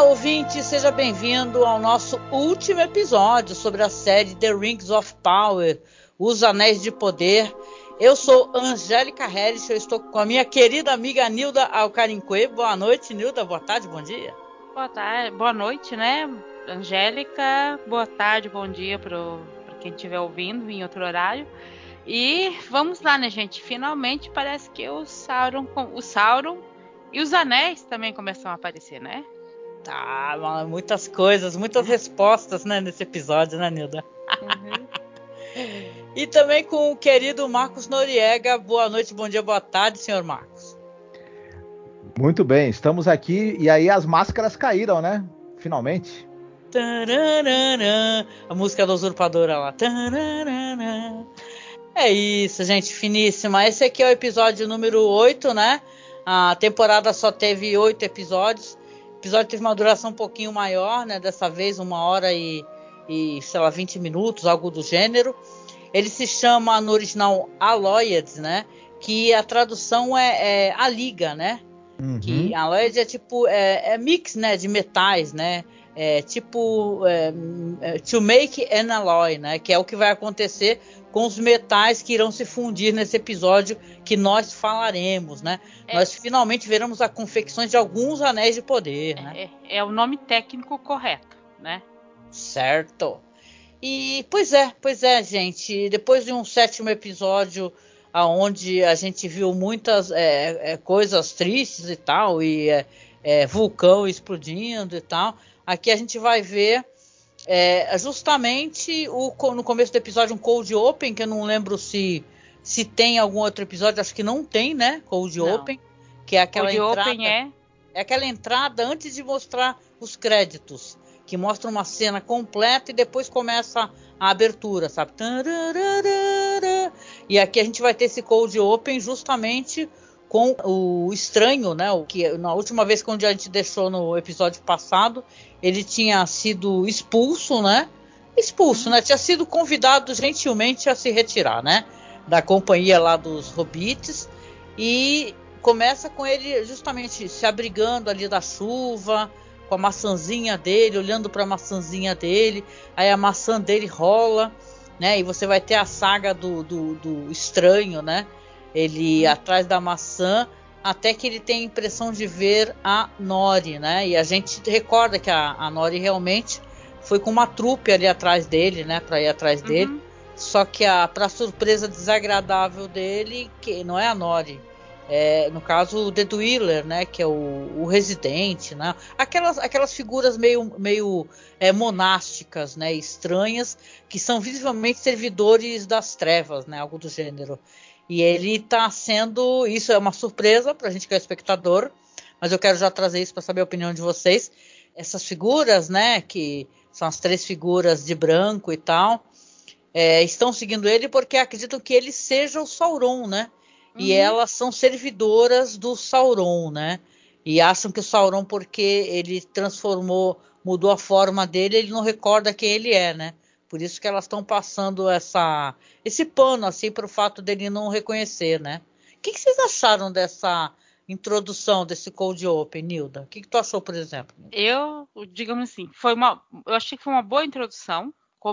ouvinte, seja bem-vindo ao nosso último episódio sobre a série The Rings of Power, Os Anéis de Poder. Eu sou Angélica Harris, eu estou com a minha querida amiga Nilda Alcarinque. Boa noite, Nilda. Boa tarde, bom dia. Boa tarde, boa noite, né, Angélica? Boa tarde, bom dia para quem estiver ouvindo em outro horário. E vamos lá, né, gente? Finalmente parece que o Sauron e os anéis também começam a aparecer, né? Muitas coisas, muitas respostas, né, nesse episódio, né, Nilda? Uhum. E também com o querido Marcos Noriega. Boa noite, bom dia, boa tarde, senhor Marcos. Muito bem, estamos aqui e aí as máscaras caíram, né? Finalmente. Tararara, a música da usurpadora lá. Tararara. É isso, gente, finíssima. Esse aqui é o episódio número 8, né? A temporada só teve 8 episódios. O episódio teve uma duração um pouquinho maior, né? Dessa vez 1 hora e sei lá, 20 minutos, algo do gênero. Ele se chama no original Alloyed, né? Que a tradução é a liga, né? Uhum. Que Alloyed é tipo mix, né? De metais, né? To make an alloy, né? Que é o que vai acontecer com os metais que irão se fundir nesse episódio que nós falaremos, né? Nós finalmente veremos a confecção de alguns anéis de poder, né? É o nome técnico correto, né? Certo. E pois é, gente. Depois de um 7º episódio, aonde a gente viu muitas coisas tristes e tal, e vulcão explodindo e tal, aqui a gente vai ver justamente no começo do episódio um cold open, que eu não lembro se tem algum outro episódio, acho que não tem, né? Cold open, que é aquela cold entrada. Open é aquela entrada antes de mostrar os créditos, que mostra uma cena completa e depois começa a abertura, sabe? E aqui a gente vai ter esse cold open justamente com o estranho, né? O que na última vez que a gente deixou no episódio passado, ele tinha sido expulso, né? Né? Tinha sido convidado gentilmente a se retirar, né? Da companhia lá dos hobbits. E começa com ele justamente se abrigando ali da chuva, com a maçãzinha dele, olhando para a maçãzinha dele. Aí a maçã dele rola, né? E você vai ter a saga do estranho, né? Ele atrás da maçã, até que ele tem a impressão de ver a Nori, né? E a gente recorda que a Nori realmente foi com uma trupe ali atrás dele, né? Para ir atrás dele. Só que para surpresa desagradável dele, que não é a Nori, no caso o The Dweller, né? Que é o residente, né? Aquelas figuras meio monásticas, né? Estranhas, que são visivelmente servidores das trevas, né? Algo do gênero. E ele está sendo... Isso é uma surpresa para a gente que é espectador, mas eu quero já trazer isso para saber a opinião de vocês. Essas figuras, né, que são as 3 figuras de branco e tal, estão seguindo ele porque acreditam que ele seja o Sauron, né? E elas são servidoras do Sauron, né? E acham que o Sauron, porque ele mudou a forma dele, ele não recorda quem ele é, né? Por isso que elas estão passando esse pano, assim, para o fato dele não reconhecer, né? O que vocês acharam dessa introdução, desse cold open, Nilda? O que tu achou, por exemplo? Eu, digamos assim, eu achei que foi uma boa introdução,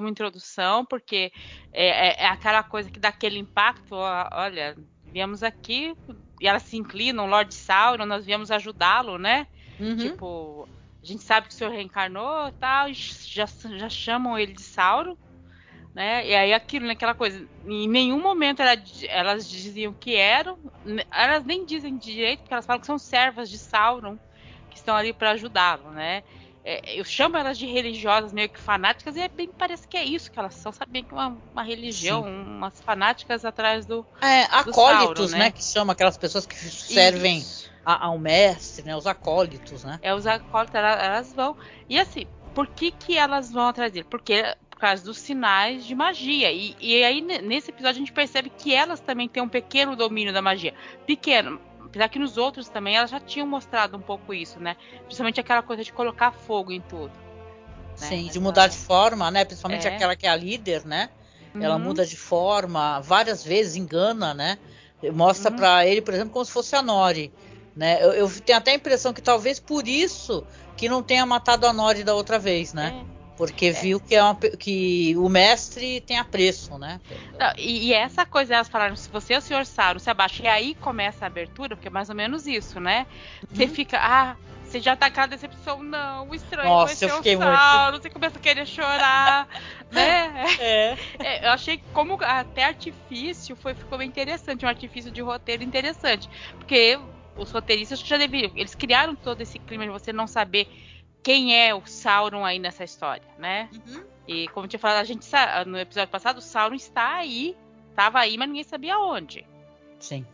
porque é aquela coisa que dá aquele impacto. Olha, viemos aqui e elas se inclinam, Lord Sauron, nós viemos ajudá-lo, né? Tipo, a gente sabe que o senhor reencarnou e tal, e já chamam ele de Sauron, né? E aí aquilo, naquela coisa, em nenhum momento elas diziam que eram, elas nem dizem direito, porque elas falam que são servas de Sauron, que estão ali para ajudá-lo, né? Eu chamo elas de religiosas, meio que fanáticas, e parece que é isso que elas são, sabem que uma religião, umas fanáticas atrás do acólitos, Sauron, né? Que chama aquelas pessoas que servem ao mestre, né? Os acólitos, né? Os acólitos, elas vão. E assim, por que elas vão atrás dele? Por causa dos sinais de magia. E aí, nesse episódio, a gente percebe que elas também têm um pequeno domínio da magia. Pequeno. Apesar que nos outros também elas já tinham mostrado um pouco isso, né? Principalmente aquela coisa de colocar fogo em tudo. Sim, de mudar de forma, né? Principalmente aquela que é a líder, né? Ela muda de forma várias vezes, engana, né? Mostra pra ele, por exemplo, como se fosse a Nori. né? Eu tenho até a impressão que talvez por isso que não tenha matado a Nori da outra vez, né? Porque viu que o mestre tem apreço, né? Não, e essa coisa, elas falaram, se você e o Sr. Sauron se abaixa, e aí começa a abertura, porque é mais ou menos isso, né? Você fica, você já tá com a decepção, não, o estranho vai ser o Sauron, você começa a querer chorar, né? Eu achei que como até artifício ficou bem interessante, um artifício de roteiro interessante, porque os roteiristas já deveriam, eles criaram todo esse clima de você não saber quem é o Sauron aí nessa história, né? E como eu tinha falado, a gente no episódio passado, o Sauron estava aí, mas ninguém sabia onde. Sim.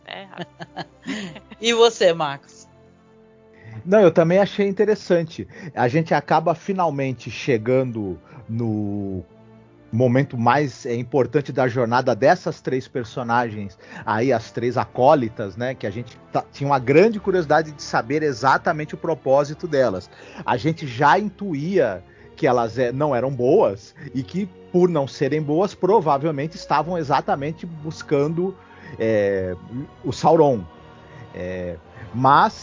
E você, Marcos? Não, eu também achei interessante. A gente acaba finalmente chegando no momento mais importante da jornada dessas 3 personagens, aí as 3 acólitas, né, que a gente tinha uma grande curiosidade de saber exatamente o propósito delas. A gente já intuía que elas não eram boas e que, por não serem boas, provavelmente estavam exatamente buscando o Sauron. Mas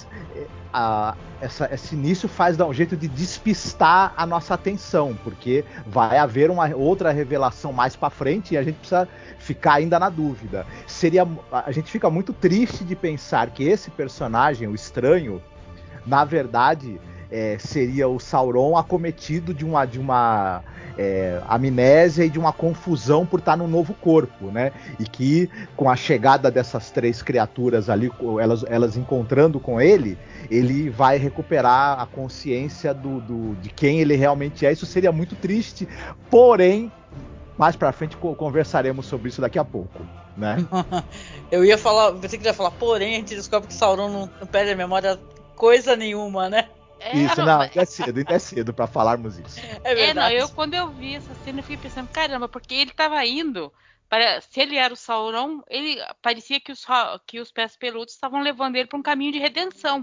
esse início faz dar um jeito de despistar a nossa atenção, porque vai haver uma outra revelação mais pra frente e a gente precisa ficar ainda na dúvida. A gente fica muito triste de pensar que esse personagem, o estranho, na verdade seria o Sauron acometido de uma amnésia e de uma confusão por estar num novo corpo, né? E que com a chegada dessas 3 criaturas ali, elas encontrando com ele vai recuperar a consciência de quem ele realmente é. Isso seria muito triste, porém mais pra frente conversaremos sobre isso daqui a pouco, né? Eu ia falar, pensei que ia falar, porém a gente descobre que Sauron não perde a memória coisa nenhuma, né? Isso, não, ainda é cedo pra falarmos isso. É verdade. Quando eu vi essa cena, eu fiquei pensando, caramba, porque ele tava indo, se ele era o Sauron, ele parecia que os pés peludos estavam levando ele pra um caminho de redenção,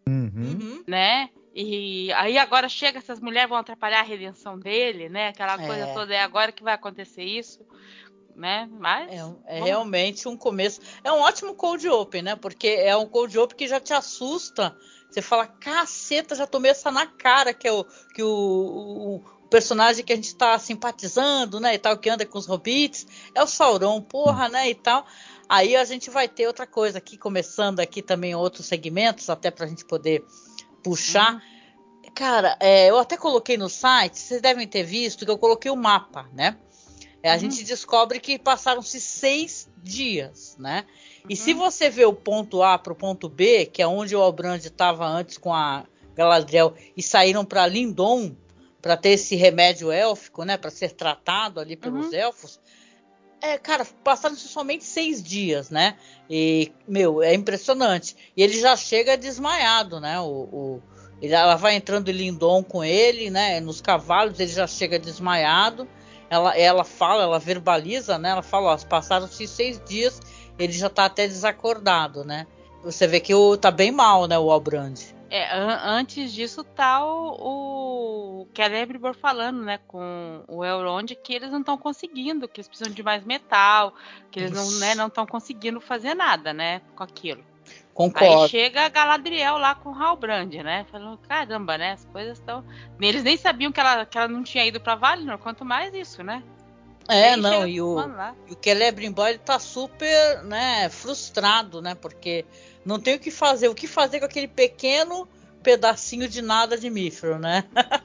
né? E aí agora chega, essas mulheres vão atrapalhar a redenção dele, né? Aquela coisa toda, é agora que vai acontecer isso, né? Mas realmente um começo. É um ótimo cold open, né? Porque é um cold open que já te assusta. Você fala, caceta, já tomei essa na cara, que é o personagem que a gente tá simpatizando, né? E tal, que anda com os hobbits. É o Sauron, porra, né? E tal. Aí a gente vai ter outra coisa aqui, começando aqui também outros segmentos, até pra gente poder puxar. Cara, eu até coloquei no site, vocês devem ter visto que eu coloquei o mapa, né? A gente descobre que passaram-se 6 dias, né? E se você vê o ponto A para o ponto B, que é onde o Halbrand estava antes com a Galadriel, e saíram para Lindon para ter esse remédio élfico, né? Para ser tratado ali pelos elfos. Cara, passaram-se somente 6 dias, né? E, é impressionante. E ele já chega desmaiado, né? Ela vai entrando em Lindon com ele, né? Nos cavalos, ele já chega desmaiado. Ela fala, ela verbaliza, né? Ela fala, ó, passaram-se 6 dias, ele já tá até desacordado, né? Você vê que tá bem mal, né, o Halbrand. Antes disso tá o Celebrimbor falando, né, com o Elrond, que eles não estão conseguindo, que eles precisam de mais metal, que eles não estão conseguindo fazer nada, né, com aquilo. Concordo. Aí chega a Galadriel lá com o Halbrand, né? Falando, caramba, né? As coisas estão... Eles nem sabiam que ela não tinha ido pra Valinor, quanto mais isso, né? E o Celebrimbor, ele tá super, né, frustrado, né? Porque não tem o que fazer com aquele pequeno pedacinho de nada de Mithril, né?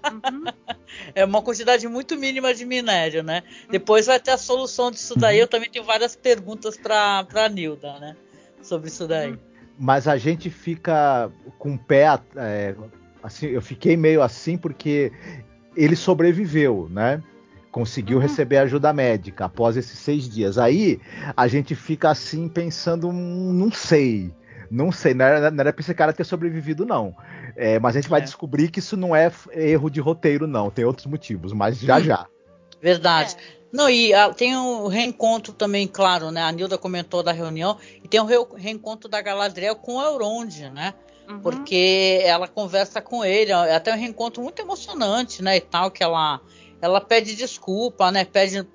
É uma quantidade muito mínima de minério, né? Depois vai ter a solução disso daí. Eu também tenho várias perguntas pra Nilda, né? Sobre isso daí. Mas a gente fica com o pé assim, eu fiquei meio assim porque ele sobreviveu, né? Conseguiu receber ajuda médica após esses 6 dias. Aí a gente fica assim pensando, não sei, não era pra esse cara ter sobrevivido, não. Mas a gente vai descobrir que isso não é erro de roteiro, não. Tem outros motivos, mas já. Verdade. Não, e tem o reencontro também, claro, né? A Nilda comentou da reunião, e tem o reencontro da Galadriel com o Elrond, né? Porque ela conversa com ele, é até um reencontro muito emocionante, né? E tal, que ela ela pede desculpa, né?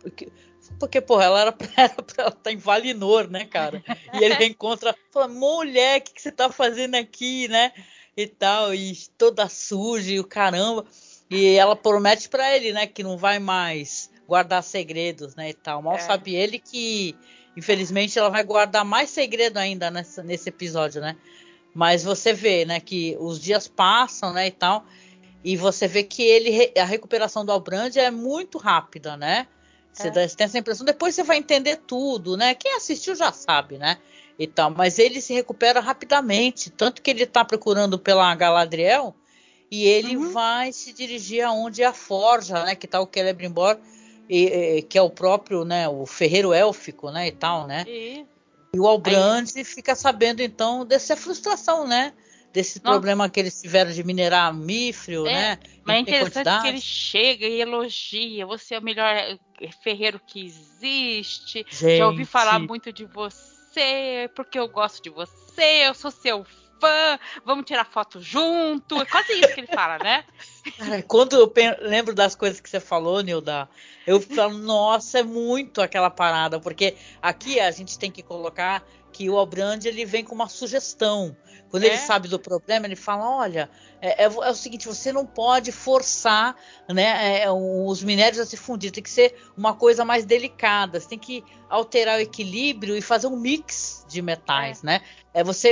Porque, porra, ela era pra ela estar em Valinor, né, cara? E ele reencontra, fala, mulher, o que você tá fazendo aqui, né? E tal, e toda suja e o caramba. E ela promete pra ele, né, que não vai mais guardar segredos, né, e tal. Mal sabe ele que, infelizmente, ela vai guardar mais segredo ainda nesse episódio, né? Mas você vê, né, que os dias passam, né, e tal, e você vê que a recuperação do Albrand é muito rápida, né? Você tem essa impressão, depois você vai entender tudo, né? Quem assistiu já sabe, né? E tal, mas ele se recupera rapidamente, tanto que ele está procurando pela Galadriel e ele vai se dirigir aonde é a forja, né? Que tá o Celebrimbor, que é o próprio, né? O ferreiro élfico, né? E tal, né? E o Albrand fica sabendo então dessa frustração, né? Desse problema que eles tiveram de minerar mifril, né? Mas é interessante que ele chega e elogia. Você é o melhor ferreiro que existe. Gente. Já ouvi falar muito de você, porque eu gosto de você, eu sou seu fã, vamos tirar foto junto. É quase isso que ele fala, né? Cara, quando eu lembro das coisas que você falou, Nilda, eu falo, nossa, é muito aquela parada, porque aqui a gente tem que colocar que o Albrand, ele vem com uma sugestão. Quando ele sabe do problema, ele fala, olha, é o seguinte, você não pode forçar, né, os minérios a se fundir, tem que ser uma coisa mais delicada, você tem que alterar o equilíbrio e fazer um mix de metais, né? Você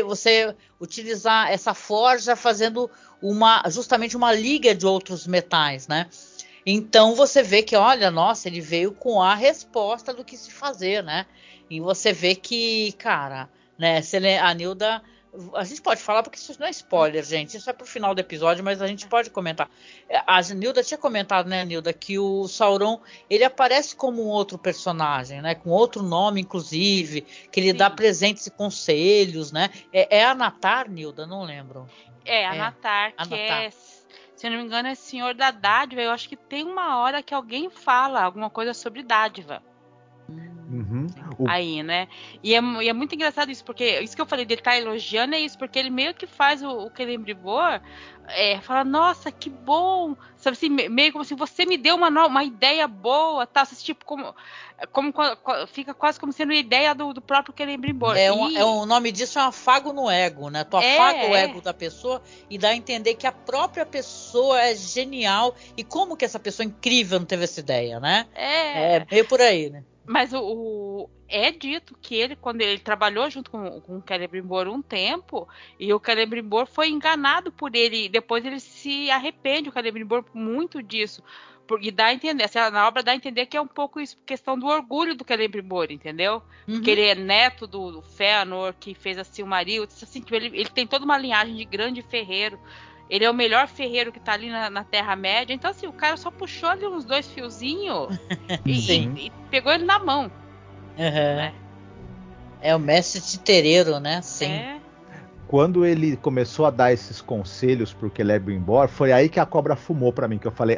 utilizar essa forja fazendo justamente uma liga de outros metais, né? Então você vê que, olha, nossa, ele veio com a resposta do que se fazer, né? E você vê que, cara, né? A Nilda, a gente pode falar porque isso não é spoiler, gente. Isso é pro final do episódio, mas a gente pode comentar. A Nilda tinha comentado, né, Nilda, que o Sauron ele aparece como um outro personagem, né? Com outro nome, inclusive, que ele dá presentes e conselhos, né? É a Anatar, Nilda? Não lembro. Anatar, que se eu não me engano, é Senhor da Dádiva. Eu acho que tem uma hora que alguém fala alguma coisa sobre dádiva. Aí, né? E é muito engraçado isso, porque isso que eu falei dele tá elogiando é isso, porque ele meio que faz o Celebrimbor fala, nossa, que bom, sabe assim, meio como assim, você me deu uma ideia boa, tá? Assim, tipo, como fica quase como sendo ideia do próprio Celebrimbor. O nome disso é um afago no ego, né? Tu afaga o ego da pessoa e dá a entender que a própria pessoa é genial e como que essa pessoa incrível não teve essa ideia, né? É meio por aí, né? Mas é dito que ele, quando ele trabalhou junto com o Celebrimbor um tempo, e o Celebrimbor foi enganado por ele, depois ele se arrepende, o Celebrimbor, muito disso. E dá a entender, assim, na obra dá a entender que é um pouco isso, questão do orgulho do Celebrimbor, entendeu? Porque ele é neto do Fëanor, que fez a Silmaril, assim, ele tem toda uma linhagem de grande ferreiro. Ele é o melhor ferreiro que tá ali na Terra-média. Então, assim, o cara só puxou ali uns 2 fiozinhos e pegou ele na mão. Né? É o mestre titereiro, né? Sim. Quando ele começou a dar esses conselhos pro Celebrimbor, foi aí que a cobra fumou pra mim, que eu falei,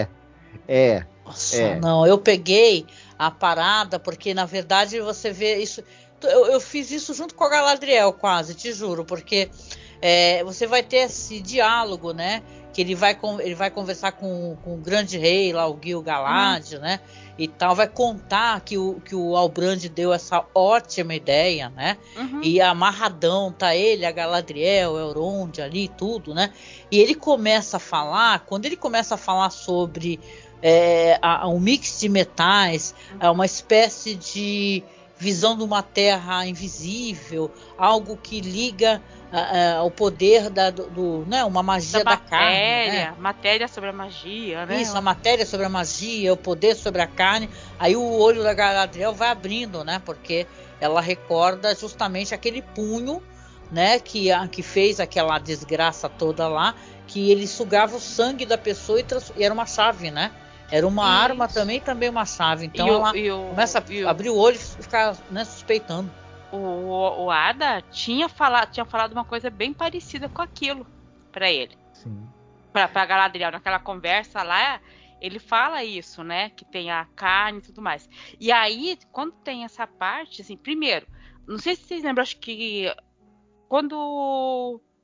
Nossa, não, eu peguei a parada, porque na verdade você vê isso. Eu fiz isso junto com a Galadriel, quase, te juro, porque você vai ter esse diálogo, né? Que ele vai conversar com o grande rei lá, o Gil-galad, né? E tal, vai contar que o Albrand deu essa ótima ideia, né? E amarradão tá ele, a Galadriel, o Elrond ali, tudo, né? E ele começa a falar, quando ele começa a falar sobre um mix de metais, uma espécie de visão de uma terra invisível, algo que liga ao poder né, uma magia da carne. Né? Matéria sobre a magia, né? Isso, a matéria sobre a magia, o poder sobre a carne. Aí o olho da Galadriel vai abrindo, né? Porque ela recorda justamente aquele punho, né? Que fez aquela desgraça toda lá, que ele sugava o sangue da pessoa e era uma chave, né? Era uma arma também uma chave. Então ela começa a abrir o olho e ficar, né, suspeitando. O Ada tinha falado uma coisa bem parecida com aquilo pra ele. Sim. Pra Galadriel, naquela conversa lá, ele fala isso, né? Que tem a carne e tudo mais. E aí, quando tem essa parte, assim, primeiro, não sei se vocês lembram, acho que quando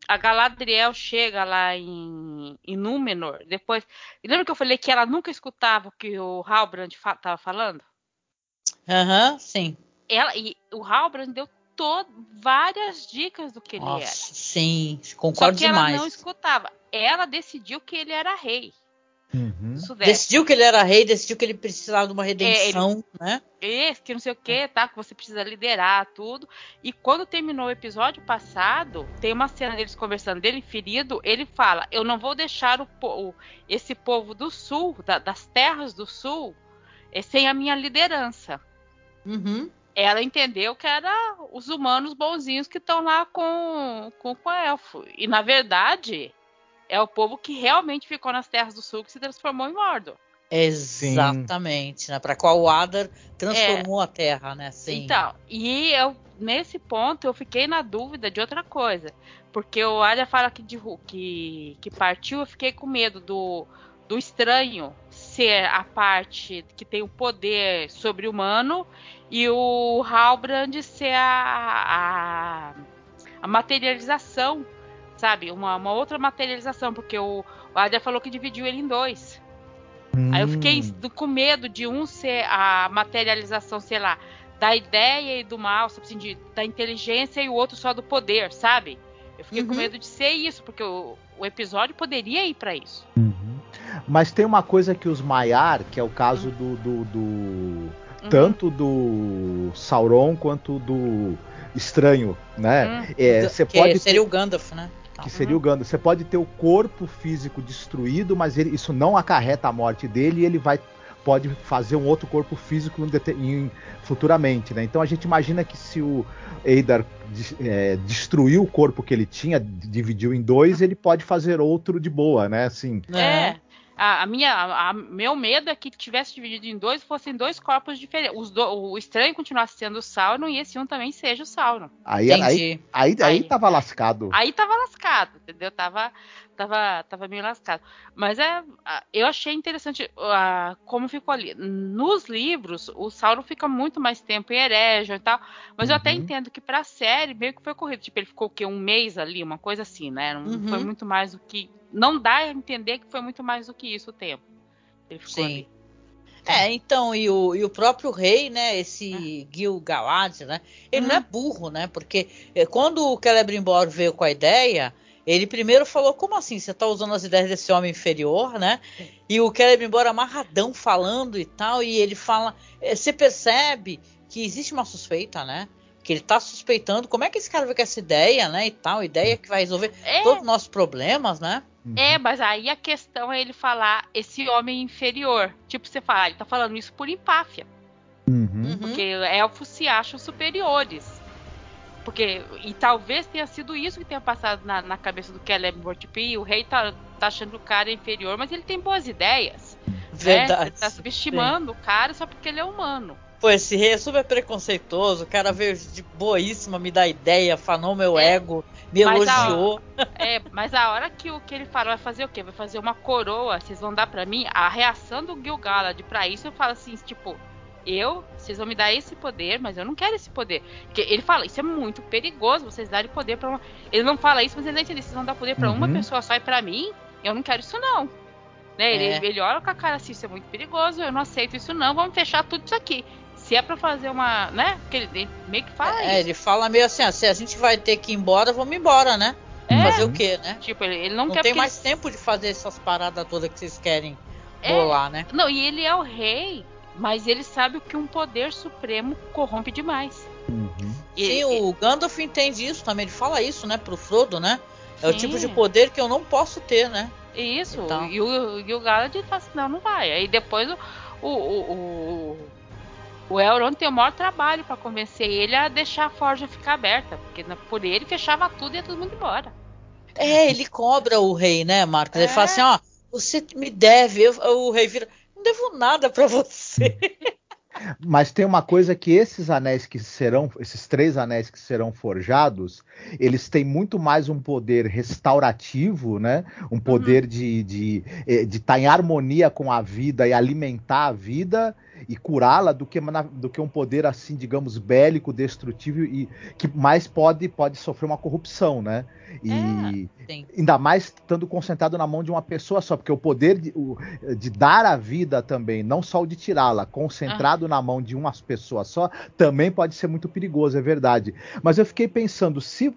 a Galadriel chega lá em Númenor, depois... Lembra que eu falei que ela nunca escutava o que o Halbrand estava falando? Aham, sim. E o Halbrand deu várias dicas do que ele era. Sim, Só concordo que ela demais. não escutava. Ela decidiu que ele era rei. Decidiu que ele era rei, decidiu que ele precisava de uma redenção, né? Que não sei o que, tá? Que você precisa liderar tudo. E quando terminou o episódio passado, tem uma cena deles conversando, dele ferido, ele fala, eu não vou deixar esse povo do sul, das terras do sul, sem a minha liderança. Uhum. Ela entendeu que era os humanos bonzinhos que estão lá com o elfo. E na verdade, é o povo que realmente ficou nas terras do sul que se transformou em Mordor. Exatamente, né? Para qual o Adar transformou a Terra, né? Sim. Então, e nesse ponto eu fiquei na dúvida de outra coisa, porque o Adar fala que partiu, eu fiquei com medo do estranho ser a parte que tem o poder sobre-humano e o Halbrand ser a materialização, sabe? Uma outra materialização, porque o Adar falou que dividiu ele em dois. Aí eu fiquei com medo de um ser a materialização, sei lá, da ideia e do mal, assim, da inteligência e o outro só do poder, sabe? Eu fiquei com medo de ser isso, porque o episódio poderia ir pra isso. Mas tem uma coisa que os Maiar, que é o caso tanto do Sauron quanto do Estranho, né? Seria o Gandalf, né? Que seria o Gandalf. Você pode ter o corpo físico destruído, mas isso não acarreta a morte dele e ele pode fazer um outro corpo físico futuramente, né? Então a gente imagina que se o Eidar destruiu o corpo que ele tinha, dividiu em dois, ele pode fazer outro de boa, né? Assim, meu medo é que tivesse dividido em dois, fossem dois corpos diferentes. O Estranho continuasse sendo o Sauron e esse um também seja o Sauron. Aí tava lascado. Aí tava lascado, entendeu? Tava meio lascado. Mas eu achei interessante como ficou ali. Nos livros, o Sauron fica muito mais tempo em Eregion e tal. Mas eu até entendo que pra série meio que foi corrido. Tipo, ele ficou o quê? Um mês ali, uma coisa assim, né? Não foi muito mais do que... Não dá a entender que foi muito mais do que isso o tempo. Ele ficou ali. Então, e o próprio rei, né, esse Gil-galad, né, ele não é burro, né, porque quando o Celebrimbor veio com a ideia, ele primeiro falou, como assim, você tá usando as ideias desse homem inferior, né, e o Celebrimbor amarradão falando e tal, e ele fala, você percebe que existe uma suspeita, né, que ele tá suspeitando, como é que esse cara veio com essa ideia, né, e tal, ideia que vai resolver todos os nossos problemas, né. Mas aí a questão é ele falar esse homem inferior. Tipo, você fala, ele tá falando isso por empáfia. Porque elfos se acham superiores. E talvez tenha sido isso que tenha passado na cabeça do Celebrimbor. Tipo, o rei tá achando o cara inferior, mas ele tem boas ideias. Verdade. Né? Ele tá subestimando o cara só porque ele é humano. Pô, esse rei é super preconceituoso, o cara veio de boíssima, me dá ideia, fanou meu ego, me elogiou. Mas a hora que ele falou, vai fazer o quê? Vai fazer uma coroa, vocês vão dar pra mim? A reação do Gil-galad pra isso, eu falo assim, tipo, vocês vão me dar esse poder, mas eu não quero esse poder. Porque ele fala, isso é muito perigoso, vocês darem poder pra uma... Ele não fala isso, mas ele entende, vocês vão dar poder pra uma pessoa só e pra mim? Eu não quero isso não. Né? Ele olha com a cara assim, isso é muito perigoso, eu não aceito isso não, vamos fechar tudo isso aqui. Se é pra fazer uma, né? Porque ele meio que fala isso. Ele fala meio assim, se a gente vai ter que ir embora, vamos embora, né? Fazer o quê, né? Tipo, ele não quer... tem mais tempo de fazer essas paradas todas que vocês querem bolar, né? Não, e ele é o rei, mas ele sabe que um poder supremo corrompe demais. Sim, o Gandalf entende isso também, ele fala isso, né, pro Frodo, né? É o tipo de poder que eu não posso ter, né? Isso, então. E o Gil-galad fala assim, não vai. Aí depois o Elrond tem o maior trabalho pra convencer ele a deixar a forja ficar aberta, porque por ele fechava tudo e ia todo mundo embora. Ele cobra o rei, né, Marcos? Ele fala assim, você me deve, o rei vira, não devo nada pra você. Mas tem uma coisa que esses 3 anéis que serão forjados, eles têm muito mais um poder restaurativo, né? Um poder de estar em harmonia com a vida e alimentar a vida e curá-la do que um poder assim, digamos, bélico, destrutivo e que mais pode sofrer uma corrupção, né? E ainda mais estando concentrado na mão de uma pessoa só, porque o poder de dar a vida também, não só o de tirá-la, concentrado na mão de uma pessoa só, também pode ser muito perigoso, é verdade. Mas eu fiquei pensando, se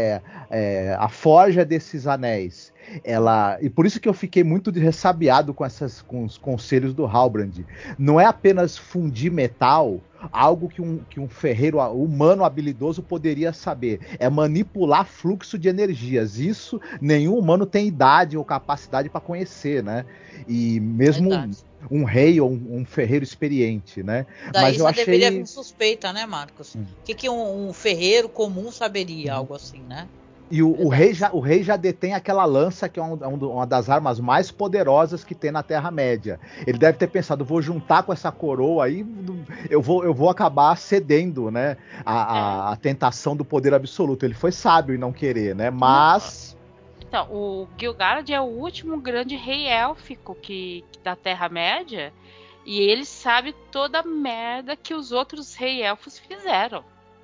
a forja desses anéis, e por isso que eu fiquei muito ressabiado com os conselhos do Halbrand, não é apenas fundir metal, algo que um ferreiro humano habilidoso poderia saber, é manipular fluxo de energias. Isso nenhum humano tem idade ou capacidade para conhecer, né? E mesmo um rei ou um ferreiro experiente, né? Daí mas eu já achei... deveria vir suspeita, né, Marcos? O que um ferreiro comum saberia, algo assim, né? E o rei já detém aquela lança que é uma das armas mais poderosas que tem na Terra-média. Ele deve ter pensado, vou juntar com essa coroa aí, eu vou acabar cedendo, né, a tentação do poder absoluto. Ele foi sábio em não querer, né, mas... Então, o Gil-galad é o último grande rei élfico da Terra-média, e ele sabe toda a merda que os outros rei elfos fizeram.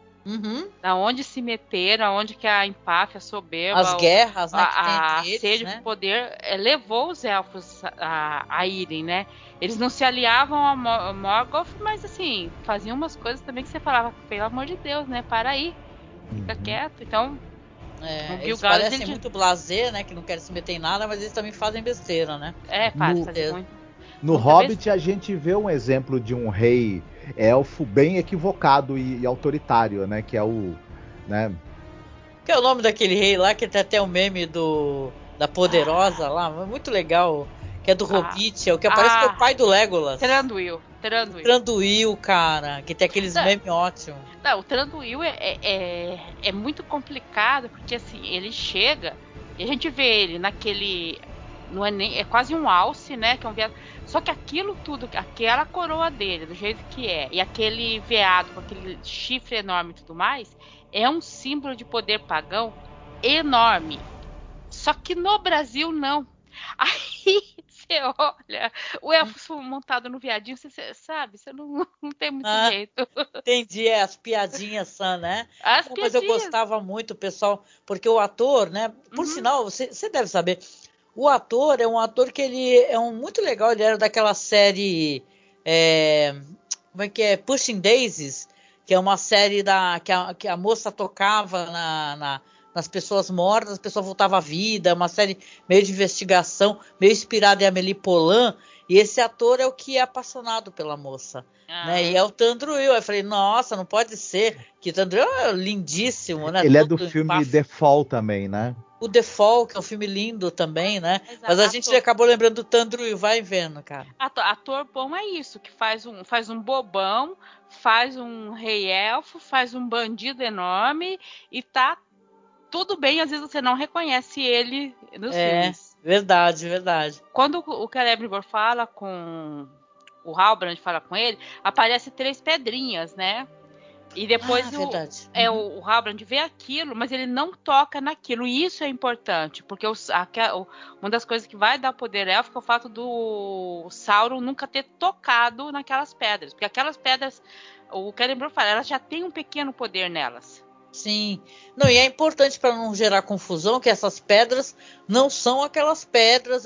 Da onde se meteram, aonde que a empáfia, a soberba, as guerras, né, que tem a entre eles, sede né? de poder levou os elfos a irem, né? Eles não se aliavam a Morgoth, mas assim, faziam umas coisas também que você falava, pelo amor de Deus, né? Para aí, fica quieto. Então, eles parecem muito blasé, né? Que não querem se meter em nada, mas eles também fazem besteira, né? Fazer muito. No Hobbit a gente vê um exemplo de um rei elfo bem equivocado e autoritário, né? Que é o... né? Que é o nome daquele rei lá, que tem até o meme da Poderosa lá, muito legal. Que é do Hobbit, é o que aparece que é o pai do Legolas. Thranduil, cara, que tem aqueles memes ótimos. Não, o Thranduil é muito complicado, porque assim, ele chega e a gente vê ele naquele... Não é quase um alce, né? Que é um veado. Só que aquilo tudo, aquela coroa dele, do jeito que é, e aquele veado com aquele chifre enorme e tudo mais, é um símbolo de poder pagão enorme. Só que no Brasil, não. Aí você olha, o elfo montado no viadinho, você sabe, você não tem muito jeito. Entendi, as piadinhas são, né? Não, mas eu gostava muito, pessoal, porque o ator, né? Por sinal, você deve saber, o ator é um ator que ele é muito legal, ele era daquela série, como é que é? Pushing Daisies, que é uma série que a moça tocava nas pessoas mortas, a pessoa voltava à vida, uma série meio de investigação, meio inspirada em Amélie Poulain, e esse ator é o que é apaixonado pela moça, né? E é o Thranduil. Eu falei, nossa, não pode ser, que o Thranduil é lindíssimo, né? Ele é do filme The Fall também, né? O The Fall, que é um filme lindo também, né? Exato. Mas a gente acabou lembrando do Thranduil, vai vendo, cara. Ator bom é isso, que faz um bobão, faz um rei elfo, faz um bandido enorme e tá tudo bem, às vezes você não reconhece ele nos filmes. Verdade. Quando o Celebrimbor fala com o Halbrand, fala com ele, aparece 3 pedrinhas, né? E depois o Halbrand vê aquilo, mas ele não toca naquilo. E isso é importante, porque uma das coisas que vai dar poder élfico é o fato do Sauron nunca ter tocado naquelas pedras. Porque aquelas pedras, o Celebrimbor fala, elas já têm um pequeno poder nelas. Sim. Não, e é importante para não gerar confusão que essas pedras não são aquelas pedras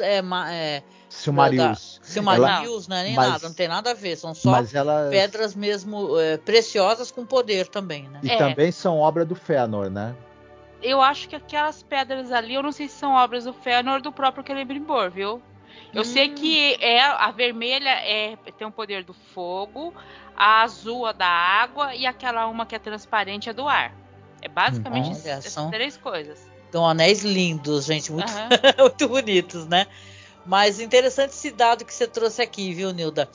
Silmarils. Silmarils, né? Nem nada, não tem nada a ver. São só pedras mesmo preciosas com poder também, né? E também são obra do Fëanor, né? Eu acho que aquelas pedras ali, eu não sei se são obras do Fëanor ou do próprio Celebrimbor, viu? Eu sei que a vermelha tem o poder do fogo, a azul é da água e aquela uma que é transparente é do ar. É basicamente essas 3 coisas. São anéis lindos, gente, muito, muito bonitos, né? Mas interessante esse dado que você trouxe aqui, viu, Nilda?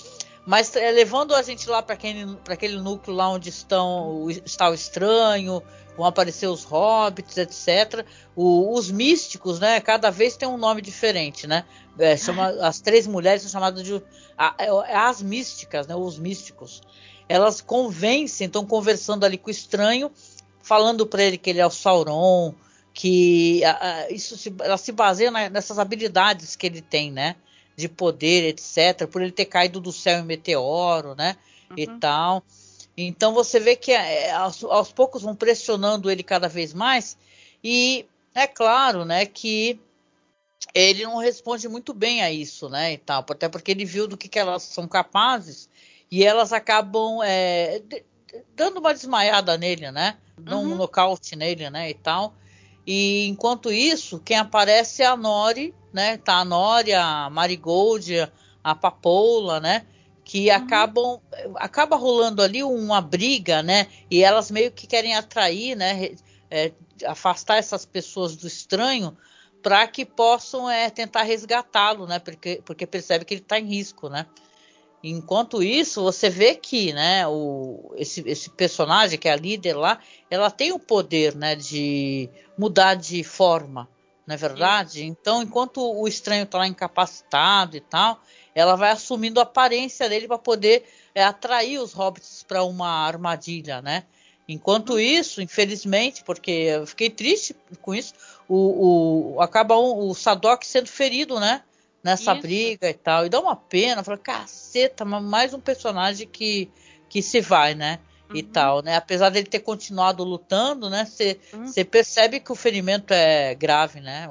Mas levando a gente lá para aquele núcleo lá onde está o estranho, vão aparecer os hobbits, etc. Os místicos, né? Cada vez tem um nome diferente, né? As 3 mulheres são chamadas de as místicas, né? Os místicos. Elas convencem, estão conversando ali com o estranho, falando para ele que ele é o Sauron, que ela se baseia nessas habilidades que ele tem, né? De poder, etc. Por ele ter caído do céu em meteoro, né? E tal. Então você vê que aos poucos vão pressionando ele cada vez mais. E é claro, né? Que ele não responde muito bem a isso, né? E tal. Até porque ele viu do que elas são capazes. E elas acabam dando uma desmaiada nele, né? Dão um nocaute nele, né? E tal. E enquanto isso, quem aparece é a Nori, né? Tá a Nori, a Marigold, a Papoula, né? Que acaba rolando ali uma briga, né? E elas meio que querem atrair, né? Afastar essas pessoas do estranho para que possam tentar resgatá-lo, né? Porque percebe que ele está em risco, né? Enquanto isso, você vê que, né, esse personagem, que é a líder lá, ela tem o poder, né, de mudar de forma, não é verdade? Isso. Então, enquanto o estranho está lá incapacitado e tal, ela vai assumindo a aparência dele para poder atrair os hobbits para uma armadilha, né? Enquanto isso, infelizmente, porque eu fiquei triste com isso, acaba o Sadok sendo ferido, né? Nessa briga e tal. E dá uma pena. Fala, caceta, mais um personagem que se vai, né? E tal, né? Apesar dele ter continuado lutando, né? Você percebe que o ferimento é grave, né?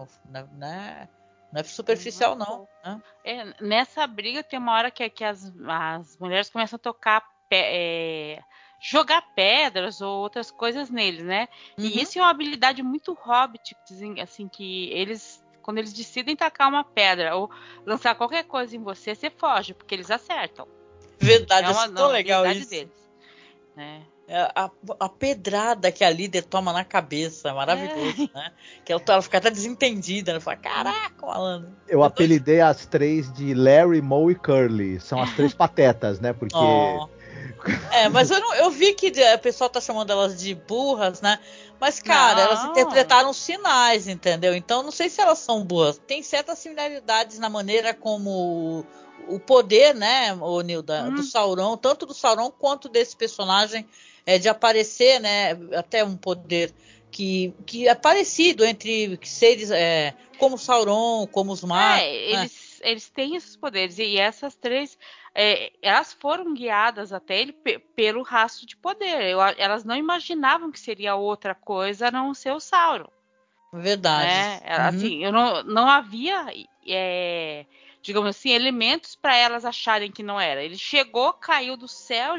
Não é superficial, não. Né? Nessa briga tem uma hora que as mulheres começam a tocar jogar pedras ou outras coisas neles, né? E isso é uma habilidade muito hobbit, assim, que eles, quando eles decidem tacar uma pedra ou lançar qualquer coisa em você, você foge, porque eles acertam. Verdade, é tão legal isso. Deles, né? A pedrada que a líder toma na cabeça é maravilhoso, né? Que ela fica até desentendida, né? Fala, caraca, malandro. Eu apelidei as 3 de Larry, Moe e Curly. São as 3 patetas, né? Porque... mas eu vi que o pessoal tá chamando elas de burras, né? Mas, cara, elas interpretaram sinais, entendeu? Então, não sei se elas são burras. Tem certas similaridades na maneira como o poder, né, Nilda, do Sauron, tanto do Sauron quanto desse personagem, de aparecer, né, até um poder que é parecido entre seres como Sauron, como os magos. Eles têm esses poderes, e essas 3, elas foram guiadas até ele pelo rastro de poder. Elas não imaginavam que seria outra coisa a não ser o Sauron. Verdade. Né? Assim, eu não havia, digamos assim, elementos para elas acharem que não era. Ele chegou, caiu do céu,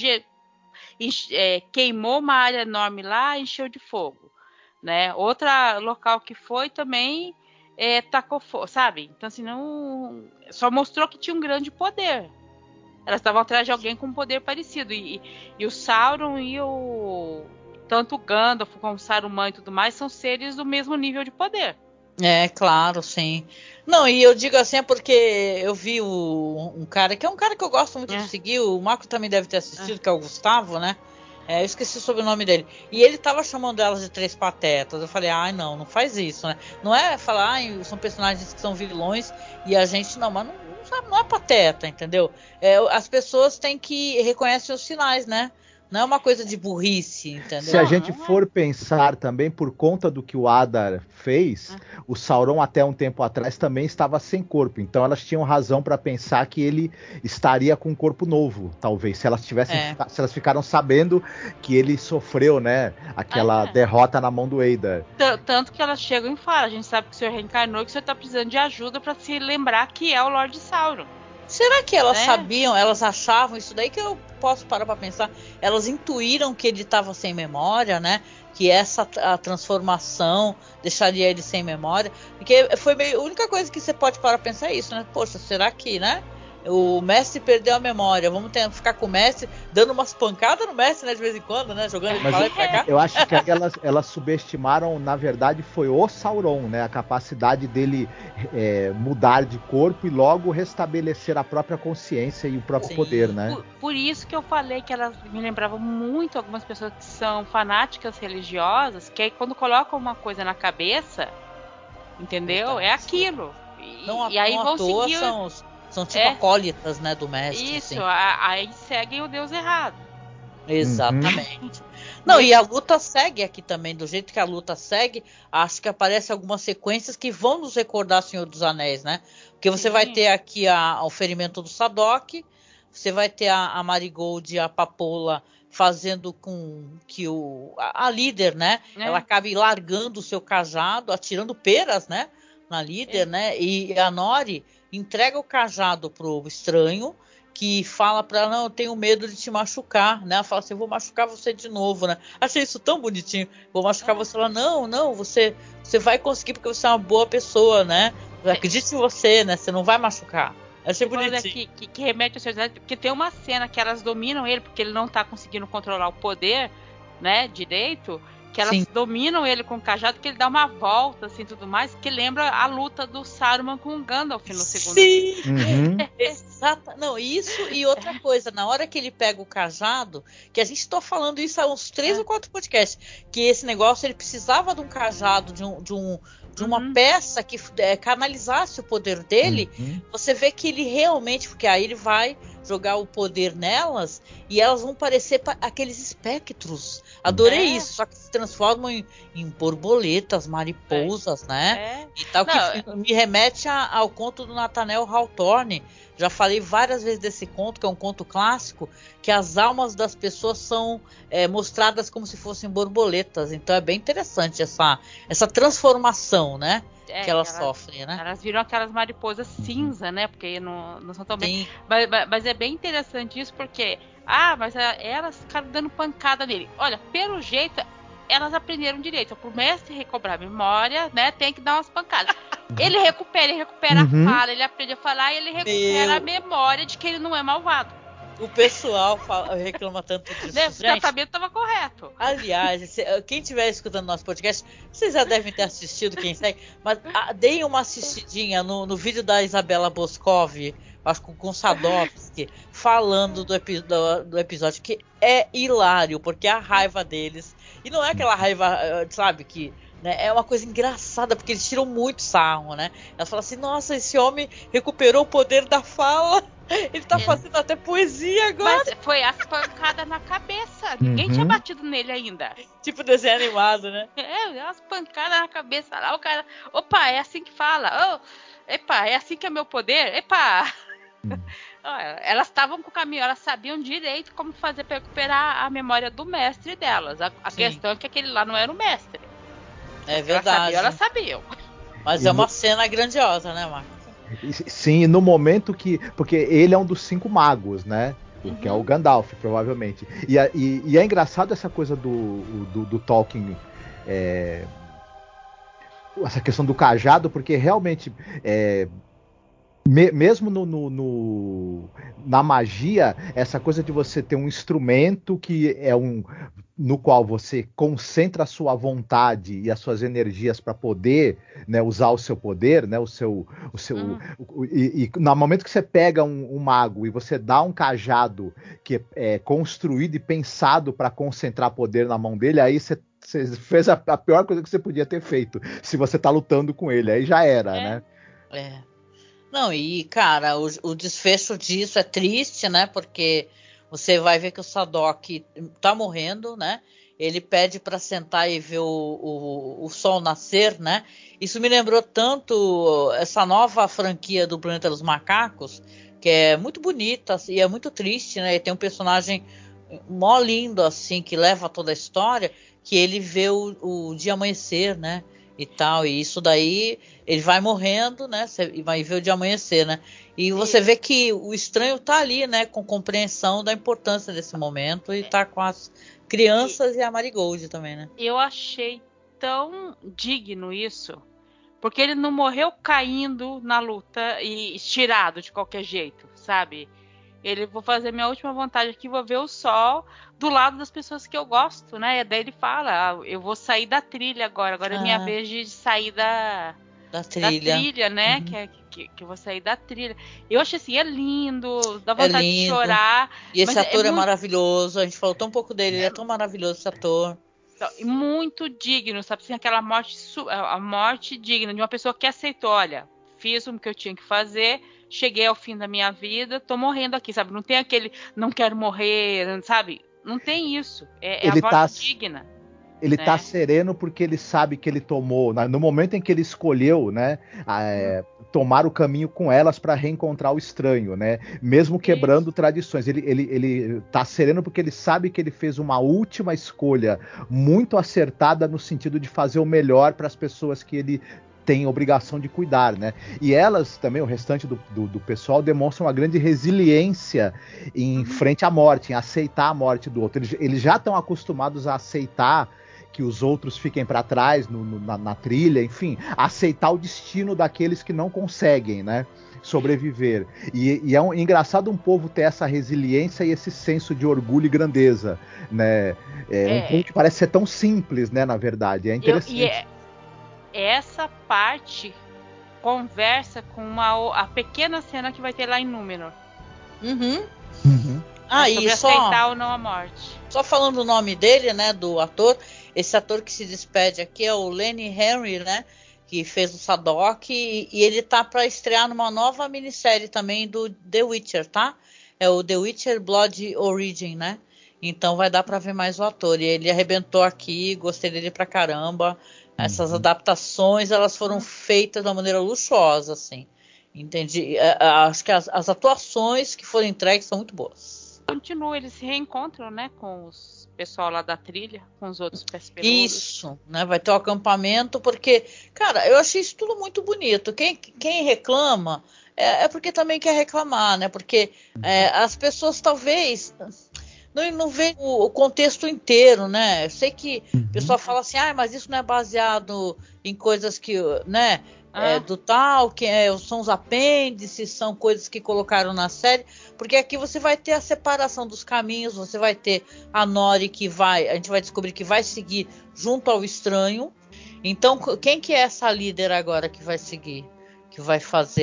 queimou uma área enorme lá, encheu de fogo, né? Outra local que foi também tacou fogo, sabe? Então assim, não, só mostrou que tinha um grande poder. Elas estavam atrás de alguém com um poder parecido, e o Sauron e tanto o Gandalf como o Saruman e tudo mais são seres do mesmo nível de poder. Claro, sim. Não, e eu digo assim porque eu vi um cara, que é um cara que eu gosto muito de seguir, o Marco também deve ter assistido, que é o Gustavo, né? Eu esqueci o sobrenome dele. E ele tava chamando elas de 3 patetas. Eu falei, não faz isso, né? Não é falar, são personagens que são vilões e a gente não, mas não é pateta, entendeu? As pessoas têm que reconhecer os sinais, né? Não é uma coisa de burrice, entendeu? Se a gente for pensar também, por conta do que o Adar fez, o Sauron até um tempo atrás também estava sem corpo. Então elas tinham razão para pensar que ele estaria com um corpo novo, talvez. Se elas se elas ficaram sabendo que ele sofreu, né, aquela derrota na mão do Eidar. Tanto que elas chegam e falam, a gente sabe que o senhor reencarnou e que o senhor está precisando de ajuda para se lembrar que é o Lorde Sauron. Será que elas sabiam, elas achavam isso daí, que eu posso parar para pensar? Elas intuíram que ele estava sem memória, né? Que a transformação deixaria ele sem memória. Porque foi a única coisa que você pode parar para pensar é isso, né? Poxa, será que, né? o mestre perdeu a memória, vamos ficar com o mestre, dando umas pancadas no mestre, né, de vez em quando, né, jogando ele pra lá e pra cá. Eu acho que elas subestimaram, na verdade, foi o Sauron, né, a capacidade dele mudar de corpo e logo restabelecer a própria consciência e o próprio poder, né? Por isso que eu falei que elas me lembravam muito algumas pessoas que são fanáticas religiosas, que aí quando colocam uma coisa na cabeça, entendeu? É aquilo. E aí vão seguir... São tipo acólitas, né, do mestre. Isso, assim. Aí seguem o Deus errado. Exatamente. Não, e a luta segue aqui também, do jeito que a luta segue, acho que aparecem algumas sequências que vão nos recordar Senhor dos Anéis, né? Porque você vai ter aqui o ferimento do Sadok, você vai ter a Marigold e a Papola fazendo com que a líder, né? Ela acabe largando o seu cajado, atirando peras, né? Na líder, né? E a Nori entrega o cajado pro estranho, que fala pra ela, não, eu tenho medo de te machucar, né? Ela fala assim, eu vou machucar você de novo, né? Achei isso tão bonitinho. Vou machucar você. Ela, não, você vai conseguir porque você é uma boa pessoa, né? Eu acredito em você, né? Você não vai machucar. Achei bonitinho. Que remete ao Senhor, porque tem uma cena que elas dominam ele, porque ele não tá conseguindo controlar o poder, né, direito, que elas dominam ele com o cajado, que ele dá uma volta, assim, tudo mais, que lembra a luta do Saruman com o Gandalf no segundo. Sim! Exato. Não, isso e outra coisa, na hora que ele pega o cajado, que a gente tá falando isso há uns 3 ou 4 podcasts, que esse negócio, ele precisava de um cajado, de uma peça que canalizasse o poder dele, você vê que ele realmente, porque aí ele vai jogar o poder nelas e elas vão parecer aqueles espectros. Adorei isso, só que se transformam em borboletas, mariposas, né? E tal, que me remete ao conto do Nathaniel Hawthorne. Já falei várias vezes desse conto, que é um conto clássico, que as almas das pessoas são mostradas como se fossem borboletas. Então é bem interessante essa transformação, né? Que elas sofrem, né? Elas viram aquelas mariposas cinza, né? Porque não são tão bem. Mas é bem interessante isso, porque mas elas ficaram dando pancada nele. Olha, pelo jeito, elas aprenderam direito. Pro mestre recobrar a memória, né? Tem que dar umas pancadas. Ele recupera a fala, ele aprende a falar e ele recupera a memória de que ele não é malvado. O pessoal reclama tanto disso, gente. O tratamento estava correto. Aliás, quem estiver escutando nosso podcast, vocês já devem ter assistido, quem segue, mas deem uma assistidinha no vídeo da Isabela Boscov, acho que com Sadovski, falando do episódio, que é hilário, porque a raiva deles, e não é aquela raiva, sabe, que... Né? É uma coisa engraçada, porque eles tiram muito sarro, né? Ela fala assim, nossa, esse homem recuperou o poder da fala, ele tá fazendo até poesia agora. Mas foi as pancadas na cabeça, ninguém tinha batido nele ainda. Tipo desenho animado, né? As pancadas na cabeça lá, o cara, opa, é assim que fala, epa, é assim que é meu poder, epa... Elas estavam com o caminho, elas sabiam direito como fazer para recuperar a memória do mestre delas. A questão é que aquele lá não era o mestre. É verdade. Elas sabiam. Mas é uma cena grandiosa, né, Marcos? Sim, no momento que... Porque ele é um dos 5 magos, né? Que é o Gandalf, provavelmente. E é engraçado essa coisa do Tolkien... essa questão do cajado, porque realmente... mesmo na magia, essa coisa de você ter um instrumento que é no qual você concentra a sua vontade e as suas energias para poder, né, usar o seu poder, né, e no momento que você pega um mago e você dá um cajado que é construído e pensado para concentrar poder na mão dele, aí você fez a pior coisa que você podia ter feito, se você tá lutando com ele, aí já era, né? Não, e cara, o desfecho disso é triste, né? Porque você vai ver que o Sadok tá morrendo, né? Ele pede para sentar e ver o sol nascer, né? Isso me lembrou tanto essa nova franquia do Planeta dos Macacos, que é muito bonita e é muito triste, né? E tem um personagem mó lindo, assim, que leva toda a história, que ele vê o dia amanhecer, né? E tal, e isso daí ele vai morrendo, né? E vai ver o dia amanhecer, né? E você vê que o estranho tá ali, né? Com compreensão da importância desse momento e tá com as crianças e a Marigold também, né? Eu achei tão digno isso, Porque ele não morreu caindo na luta e estirado de qualquer jeito, sabe? Ele, vou fazer minha última vontade aqui, vou ver o sol do lado das pessoas que eu gosto, né? E daí ele fala, eu vou sair da trilha agora é minha vez de sair da trilha, né? Uhum. Que eu vou sair da trilha. Eu achei assim, é lindo, dá É vontade de lindo. chorar. E esse mas ator é muito, maravilhoso. A gente falou tão pouco dele, ele é tão maravilhoso, esse ator. muito digno, sabe? Assim, aquela morte, a morte digna de uma pessoa que aceitou, olha, fiz o que eu tinha que fazer, cheguei ao fim da minha vida, tô morrendo aqui, sabe? Não tem aquele, não quero morrer, sabe? Não tem isso. É a Ele tá, morte digna. ele tá Né? sereno porque ele sabe que ele tomou, no momento em que ele escolheu, né, tomar o caminho com elas para reencontrar o estranho, né, mesmo quebrando Isso. tradições. Ele tá sereno porque ele sabe que ele fez uma última escolha muito acertada no sentido de fazer o melhor para as pessoas que ele tem obrigação de cuidar, né? E elas também, o restante do pessoal, demonstram uma grande resiliência em frente à morte, em aceitar a morte do outro. Eles já estão acostumados a aceitar que os outros fiquem para trás na trilha, enfim, aceitar o destino daqueles que não conseguem, né, sobreviver. E é engraçado um povo ter essa resiliência e esse senso de orgulho e grandeza, né? É um povo que parece ser tão simples, né, na verdade. É interessante. Essa parte conversa com a pequena cena que vai ter lá em Númenor. Uhum. Uhum. Sobre aceitar ou não a morte. Só falando o nome dele, né, do ator, esse ator que se despede aqui é o Lenny Henry, né, que fez o Sadok, e ele tá para estrear numa nova minissérie também do The Witcher, tá? É o The Witcher Blood Origin, né? Então vai dar para ver mais o ator. E ele arrebentou aqui, gostei dele pra caramba. Essas adaptações, elas foram feitas de uma maneira luxuosa, assim. Entendi. Acho que as atuações que foram entregues são muito boas. Continua, eles se reencontram, né, com os pessoal lá da trilha, com os outros pés peludos. Isso, né? Vai ter o acampamento, porque, cara, eu achei isso tudo muito bonito. Quem reclama é porque também quer reclamar, né? Porque as pessoas talvez não veem o contexto inteiro, né? Eu sei que o pessoal fala assim, mas isso não é baseado em coisas que, né? Do tal, que são os apêndices, são coisas que colocaram na série, porque aqui você vai ter a separação dos caminhos, você vai ter a Nori a gente vai descobrir que vai seguir junto ao estranho. Então, quem que é essa líder agora que vai seguir? Que vai fazer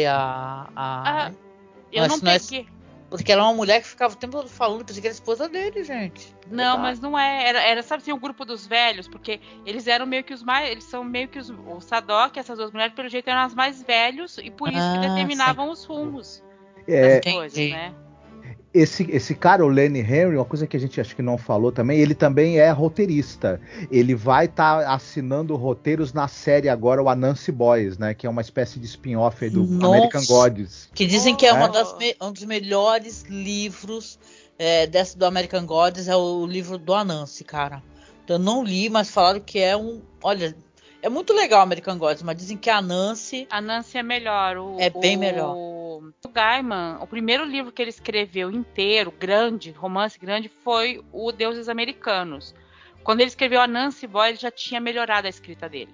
eu não peguei. Porque ela é uma mulher que ficava o tempo todo falando, pensei que era a esposa dele, gente. Não, mas não é. Era, sabe assim, o grupo dos velhos, porque eles eram meio que os mais. Eles são meio que o Sadok, essas duas mulheres, pelo jeito, eram as mais velhos e por isso que determinavam os rumos das coisas, né? Esse cara, o Lenny Henry, uma coisa que a gente acho que não falou também, ele também é roteirista. Ele vai estar assinando roteiros na série agora, o Anansi Boys, né? Que é uma espécie de spin-off do American Gods. Que dizem que é um dos melhores livros do American Gods, é o livro do Anansi, cara. Eu não li, mas falaram que olha, é muito legal o American Gods, mas dizem que a Nancy é melhor. É bem melhor. O Gaiman, o primeiro livro que ele escreveu inteiro, grande, romance grande, foi o Deuses Americanos. Quando ele escreveu a Nancy Boy, ele já tinha melhorado a escrita dele.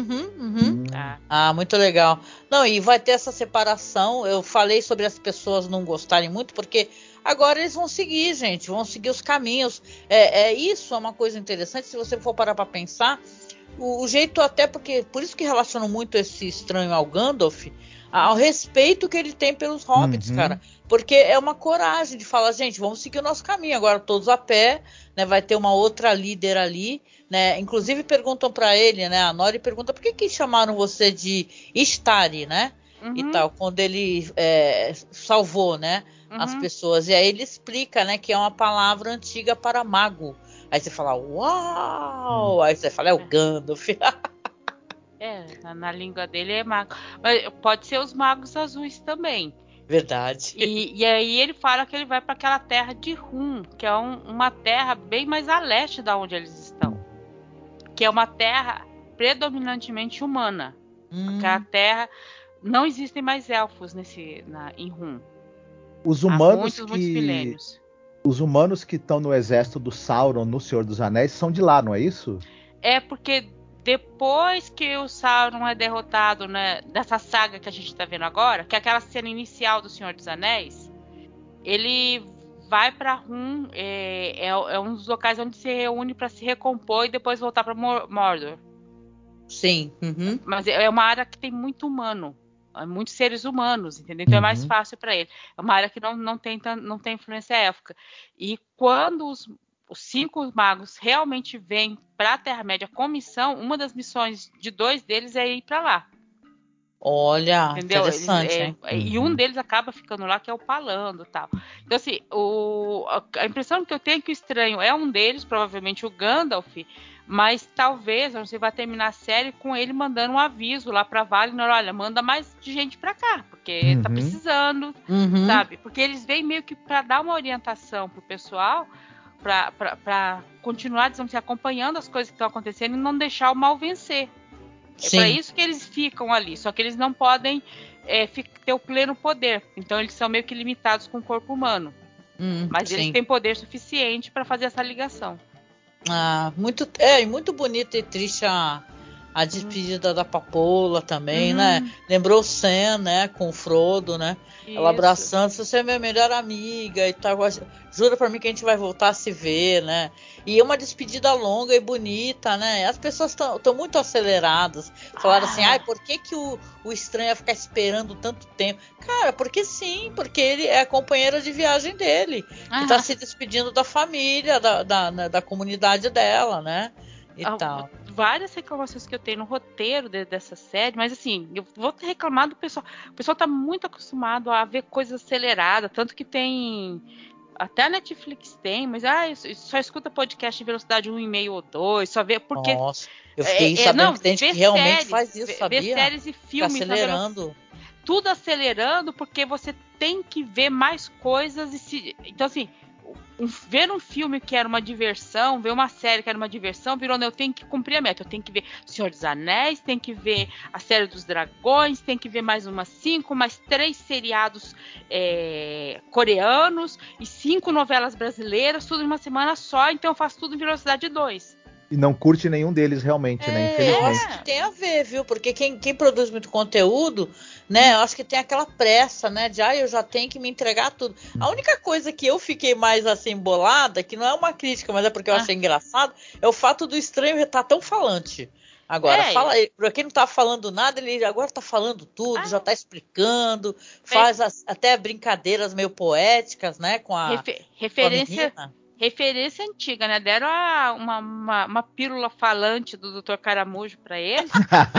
Tá. Muito legal. Não, e vai ter essa separação. Eu falei sobre as pessoas não gostarem muito, porque agora eles vão seguir, gente, vão seguir os caminhos. Isso é uma coisa interessante, se você for parar para pensar. O jeito até porque, por isso que relaciono muito esse estranho ao Gandalf, ao respeito que ele tem pelos hobbits, cara. Porque é uma coragem de falar, gente, vamos seguir o nosso caminho, agora todos a pé, né? Vai ter uma outra líder ali, né? Inclusive perguntam para ele, né? A Nori pergunta, por que chamaram você de Istari, né? E tal, quando ele salvou, né? As pessoas. E aí ele explica, né? Que é uma palavra antiga para mago. Aí você fala, uau! Aí você fala, é o Gandalf. Na língua dele é mago. Mas pode ser os magos azuis também. Verdade. E aí ele fala que ele vai para aquela terra de Rum, que é uma terra bem mais a leste da onde eles estão. Que é uma terra predominantemente humana. Aquela terra... Não existem mais elfos em Rum. Os humanos Os humanos que estão no exército do Sauron, no Senhor dos Anéis, são de lá, não é isso? É porque depois que o Sauron é derrotado, né, dessa saga que a gente tá vendo agora, que é aquela cena inicial do Senhor dos Anéis, ele vai pra Hum, é um dos locais onde se reúne para se recompor e depois voltar pra Mordor. Sim. Uhum. Mas é uma área que tem muito humano, muitos seres humanos, entendeu? Então é mais fácil para ele. É uma área que não tem influência élfica. E quando os 5 magos realmente vêm para a Terra-média com missão, uma das missões de 2 deles é ir para lá. Olha, Entendeu? interessante, hein? E um deles acaba ficando lá, que é o Palando e tal. Então, assim, a impressão que eu tenho é que o estranho é um deles, provavelmente o Gandalf, mas talvez você vai terminar a série com ele mandando um aviso lá pra Valinor, olha, manda mais gente pra cá, porque tá precisando, sabe? Porque eles vêm meio que pra dar uma orientação pro pessoal, pra continuar, digamos assim, acompanhando as coisas que estão acontecendo e não deixar o mal vencer. É para isso que eles ficam ali, só que eles não podem ter o pleno poder. Então eles são meio que limitados com o corpo humano. Mas eles têm poder suficiente para fazer essa ligação. Muito bonita e triste a despedida da Papoula também, né? Lembrou o Sam, né? Com o Frodo, né? Isso. Ela abraçando, você é minha melhor amiga e tal. Jura pra mim que a gente vai voltar a se ver, né? E é uma despedida longa e bonita, né? As pessoas estão muito aceleradas. Falaram assim, por que o estranho ia ficar esperando tanto tempo? Cara, porque ele é a companheira de viagem dele. Que tá se despedindo da família, da comunidade dela, né? E tal. Várias reclamações que eu tenho no roteiro dessa série, mas assim, eu vou reclamar do pessoal. O pessoal tá muito acostumado a ver coisas aceleradas, tanto que tem. Até a Netflix tem, mas só escuta podcast em velocidade 1,5 ou 2, só vê porque. Nossa, eu fiquei sabendo que tem gente que realmente faz isso, sabia? Ver séries e filmes acelerando. Tudo acelerando, porque você tem que ver mais coisas então assim. Ver um filme que era uma diversão, ver uma série que era uma diversão, virou, eu tenho que cumprir a meta. Eu tenho que ver Senhor dos Anéis, tenho que ver a série dos Dragões, tenho que ver mais 5, mais 3 seriados coreanos e 5 novelas brasileiras, tudo em uma semana só, então eu faço tudo em velocidade 2. E não curte nenhum deles realmente, né? Infelizmente. Eu acho que tem a ver, viu? Porque quem produz muito conteúdo, né? Eu acho que tem aquela pressa, né? De eu já tenho que me entregar tudo. A única coisa que eu fiquei mais assim bolada, que não é uma crítica, mas é porque eu achei engraçado, é o fato do estranho estar tão falante. Agora, pra quem não tá falando nada, ele agora tá falando tudo, já tá explicando, faz até brincadeiras meio poéticas, né? Com a referência. Com a Referência antiga, né? Deram uma pílula falante do Dr. Caramujo pra ele.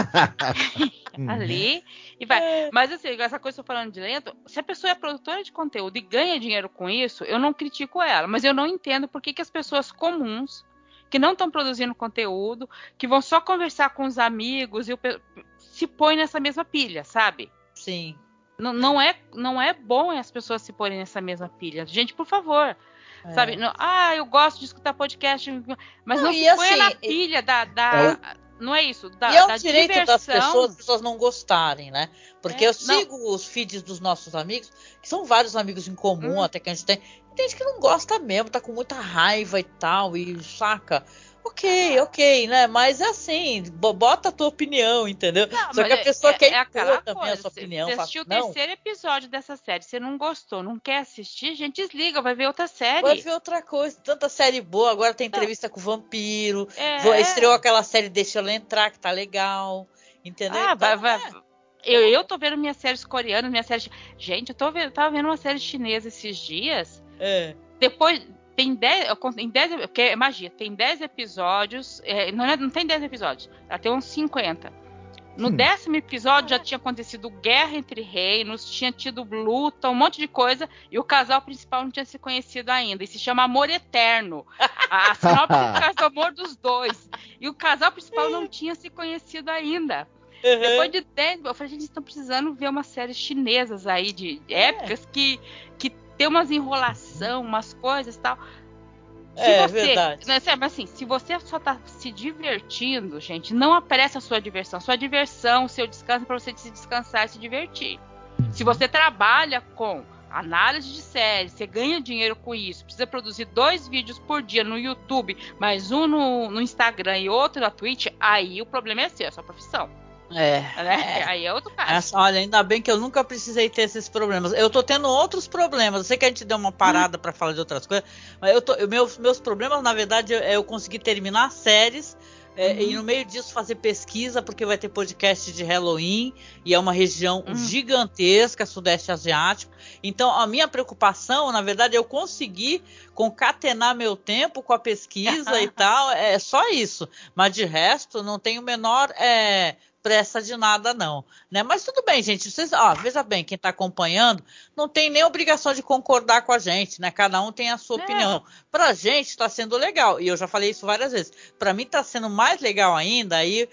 Ali. E vai. Mas assim, essa coisa que eu tô falando de lento, se a pessoa é produtora de conteúdo e ganha dinheiro com isso, eu não critico ela. Mas eu não entendo por que as pessoas comuns, que não estão produzindo conteúdo, que vão só conversar com os amigos, se põem nessa mesma pilha, sabe? Sim. Não é bom as pessoas se porem nessa mesma pilha. Gente, por favor. Sabe? Eu gosto de escutar podcast, mas não se põe na pilha não é isso, e é o direito diversão. Das pessoas não gostarem, né? Porque eu sigo os feeds dos nossos amigos, que são vários amigos em comum, até que a gente tem. E tem gente que não gosta mesmo, tá com muita raiva e tal, e saca. Ok, né? Mas é assim, bota a tua opinião, entendeu? Só que a pessoa quer impor também a sua opinião. Você assistiu o terceiro episódio dessa série, você não gostou, não quer assistir, gente, desliga, vai ver outra série. Vai ver outra coisa, tanta série boa, agora tem entrevista com o vampiro, estreou aquela série Deixa Ela Entrar, que tá legal, entendeu? Eu tô vendo minhas séries coreanas, gente, tava vendo uma série chinesa esses dias, depois... Tem 10, porque é magia, tem 10 episódios, não tem 10 episódios, ela tem uns 50. No 10º episódio já tinha acontecido guerra entre reinos, tinha tido luta, um monte de coisa, e o casal principal não tinha se conhecido ainda, e se chama Amor Eterno. A sinopse traz o amor dos dois, e o casal principal não tinha se conhecido ainda. Depois de 10, eu falei, gente, estão precisando ver umas séries chinesas aí, de épicas, que tem umas enrolação, umas coisas e tal. Verdade. Mas assim, se você só tá se divertindo, gente, não aparece a sua diversão. Sua diversão, o seu descanso é pra você se descansar e se divertir. Se você trabalha com análise de série, você ganha dinheiro com isso, precisa produzir 2 vídeos por dia no YouTube, mais um no Instagram e outro na Twitch, aí o problema é seu, é a sua profissão. Aí é outro caso. Olha, ainda bem que eu nunca precisei ter esses problemas. Eu tô tendo outros problemas. Eu sei que a gente deu uma parada pra falar de outras coisas, mas meus problemas, na verdade, é eu conseguir terminar séries e no meio disso fazer pesquisa, porque vai ter podcast de Halloween e é uma região gigantesca, Sudeste Asiático. Então, a minha preocupação, na verdade, é eu conseguir concatenar meu tempo com a pesquisa e tal. É só isso. Mas de resto, não tenho o menor pressa de nada, não. Né? Mas tudo bem, gente. Vocês, veja bem, quem está acompanhando não tem nem obrigação de concordar com a gente, né? Cada um tem a sua opinião. Pra gente está sendo legal. E eu já falei isso várias vezes. Para mim está sendo mais legal ainda. Aí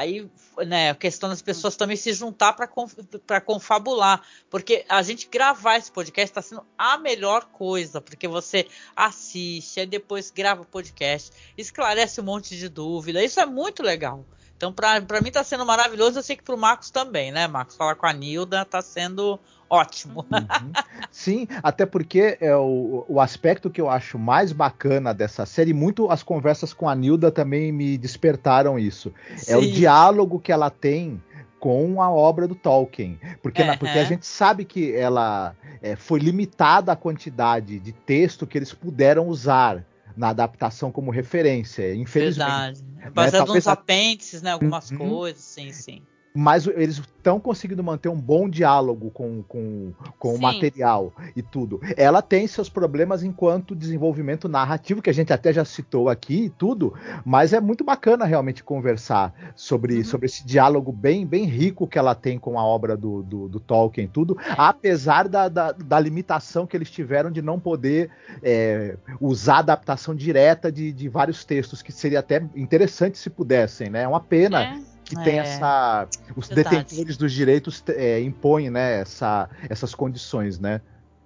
né, a questão das pessoas também se juntar para confabular, porque a gente gravar esse podcast está sendo a melhor coisa, porque você assiste, aí depois grava o podcast, esclarece um monte de dúvida, isso é muito legal. Então, para mim está sendo maravilhoso, eu sei que para o Marcos também, né, Marcos? Falar com a Nilda está sendo ótimo. Sim, até porque o aspecto que eu acho mais bacana dessa série, muito as conversas com a Nilda também me despertaram isso. Sim. É o diálogo que ela tem com a obra do Tolkien. Porque a gente sabe que ela foi limitada a quantidade de texto que eles puderam usar na adaptação como referência, infelizmente. Verdade. Baseado nos apêndices, né? Algumas coisas, sim. Mas eles estão conseguindo manter um bom diálogo com o material e tudo. Ela tem seus problemas enquanto desenvolvimento narrativo, que a gente até já citou aqui e tudo, mas é muito bacana realmente conversar sobre esse diálogo bem, bem rico que ela tem com a obra do Tolkien e tudo, apesar da limitação que eles tiveram de não poder usar adaptação direta de vários textos, que seria até interessante se pudessem, né? É uma pena que tem os detentores dos direitos impõem, né, essas condições, né?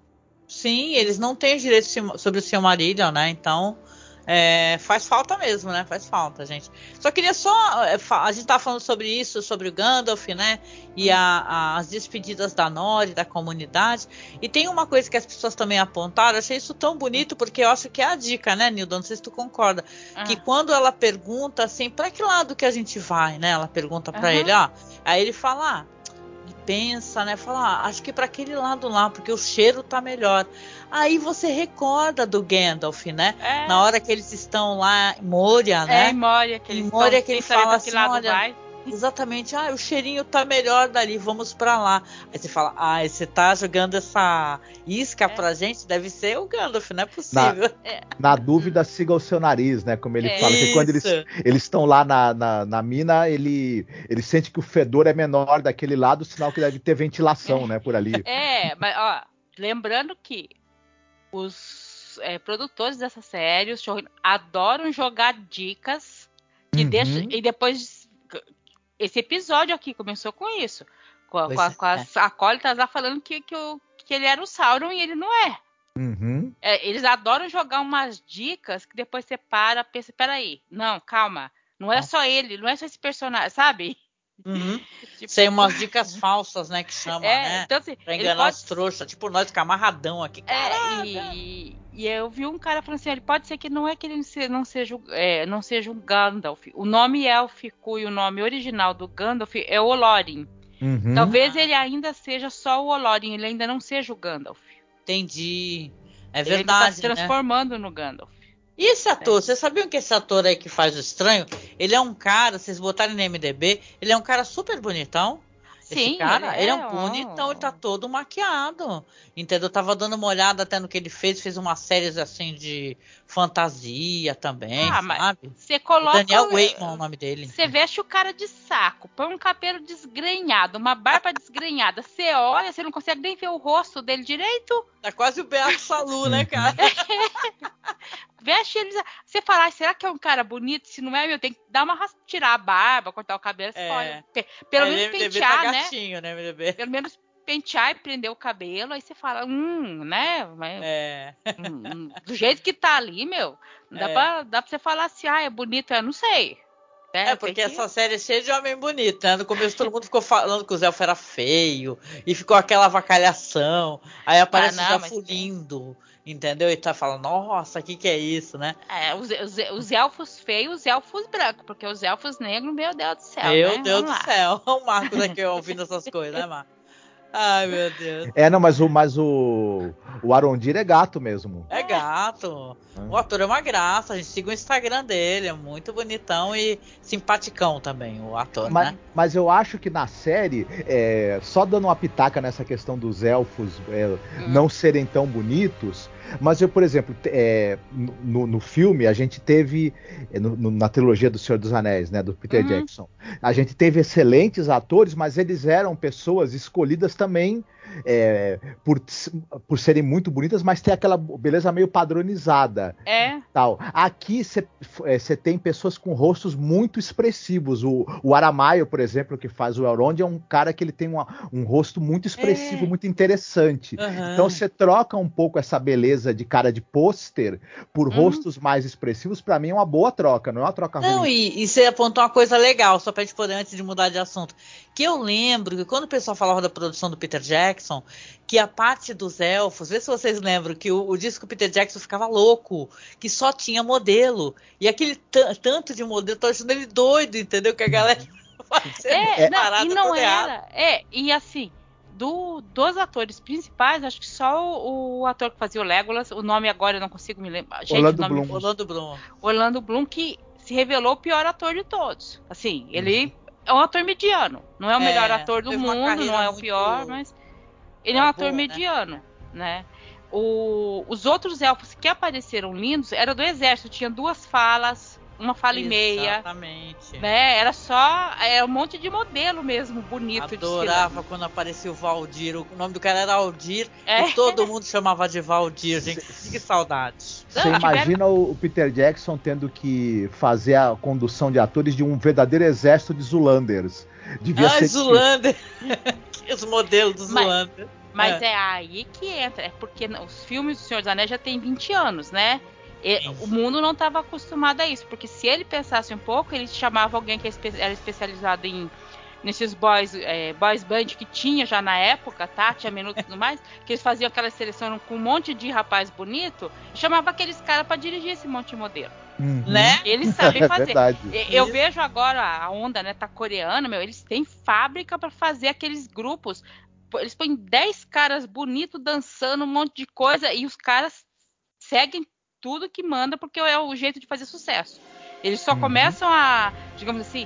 Sim, eles não têm os direitos sobre o Silmarillion, né? Então faz falta mesmo, né? Faz falta, gente. Só queria a gente tava falando sobre isso, sobre o Gandalf, né? E as despedidas da Nori, da comunidade. E tem uma coisa que as pessoas também apontaram, eu achei isso tão bonito, porque eu acho que é a dica, né, Nilda? Não sei se tu concorda. Que quando ela pergunta assim, pra que lado que a gente vai, né? Ela pergunta pra ele, aí ele fala, pensa, né? Fala, acho que para aquele lado lá, porque o cheiro tá melhor. Aí você recorda do Gandalf, né? Na hora que eles estão lá em Moria, né? Em Moria, que ele fala assim, olha, exatamente, o cheirinho tá melhor dali, vamos pra lá. Aí você fala, você tá jogando essa isca pra gente? Deve ser o Gandalf, não é possível. Na dúvida, siga o seu nariz, né? Como ele fala, que quando eles estão lá na mina, ele sente que o fedor é menor daquele lado, sinal que deve ter ventilação, né, por ali. Mas lembrando que os produtores dessa série, os showrunners, adoram jogar dicas que deixam, e depois esse episódio aqui começou com isso, com as acólitas lá falando que ele era o Sauron e ele não é. Eles adoram jogar umas dicas que depois você pensa, peraí, não, calma, não é só ele, não é só esse personagem, sabe? Tipo... Tem umas dicas falsas, né, que chama, né? Então, assim, pra enganar os trouxas, tipo nós ficar amarradão aqui. E eu vi um cara falando assim, ele pode ser que não é que ele não seja um Gandalf. O nome élfico e o nome original do Gandalf é Olorin. Talvez ele ainda seja só o Olorin, ele ainda não seja o Gandalf. Entendi. É ele verdade, ainda tá se transformando no Gandalf. E esse ator, vocês sabiam que esse ator aí que faz o Estranho, ele é um cara, vocês botarem no MDB, ele é um cara super bonitão. Sim, esse cara, ele é um bonitão, ele tá todo maquiado. Entendeu? Eu tava dando uma olhada até no que ele fez umas séries assim de fantasia também, sabe? Mas você coloca... Daniel Wayman é o nome dele. Você veste o cara de saco, põe um cabelo desgrenhado, uma barba desgrenhada, você olha, você não consegue nem ver o rosto dele direito. Tá quase o Beato Salu, né, cara? Veste ele, você fala, será que é um cara bonito? Se não é, tem que dar tirar a barba, cortar o cabelo, pelo menos pentear, tá gatinho, né, MDB? Pelo menos pentear e prender o cabelo, aí você fala, né? Do jeito que tá ali, meu, dá pra você falar assim, é bonito, eu não sei. Porque essa série é cheia de homem bonito, né? No começo todo mundo ficou falando que o Zelfo era feio, e ficou aquela avacalhação. Aí aparece o Zelfo lindo, entendeu? E tá falando, nossa, o que é isso, né? Os elfos feios, os elfos brancos, porque os elfos negros, meu Deus do céu, Meu Deus do céu. O Marcos aqui ouvindo essas coisas, né, Marcos? Ai, meu Deus. Não, mas o Arondir é gato mesmo. É gato. O ator é uma graça. A gente siga o Instagram dele. É muito bonitão e simpaticão também, o ator, né? Mas eu acho que na série, só dando uma pitaca nessa questão dos elfos não serem tão bonitos, mas eu, por exemplo, no filme, a gente teve, na trilogia do Senhor dos Anéis, né, do Peter Jackson, a gente teve excelentes atores, mas eles eram pessoas escolhidas também por serem muito bonitas, mas tem aquela beleza meio padronizada. Tal. Aqui você tem pessoas com rostos muito expressivos. O Aramaio, por exemplo, que faz o Elrond, é um cara que ele tem um rosto muito expressivo, muito interessante. Então você troca um pouco essa beleza de cara de pôster por rostos mais expressivos. Pra mim é uma boa troca, não é uma troca ruim. Não, e você apontou uma coisa legal, só pra gente poder, antes de mudar de assunto, que eu lembro que quando o pessoal falava da produção do Peter Jackson, que a parte dos elfos, vê se vocês lembram, que o disco Peter Jackson ficava louco, que só tinha modelo, e aquele tanto de modelo, tô achando ele doido, entendeu? Que a galera e não era, e assim, dos atores principais, acho que só o ator que fazia o Legolas, o nome agora eu não consigo me lembrar. Orlando Bloom, que se revelou o pior ator de todos. Assim, ele é um ator mediano. Não é o melhor ator do mundo, não é o pior, mas ele é um ator mediano, né? Os outros elfos que apareceram lindos eram do exército, tinha 2 falas, uma fala e meia. Exatamente. Né? Era um monte de modelo mesmo, bonito. Adorava quando aparecia o Valdir. O nome do cara era Aldir e todo mundo chamava de Valdir, gente. Que saudade. Você imagina o Peter Jackson tendo que fazer a condução de atores de um verdadeiro exército de Zulanders. Devia ser Zulander. Os modelos do Zulander. Mas é aí que entra. É porque os filmes do Senhor dos Anéis já tem 20 anos, né? O mundo não estava acostumado a isso, porque se ele pensasse um pouco, ele chamava alguém que era especializado nesses boys band que tinha já na época, tá? Tinha Minuto e tudo mais, que eles faziam aquela seleção com um monte de rapaz bonito, e chamava aqueles caras para dirigir esse monte de modelo. Né? Eles sabem fazer. Eu vejo agora a onda, né, tá coreana, eles têm fábrica para fazer aqueles grupos. Eles põem 10 caras bonitos dançando um monte de coisa e os caras seguem tudo que manda, porque é o jeito de fazer sucesso. Eles só começam a, digamos assim,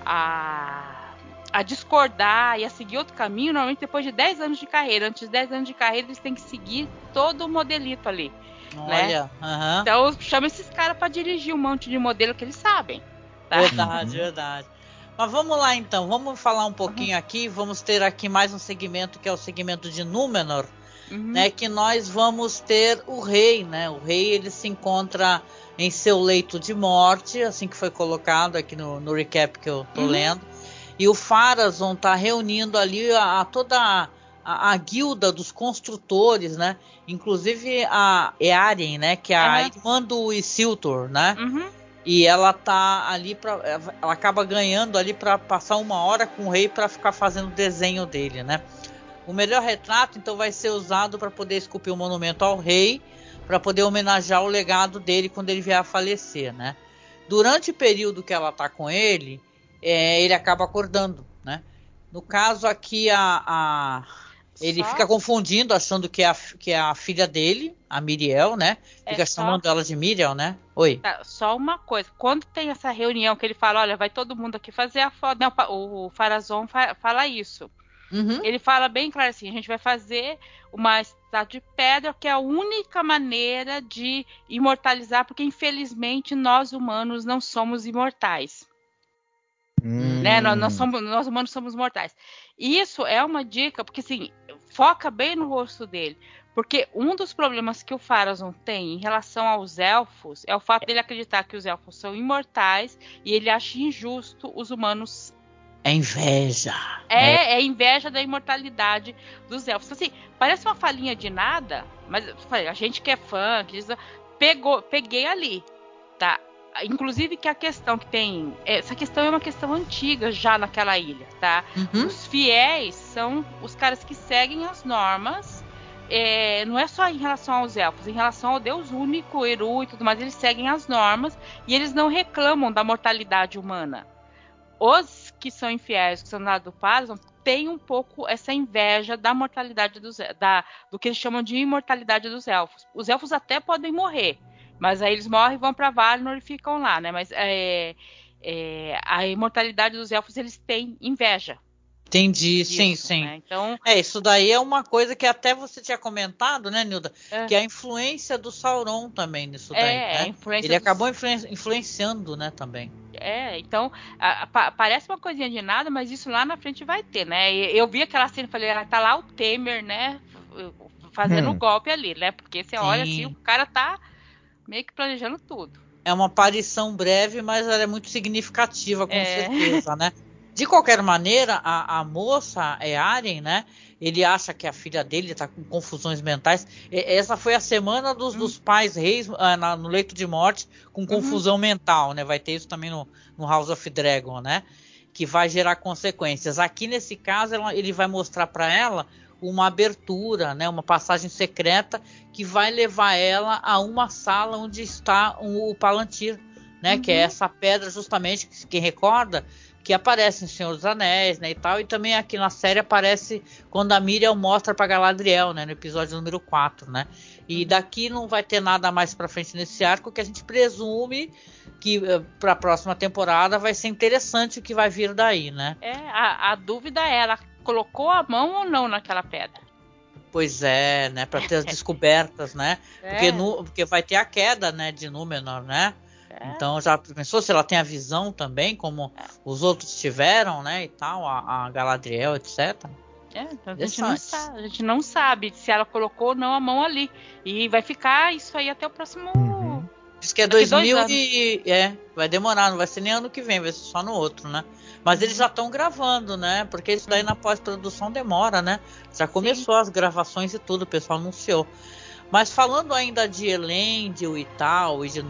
a discordar e a seguir outro caminho, normalmente depois de 10 anos de carreira. Antes de 10 anos de carreira, eles têm que seguir todo o modelito ali. Olha, né? Então chama esses caras para dirigir um monte de modelo que eles sabem. Tá? Verdade. Mas vamos lá então, vamos falar um pouquinho aqui, vamos ter aqui mais um segmento que é o segmento de Númenor. Né, que nós vamos ter o rei, né? O rei ele se encontra em seu leito de morte, assim que foi colocado aqui no recap que eu tô lendo. E o Pharazôn tá reunindo ali toda a guilda dos construtores, né? Inclusive a Earien, né? Que é a irmã do Isildur, né? E ela tá ali ela acaba ganhando ali para passar 1 hora com o rei para ficar fazendo o desenho dele, né? O melhor retrato, então, vai ser usado para poder esculpir um monumento ao rei, para poder homenagear o legado dele quando ele vier a falecer, né? Durante o período que ela tá com ele, ele acaba acordando, né? No caso aqui, ele fica confundindo, achando que é a filha dele, a Miriel, né? Fica chamando ela de Miriel, né? Oi. Tá, só uma coisa. Quando tem essa reunião que ele fala, olha, vai todo mundo aqui fazer a foto, né? O Pharazôn fala isso. Ele fala bem claro assim, a gente vai fazer uma estátua de pedra que é a única maneira de imortalizar, porque infelizmente nós humanos não somos imortais. Né? Nós humanos somos mortais. E isso é uma dica, porque assim, foca bem no rosto dele. Porque um dos problemas que o Pharazôn tem em relação aos elfos é o fato dele acreditar que os elfos são imortais e ele acha injusto os humanos. É inveja. É inveja da imortalidade dos elfos. Assim, parece uma falinha de nada, mas a gente que é fã, peguei ali, tá? inclusive que a questão que tem... Essa questão é uma questão antiga já naquela ilha, tá? Os fiéis são os caras que seguem as normas, não é só em relação aos elfos, em relação ao Deus único, Eru e tudo mais, eles seguem as normas e eles não reclamam da mortalidade humana. Os que são infiéis, que são do Parazon, têm um pouco essa inveja da mortalidade do que eles chamam de imortalidade dos elfos. Os elfos até podem morrer, mas aí eles morrem e vão para Valinor e ficam lá, né? Mas a imortalidade dos elfos, eles têm inveja. Entendi, Disso, sim. Né? Então, isso daí é uma coisa que até você tinha comentado, né, Nilda? Que é a influência do Sauron também nisso daí, né? a influência Ele acabou influenciando, né, também. Então, parece uma coisinha de nada, mas isso lá na frente vai ter, né? Eu vi aquela cena e falei, tá lá o Temer, né? Fazendo o golpe ali, né? Porque você olha assim, o cara tá meio que planejando tudo. É uma aparição breve, mas ela é muito significativa, com certeza, né? De qualquer maneira, a moça Arryn, né? Ele acha que a filha dele está com confusões mentais. Essa foi a semana dos pais reis no leito de morte com confusão mental, né? Vai ter isso também no House of Dragon, né? Que vai gerar consequências. Aqui nesse caso, ele vai mostrar para ela uma abertura, né? Uma passagem secreta que vai levar ela a uma sala onde está o Palantir, né? Que é essa pedra justamente, quem recorda, que aparece em Senhor dos Anéis, né, e tal, e também aqui na série aparece quando a Miriel mostra para Galadriel, né, no episódio número 4, né, e daqui não vai ter nada mais para frente nesse arco, que a gente presume que para a próxima temporada vai ser interessante o que vai vir daí, né. A dúvida é, ela colocou a mão ou não naquela pedra? Pois é, né, para ter as descobertas, né, porque vai ter a queda, né, de Númenor, né. Então já pensou se ela tem a visão também, como os outros tiveram, né, e tal, a Galadriel, etc. Então a gente não sabe se ela colocou ou não a mão ali. E vai ficar isso aí até o próximo... Diz que é 2000 vai demorar, não vai ser nem ano que vem, vai ser só no outro, né? Mas eles já estão gravando, né? Porque isso daí na pós-produção demora, né? Já começou as gravações e tudo, o pessoal anunciou. Mas falando ainda de Elendil e tal, e de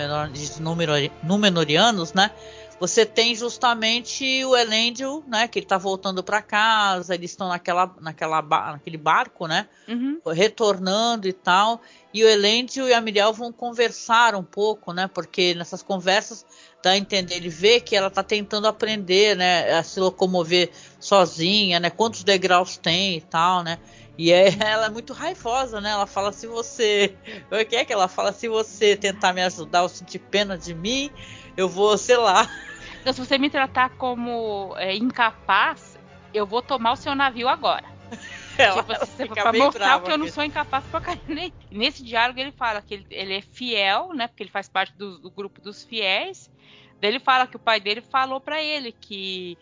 Númenóreanos, né? Você tem justamente o Elendil, né? Que ele tá voltando para casa, eles estão naquele barco, né? Retornando e tal. E o Elendil e a Miriel vão conversar um pouco, né? Porque nessas conversas dá a entender, ele vê que ela tá tentando aprender, né? A se locomover sozinha, né? Quantos degraus tem e tal, né? E ela é muito raivosa, né? Ela fala, se você... O que é que ela fala? Se você tentar me ajudar ou sentir pena de mim, eu vou, sei lá... Então, se você me tratar como incapaz, eu vou tomar o seu navio agora. Pra mostrar que eu não sou incapaz pra cair. Nesse diálogo ele fala que ele é fiel, né? Porque ele faz parte do grupo dos fiéis. Daí ele fala que o pai dele falou pra ele que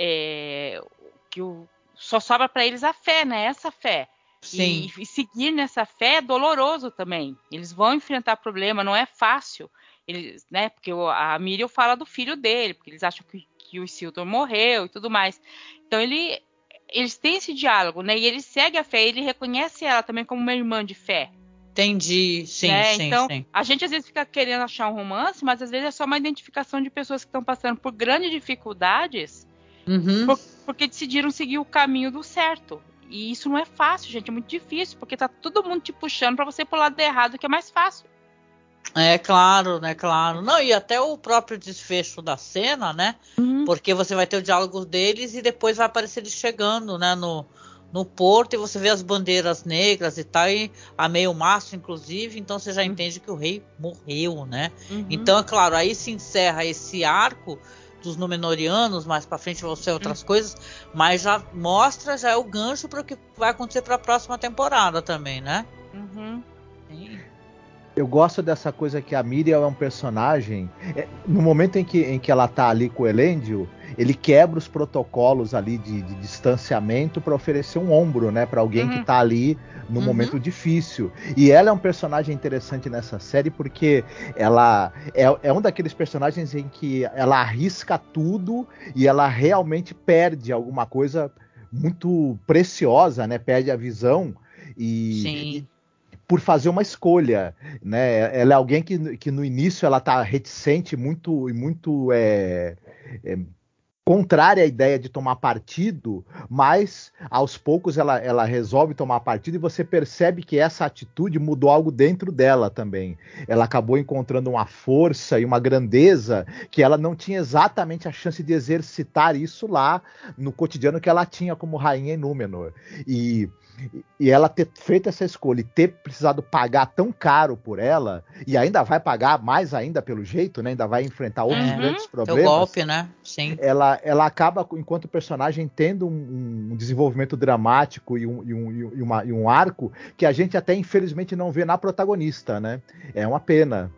só sobra pra eles a fé, né? Essa fé. Sim. E seguir nessa fé é doloroso também. Eles vão enfrentar problema, não é fácil. Eles, né? Porque a Miriel fala do filho dele, porque eles acham que o Isildur morreu e tudo mais. Então eles têm esse diálogo, né? E ele segue a fé, ele reconhece ela também como uma irmã de fé. Entendi, sim, né? sim, então, sim. A gente às vezes fica querendo achar um romance, mas às vezes é só uma identificação de pessoas que estão passando por grandes dificuldades, porque decidiram seguir o caminho do certo. E isso não é fácil, gente, é muito difícil, porque tá todo mundo te puxando para você ir pro lado errado, que é mais fácil. É claro, né, claro. Não, e até o próprio desfecho da cena, né? Porque você vai ter o diálogo deles e depois vai aparecer eles chegando, né, no porto, e você vê as bandeiras negras e tal, e a meio-mastro, inclusive, então você já entende que o rei morreu, né? Então, é claro, aí se encerra esse arco dos Númenóreanos, mais pra frente vão ser outras coisas, mas já mostra, já é o gancho para o que vai acontecer para a próxima temporada também, né? Sim. Eu gosto dessa coisa que a Miriel é um personagem. No momento em que ela tá ali com o Elendil, ele quebra os protocolos ali de distanciamento para oferecer um ombro, né, para alguém que tá ali no momento difícil. E ela é um personagem interessante nessa série porque ela é um daqueles personagens em que ela arrisca tudo e ela realmente perde alguma coisa muito preciosa, né? Perde a visão Sim. por fazer uma escolha, né? Ela é alguém que no início ela tá reticente, muito contrária à ideia de tomar partido, mas aos poucos ela resolve tomar partido e você percebe que essa atitude mudou algo dentro dela também. Ela acabou encontrando uma força e uma grandeza que ela não tinha exatamente a chance de exercitar isso lá no cotidiano que ela tinha como rainha em Númenor. E ela ter feito essa escolha e ter precisado pagar tão caro por ela, e ainda vai pagar mais ainda pelo jeito, né? Ainda vai enfrentar outros grandes problemas. O golpe, né? Sim. Ela acaba, enquanto personagem, tendo um desenvolvimento dramático e um arco que a gente até infelizmente não vê na protagonista, né? É uma pena.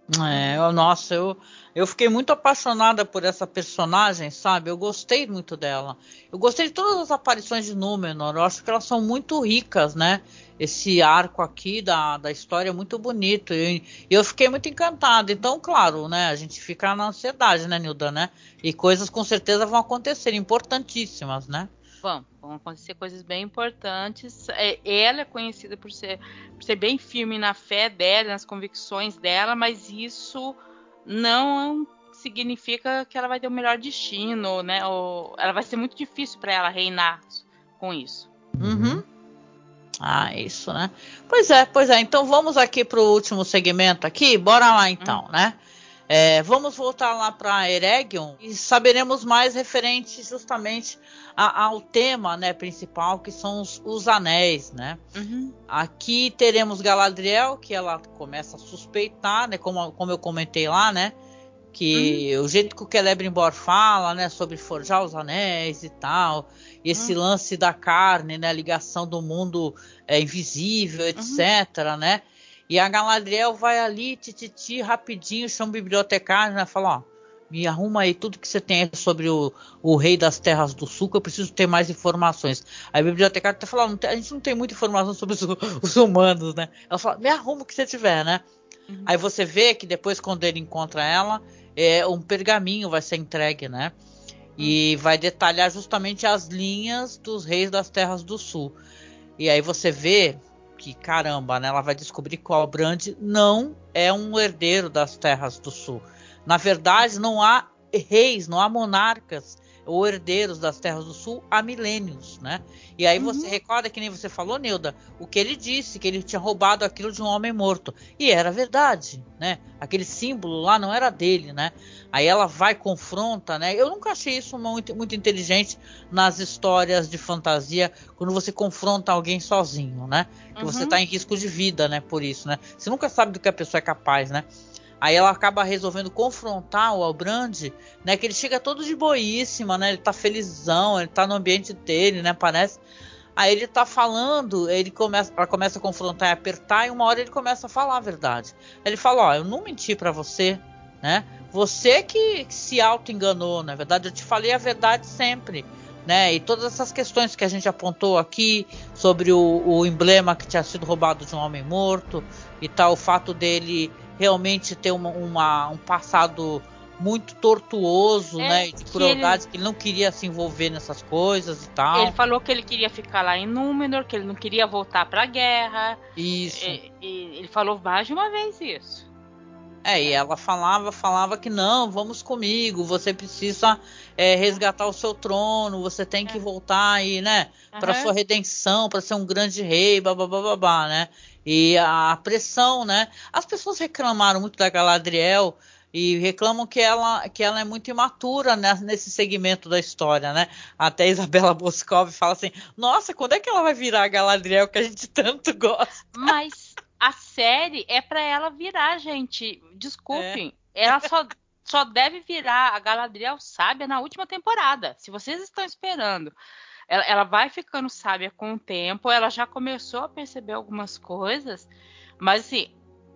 Nossa, eu fiquei muito apaixonada por essa personagem, sabe? Eu gostei muito dela. Eu gostei de todas as aparições de Númenor. Eu acho que elas são muito ricas, né? Esse arco aqui da história é muito bonito. E eu fiquei muito encantada. Então, claro, né? A gente fica na ansiedade, né, Nilda, né? E coisas com certeza vão acontecer, importantíssimas, né? Vão acontecer coisas bem importantes. Ela é conhecida por ser bem firme na fé dela, nas convicções dela, mas isso não significa que ela vai ter o melhor destino, né? Ou ela vai ser muito difícil para ela reinar com isso. Uhum. Isso, né? Pois é. Então vamos aqui para o último segmento aqui. Bora lá então, né? Vamos voltar lá para Eregion e saberemos mais referente justamente ao tema, né, principal, que são os anéis, né? Uhum. Aqui teremos Galadriel, que ela começa a suspeitar, né, como eu comentei lá, né, que o jeito que o Celebrimbor fala, né, sobre forjar os anéis e tal, e esse lance da carne, né, a ligação do mundo invisível, etc, né? E a Galadriel vai ali, rapidinho, chama o bibliotecário, né? Fala, me arruma aí tudo que você tem sobre o rei das terras do sul, que eu preciso ter mais informações. Aí o bibliotecário até fala, a gente não tem muita informação sobre os humanos, né? Ela fala, me arruma o que você tiver, né? Aí você vê que depois, quando ele encontra ela, um pergaminho vai ser entregue, né? E vai detalhar justamente as linhas dos reis das terras do sul. E aí você vê que, caramba, né, ela vai descobrir que o Halbrand não é um herdeiro das terras do sul. Na verdade, não há reis, não há monarcas ou herdeiros das terras do sul há milênios, né? E aí você recorda, que nem você falou, Nilda, o que ele disse, que ele tinha roubado aquilo de um homem morto. E era verdade, né? Aquele símbolo lá não era dele, né? Aí ela vai, confronta, né? Eu nunca achei isso muito, muito inteligente nas histórias de fantasia, quando você confronta alguém sozinho, né? Que você tá em risco de vida, né? Por isso, né? Você nunca sabe do que a pessoa é capaz, né? Aí ela acaba resolvendo confrontar o Halbrand, né? Que ele chega todo de boíssima, né? Ele tá felizão, ele tá no ambiente dele, né? Parece. Aí ele tá falando, ela começa a confrontar e apertar, e uma hora ele começa a falar a verdade. Aí ele fala, eu não menti pra você, né? Você que se auto-enganou, na verdade, eu te falei a verdade sempre, né? E todas essas questões que a gente apontou aqui, sobre o emblema que tinha sido roubado de um homem morto, e tal, o fato dele realmente ter um passado muito tortuoso, né, de crueldade, que ele não queria se envolver nessas coisas e tal. Ele falou que ele queria ficar lá em Númenor, que ele não queria voltar pra guerra. Isso. Ele falou mais de uma vez isso. E ela falava que não, vamos comigo, você precisa resgatar o seu trono, você tem que voltar aí, né, para sua redenção, para ser um grande rei, babá, né? E a pressão, né? As pessoas reclamaram muito da Galadriel e reclamam que ela é muito imatura, né, nesse segmento da história, né? Até a Isabela Boscov fala assim, nossa, quando é que ela vai virar a Galadriel que a gente tanto gosta? Mas a série é pra ela virar, gente. Desculpem. Ela só deve virar a Galadriel sábia na última temporada. Se vocês estão esperando, ela vai ficando sábia com o tempo. Ela já começou a perceber algumas coisas. Mas assim,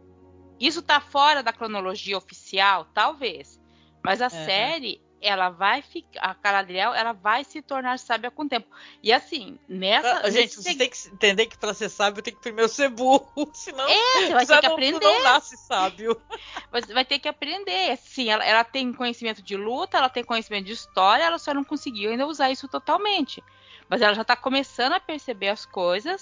isso tá fora da cronologia oficial? Talvez. Mas a série, ela vai ficar. A Galadriel, ela vai se tornar sábia com o tempo. E assim, gente, você tem que entender que pra ser sábio tem que primeiro ser burro. Senão você vai ter que aprender. Não nasce sábio. Você vai ter que aprender. Sim, ela tem conhecimento de luta, ela tem conhecimento de história, ela só não conseguiu ainda usar isso totalmente. Mas ela já tá começando a perceber as coisas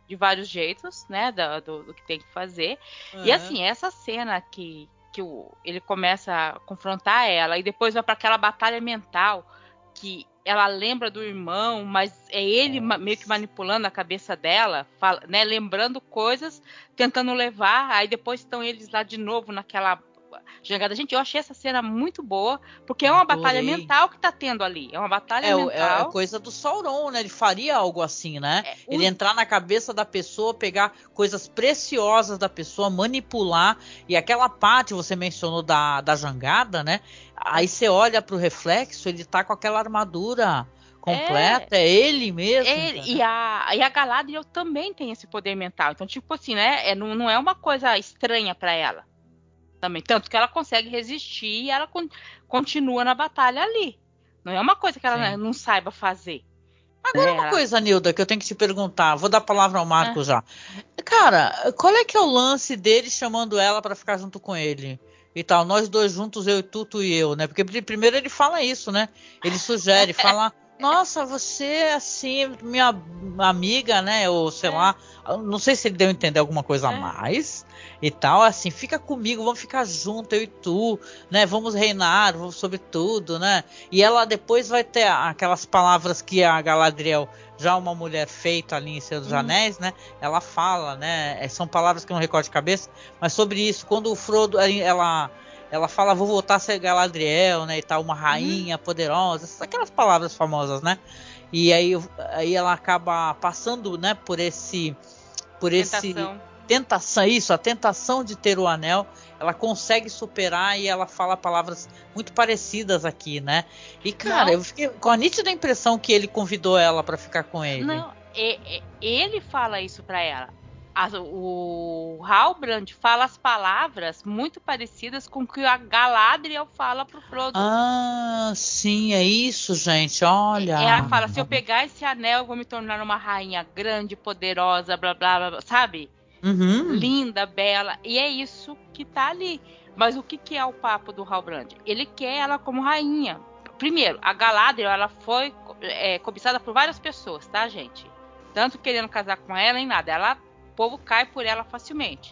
de vários jeitos, né, do que tem que fazer. E assim, essa cena que ele começa a confrontar ela e depois vai para aquela batalha mental que ela lembra do irmão, mas é ele meio que manipulando a cabeça dela, né, lembrando coisas, tentando levar, aí depois estão eles lá de novo naquela jangada. Gente, eu achei essa cena muito boa, porque é uma batalha mental que tá tendo ali. É uma batalha mental. É coisa do Sauron, né? Ele faria algo assim, né? Ele entrar na cabeça da pessoa, pegar coisas preciosas da pessoa, manipular. E aquela parte, você mencionou da jangada, né? Aí você olha pro reflexo, ele tá com aquela armadura completa, é ele mesmo. E a Galadriel também tem esse poder mental. Então, tipo assim, né? Não é uma coisa estranha para ela. Também, tanto que ela consegue resistir e ela continua na batalha ali. Não é uma coisa que ela não saiba fazer. Agora uma coisa, Nilda, que eu tenho que te perguntar. Vou dar a palavra ao Marco já. Cara, qual é que é o lance dele chamando ela pra ficar junto com ele? E tal, nós dois juntos, eu e tu e eu, né? Porque primeiro ele fala isso, né? Ele sugere, fala... Nossa, você, assim, minha amiga, né? Ou sei lá, não sei se ele deu a entender alguma coisa a mais e tal. Assim, fica comigo, vamos ficar junto, eu e tu, né? Vamos reinar sobre tudo, né? E ela depois vai ter aquelas palavras que a Galadriel, já uma mulher feita ali em Senhor dos Anéis, né? Ela fala, né? São palavras que eu não recordo de cabeça, mas sobre isso, quando o Frodo, ela fala, vou voltar a ser Galadriel, né, e tal, uma rainha poderosa, aquelas palavras famosas, né? E aí ela acaba passando, né, por esse tentação, a tentação de ter o anel, ela consegue superar e ela fala palavras muito parecidas aqui, né? E cara, eu fiquei com a nítida impressão que ele convidou ela para ficar com ele. Não, ele fala isso para ela. O Halbrand fala as palavras muito parecidas com o que a Galadriel fala pro Frodo. Ah, sim, é isso, gente, olha. Ela fala, se eu pegar esse anel, eu vou me tornar uma rainha grande, poderosa, blá, blá, blá, sabe? Linda, bela. E é isso que tá ali. Mas o que é o papo do Halbrand? Ele quer ela como rainha. Primeiro, a Galadriel, ela foi cobiçada por várias pessoas, tá, gente? Tanto querendo casar com ela, nem nada. O povo cai por ela facilmente.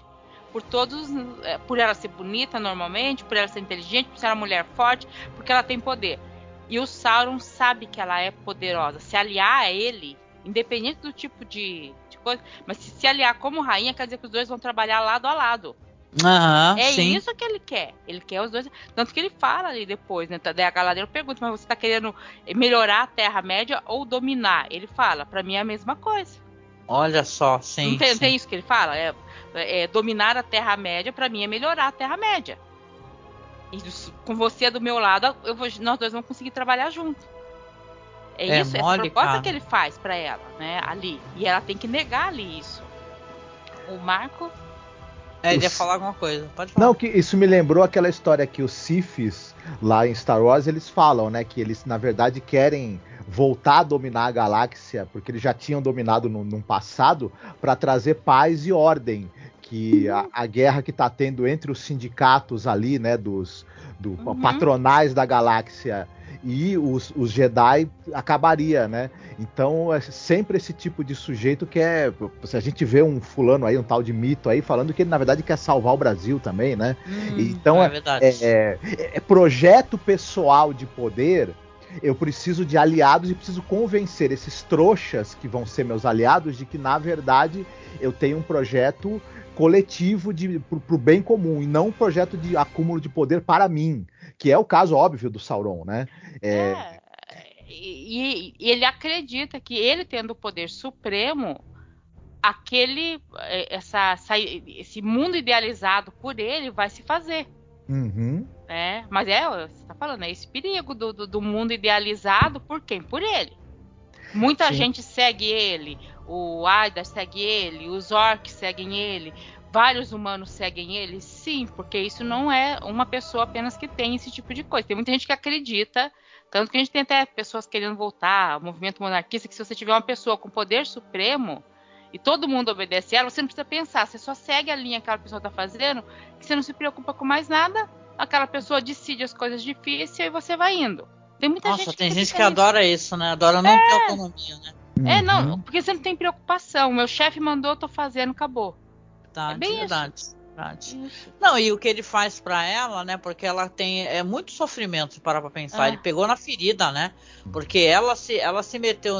Por ela ser bonita normalmente, por ela ser inteligente, por ser uma mulher forte, porque ela tem poder. E o Sauron sabe que ela é poderosa. Se aliar a ele, independente do tipo de coisa, mas se aliar como rainha, quer dizer que os dois vão trabalhar lado a lado. Sim. Isso que ele quer. Ele quer os dois. Tanto que ele fala ali depois, né? Daí a Galadriel pergunta, mas você tá querendo melhorar a Terra-média ou dominar? Ele fala, pra mim é a mesma coisa. Olha só, sim. Não tem isso que ele fala? Dominar a Terra-média, pra mim é melhorar a Terra-média. E com você do meu lado, nós dois vamos conseguir trabalhar juntos. Essa proposta, cara, que ele faz pra ela, né? Ali. E ela tem que negar ali isso. O Marco... ele ia falar alguma coisa, pode falar. Não, que isso me lembrou aquela história que os Siths lá em Star Wars, eles falam, né, que eles na verdade querem voltar a dominar a galáxia, porque eles já tinham dominado num passado, para trazer paz e ordem, que a guerra que tá tendo entre os sindicatos ali, né, patronais da galáxia e os Jedi acabaria, né? Então é sempre esse tipo de sujeito que se a gente vê um fulano aí, um tal de mito aí, falando que ele na verdade quer salvar o Brasil também, né? Então é projeto pessoal de poder. Eu preciso de aliados e preciso convencer esses trouxas que vão ser meus aliados de que na verdade eu tenho um projeto coletivo pro bem comum e não um projeto de acúmulo de poder para mim, que é o caso óbvio do Sauron, né? E ele acredita que ele tendo o poder supremo, esse mundo idealizado por ele vai se fazer. Mas você tá falando, é esse perigo do mundo idealizado por quem? Por ele. Muita gente segue ele, o Aida segue ele, os orcs seguem ele, vários humanos seguem ele, sim, porque isso não é uma pessoa apenas que tem esse tipo de coisa. Tem muita gente que acredita, tanto que a gente tem até pessoas querendo voltar ao movimento monarquista, que se você tiver uma pessoa com poder supremo e todo mundo obedece a ela, você não precisa pensar, você só segue a linha que aquela pessoa está fazendo, que você não se preocupa com mais nada, aquela pessoa decide as coisas difíceis e você vai indo. Tem muita gente que adora isso, né? Adora não ter autonomia, né? Não, porque você não tem preocupação. Meu chefe mandou, eu tô fazendo, acabou. Verdade, é bem verdade. isso. Isso. Não, e o que ele faz pra ela, né? Porque ela tem muito sofrimento, se parar pra pensar. Ele pegou na ferida, né? Porque ela se meteu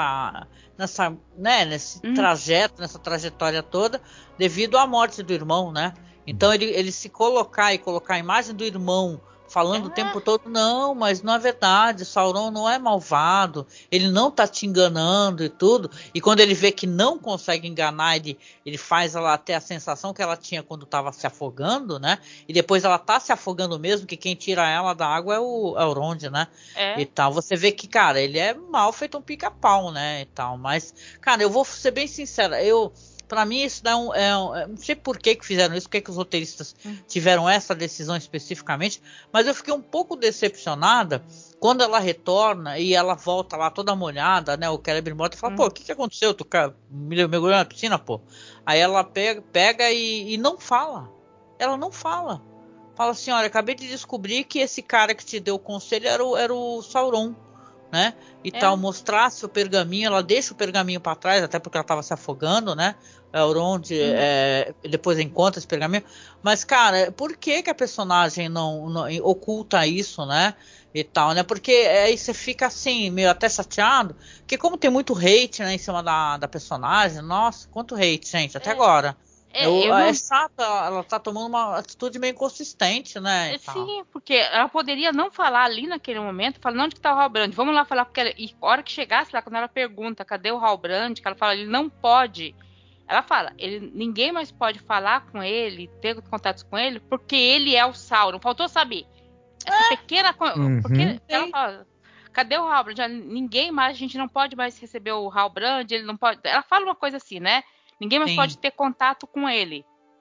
nesse trajeto, nessa trajetória toda, devido à morte do irmão, né? Então ele se colocar a imagem do irmão falando o tempo todo, não, mas não é verdade, Sauron não é malvado, ele não tá te enganando e tudo. E quando ele vê que não consegue enganar, ele faz ela ter a sensação que ela tinha quando estava se afogando, né? E depois ela tá se afogando mesmo, que quem tira ela da água é o Elrond, né? E tal. Você vê que, cara, ele é mal feito um pica-pau, né? E tal. Mas, cara, eu vou ser bem sincera, pra mim isso dá não sei por que fizeram isso, por que os roteiristas tiveram essa decisão especificamente, mas eu fiquei um pouco decepcionada quando ela retorna e ela volta lá toda molhada, né? O Celebrimbor fala, pô, o que aconteceu? Tu mergulhou na piscina, pô? Aí ela pega e não fala. Ela não fala. Fala assim, olha, acabei de descobrir que esse cara que te deu o conselho era o Sauron, né? E tal, mostrasse o pergaminho, ela deixa o pergaminho para trás, até porque ela estava se afogando, né? Elrond depois encontra esse pergaminho. Mas, cara, por que a personagem não oculta isso, né? E tal, né? Porque aí você fica assim, meio até chateado, porque como tem muito hate, né, em cima da personagem, nossa, quanto hate, gente, até agora. É chato, ela tá tomando uma atitude meio inconsistente, né? E tal. Sim, porque ela poderia não falar ali naquele momento, falar, onde que tá o Halbrand? Vamos lá falar, porque e a hora que chegasse lá, quando ela pergunta, cadê o Halbrand? Que ela fala, ele não pode. Ela fala, ninguém mais pode falar com ele, ter contatos com ele, porque ele é o Sauron. Faltou saber. Essa pequena... Porque ela fala, cadê o Halbrand? Ninguém mais, a gente não pode mais receber o Halbrand, ele não pode... Ela fala uma coisa assim, né? Ninguém mais pode ter contato com ele.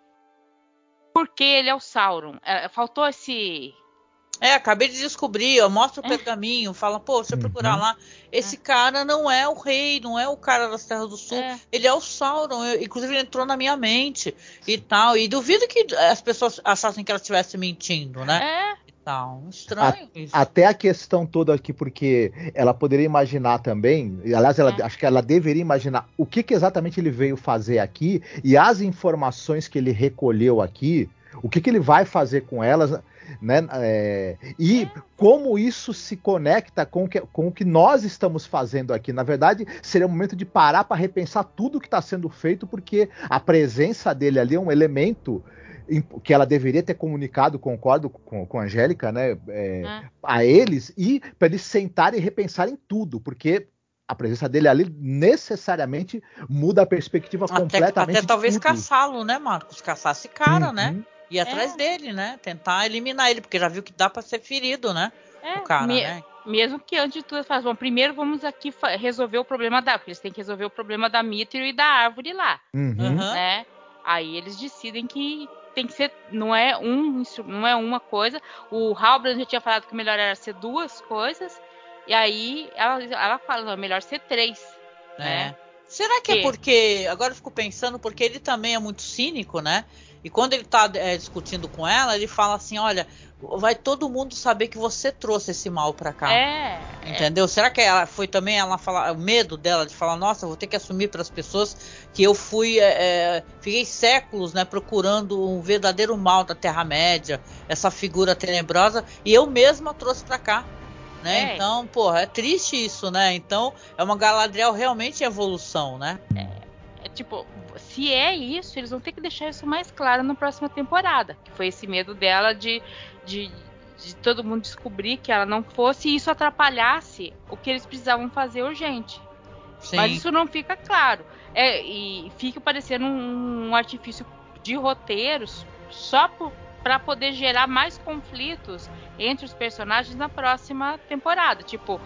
Porque ele é o Sauron. Faltou esse... acabei de descobrir, ó, mostra o pergaminho, fala, pô, deixa eu procurar lá. Esse cara não é o rei, não é o cara das Terras do Sul, ele é o Sauron, inclusive ele entrou na minha mente e tal. E duvido que as pessoas achassem que ela estivesse mentindo, né? E tal. Estranho isso. Até a questão toda aqui, porque ela poderia imaginar também, aliás, acho que ela deveria imaginar o que exatamente ele veio fazer aqui e as informações que ele recolheu aqui, o que ele vai fazer com elas, né? Como isso se conecta com o que nós estamos fazendo aqui. Na verdade, seria o momento de parar para repensar tudo que está sendo feito, porque a presença dele ali é um elemento que ela deveria ter comunicado, concordo com a Angélica, né, a eles, e para eles sentarem e repensarem tudo, porque a presença dele ali necessariamente muda a perspectiva completamente. Até talvez caçá-lo, né, Marcos? Caçar esse cara, né? Ir atrás dele, né? Tentar eliminar ele, porque já viu que dá para ser ferido, né? O cara, né? Mesmo que antes de tudo eles façam, primeiro vamos aqui resolver o problema porque eles têm que resolver o problema da Mithril e da árvore lá, né? Aí eles decidem que tem que ser, não é uma coisa. O Halbrand já tinha falado que o melhor era ser duas coisas, e aí ela fala, não, é melhor ser três, né? Será que é porque, agora eu fico pensando, porque ele também é muito cínico, né? E quando ele tá discutindo com ela, ele fala assim, olha, vai todo mundo saber que você trouxe esse mal pra cá. Entendeu? Será que ela foi também ela falar, o medo dela de falar, nossa, eu vou ter que assumir para as pessoas que eu fiquei séculos, né, procurando um verdadeiro mal da Terra-média, essa figura tenebrosa, e eu mesma trouxe pra cá. Né? Então, porra, é triste isso, né? Então, é uma Galadriel realmente em evolução, né? Tipo, se é isso, eles vão ter que deixar isso mais claro na próxima temporada. Que foi esse medo dela de todo mundo descobrir que ela não fosse e isso atrapalhasse o que eles precisavam fazer urgente. Sim. Mas isso não fica claro. E fica parecendo um artifício de roteiros só para poder gerar mais conflitos entre os personagens na próxima temporada. Tipo,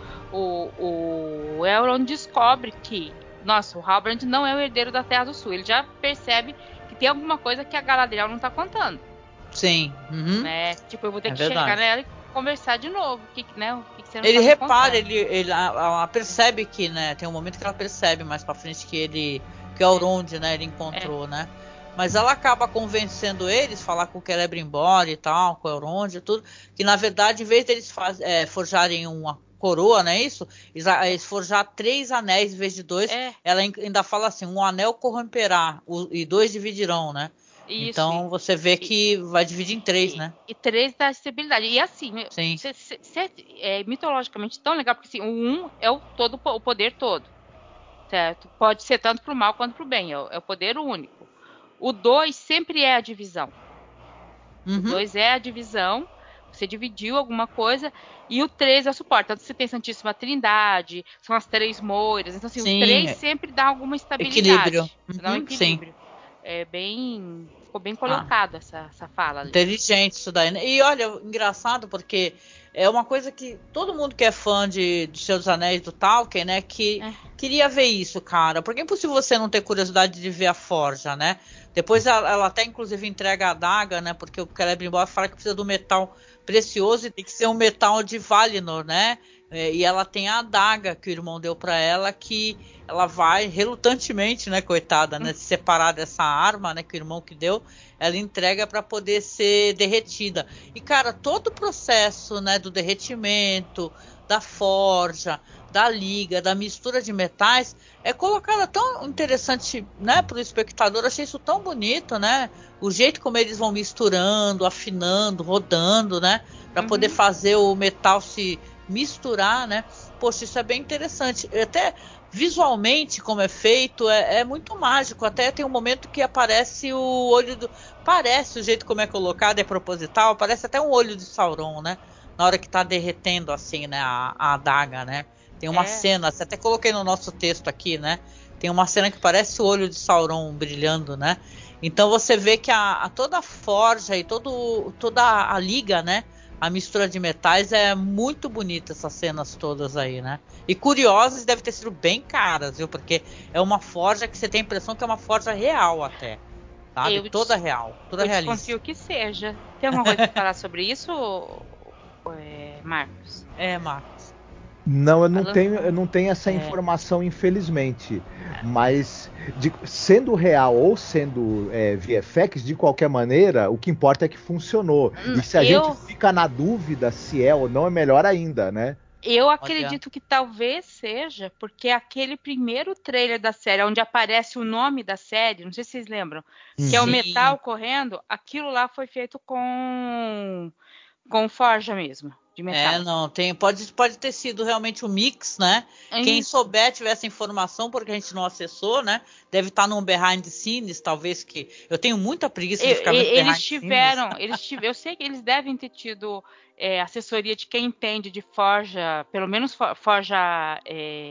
o Elrond descobre que, nossa, o Halbrand não é o herdeiro da Terra do Sul. Ele já percebe que tem alguma coisa que a Galadriel não tá contando. Sim. Né? Tipo, eu vou ter que chegar nela e conversar de novo. O que você não ele repara, ela percebe que, né? Tem um momento que ela percebe mais pra frente que o Elrond, né? Ele encontrou, né? Mas ela acaba convencendo eles, falar com o Celebrimbor e tal, com o Elrond e tudo, que na verdade, em vez deles forjarem coroa, não é isso? Eles forjar 3 anéis em vez de 2. Ela ainda fala assim, um anel corromperá e 2 dividirão, né? Isso. Então você vê que vai dividir em 3, né? E 3 dá estabilidade. E assim, mitologicamente tão legal, porque assim, o 1 é o poder todo. Certo? Pode ser tanto pro mal quanto pro bem. É o poder único. O 2 sempre é a divisão. O 2 é a divisão. Você dividiu alguma coisa. E o 3 é o suporte. Tanto você tem Santíssima Trindade, são as 3 moiras. Então, assim, o 3 sempre dá alguma estabilidade. Equilíbrio. Dá um equilíbrio. Ficou bem colocado essa fala ali. Inteligente isso daí, né? E olha, engraçado porque é uma coisa que todo mundo que é fã de Senhor dos Anéis, do Tolkien, né, que queria ver isso, cara. Porque é impossível você não ter curiosidade de ver a forja, né? Depois ela até inclusive entrega a adaga, né? Porque o Celebrimbor fala que precisa do metal precioso e tem que ser um metal de Valinor, né? E ela tem a adaga que o irmão deu para ela, que ela vai relutantemente, né, coitada, né, se separar dessa arma, né, que o irmão que deu, ela entrega para poder ser derretida. E cara, todo o processo, né, do derretimento, da forja, da liga, da mistura de metais, é colocada tão interessante, né, para o espectador. Eu achei isso tão bonito, né? O jeito como eles vão misturando, afinando, rodando, né, para poder fazer o metal se misturar, né? Poxa, isso é bem interessante. Até visualmente, como é feito, é muito mágico. Até tem um momento que aparece o olho do... Parece, o jeito como é colocado, é proposital, parece até um olho de Sauron, né? Na hora que tá derretendo, assim, né? A adaga, né? Tem uma cena, até coloquei no nosso texto aqui, né? Tem uma cena que parece o olho de Sauron brilhando, né? Então você vê que toda a forja e toda a liga, né? A mistura de metais é muito bonita, essas cenas todas aí, né? E curiosas, deve ter sido bem caras, viu? Porque é uma forja que você tem a impressão que é uma forja real até, sabe? Toda real, toda realista. Eu desconfio que seja. Tem alguma coisa para falar sobre isso, Marcos? Marcos. Não, eu não tenho essa informação, infelizmente. Mas, sendo real ou sendo VFX, de qualquer maneira, o que importa é que funcionou. E se a gente fica na dúvida se é ou não, é melhor ainda, né? Eu acredito que talvez seja, porque aquele primeiro trailer da série, onde aparece o nome da série, não sei se vocês lembram, que é o metal correndo, aquilo lá foi feito com forja mesmo, de metal. Não, pode ter sido realmente um mix, né? Quem souber, tiver essa informação, porque a gente não acessou, né? Deve estar num behind the scenes, talvez, que eu tenho muita preguiça de ficar vendo behind the scenes. Eu sei que eles devem ter tido assessoria de quem entende de forja, pelo menos forja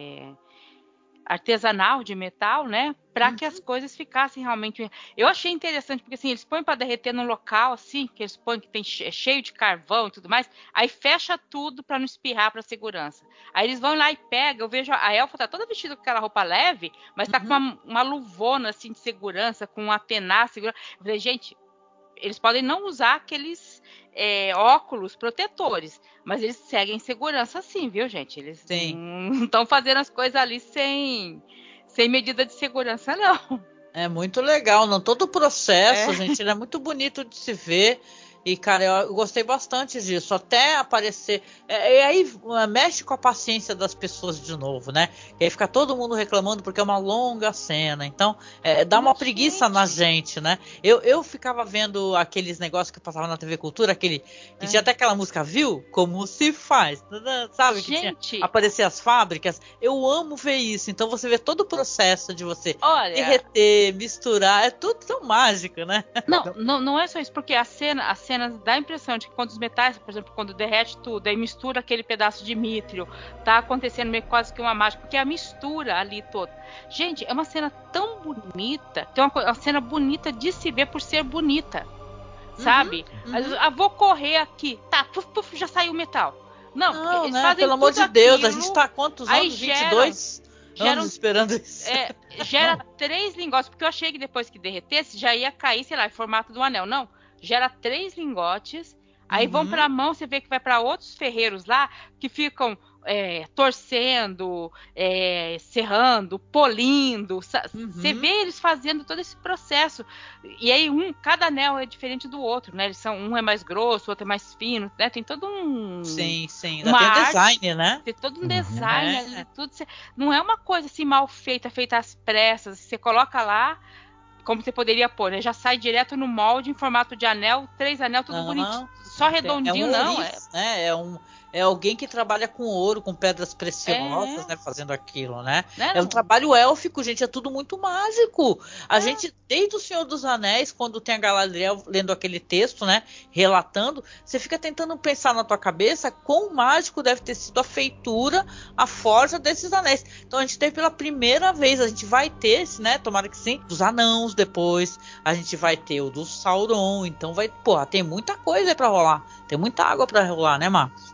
artesanal de metal, né? Para que as coisas ficassem realmente. Eu achei interessante porque assim eles põem para derreter num local assim que eles põem que tem cheio de carvão e tudo mais, aí fecha tudo para não espirrar para segurança. Aí eles vão lá e pegam. Eu vejo a Elfa tá toda vestida com aquela roupa leve, mas tá com uma luvona assim de segurança, com um apenar segurança. Eu falei, gente, eles podem não usar aqueles óculos protetores, mas eles seguem segurança sim, viu, gente? Eles não estão fazendo as coisas ali sem medida de segurança, não. É muito legal, não? Todo o processo, gente, ele é muito bonito de se ver. E, cara, eu gostei bastante disso. Até aparecer. E aí mexe com a paciência das pessoas de novo, né? E aí fica todo mundo reclamando porque é uma longa cena. Então, dá uma preguiça na gente, né? Eu ficava vendo aqueles negócios que passavam na TV Cultura, que tinha até aquela música, viu? Como se faz. Sabe? Que tinha aparecer as fábricas. Eu amo ver isso. Então você vê todo o processo de você derreter, misturar. É tudo tão mágico, né? Não é só isso, porque as cenas dá a impressão de que quando os metais, por exemplo, quando derrete tudo, aí mistura aquele pedaço de mítrio, tá acontecendo meio quase que uma mágica, porque a mistura ali toda. Gente, é uma cena tão bonita, tem uma cena bonita de se ver por ser bonita, sabe? Vou correr aqui, tá, puf, já saiu o metal. Não, eles né? fazem Pelo amor de Deus, a gente tá há quantos anos? Aí 22 anos esperando isso. Gera 3 lingotes, porque eu achei que depois que derretesse já ia cair, sei lá, em formato do anel. Não, gera 3 lingotes, Aí vão para a mão, você vê que vai para outros ferreiros lá que ficam torcendo, serrando, polindo. Você vê eles fazendo todo esse processo. E aí cada anel é diferente do outro, né? Um é mais grosso, o outro é mais fino, né? Tem todo um... Sim. Uma Tem arte, design, né? Tem todo um design ali, tudo. Não é uma coisa assim mal feita às pressas. Você coloca lá, como você poderia pôr, né? Já sai direto no molde em formato de anel, 3 anel, tudo bonitinho. Só redondinho, ourives, né? É alguém que trabalha com ouro, com pedras preciosas, né? Fazendo aquilo, né? É um trabalho élfico, gente. É tudo muito mágico. A gente, desde o Senhor dos Anéis, quando tem a Galadriel lendo aquele texto, né? Relatando, você fica tentando pensar na tua cabeça quão mágico deve ter sido a feitura, a forja desses anéis. Então a gente teve pela primeira vez, a gente vai ter, né? Tomara que sim, dos anãos depois. A gente vai ter o do Sauron. Então tem muita coisa aí pra rolar. Tem muita água pra rolar, né, Marcos?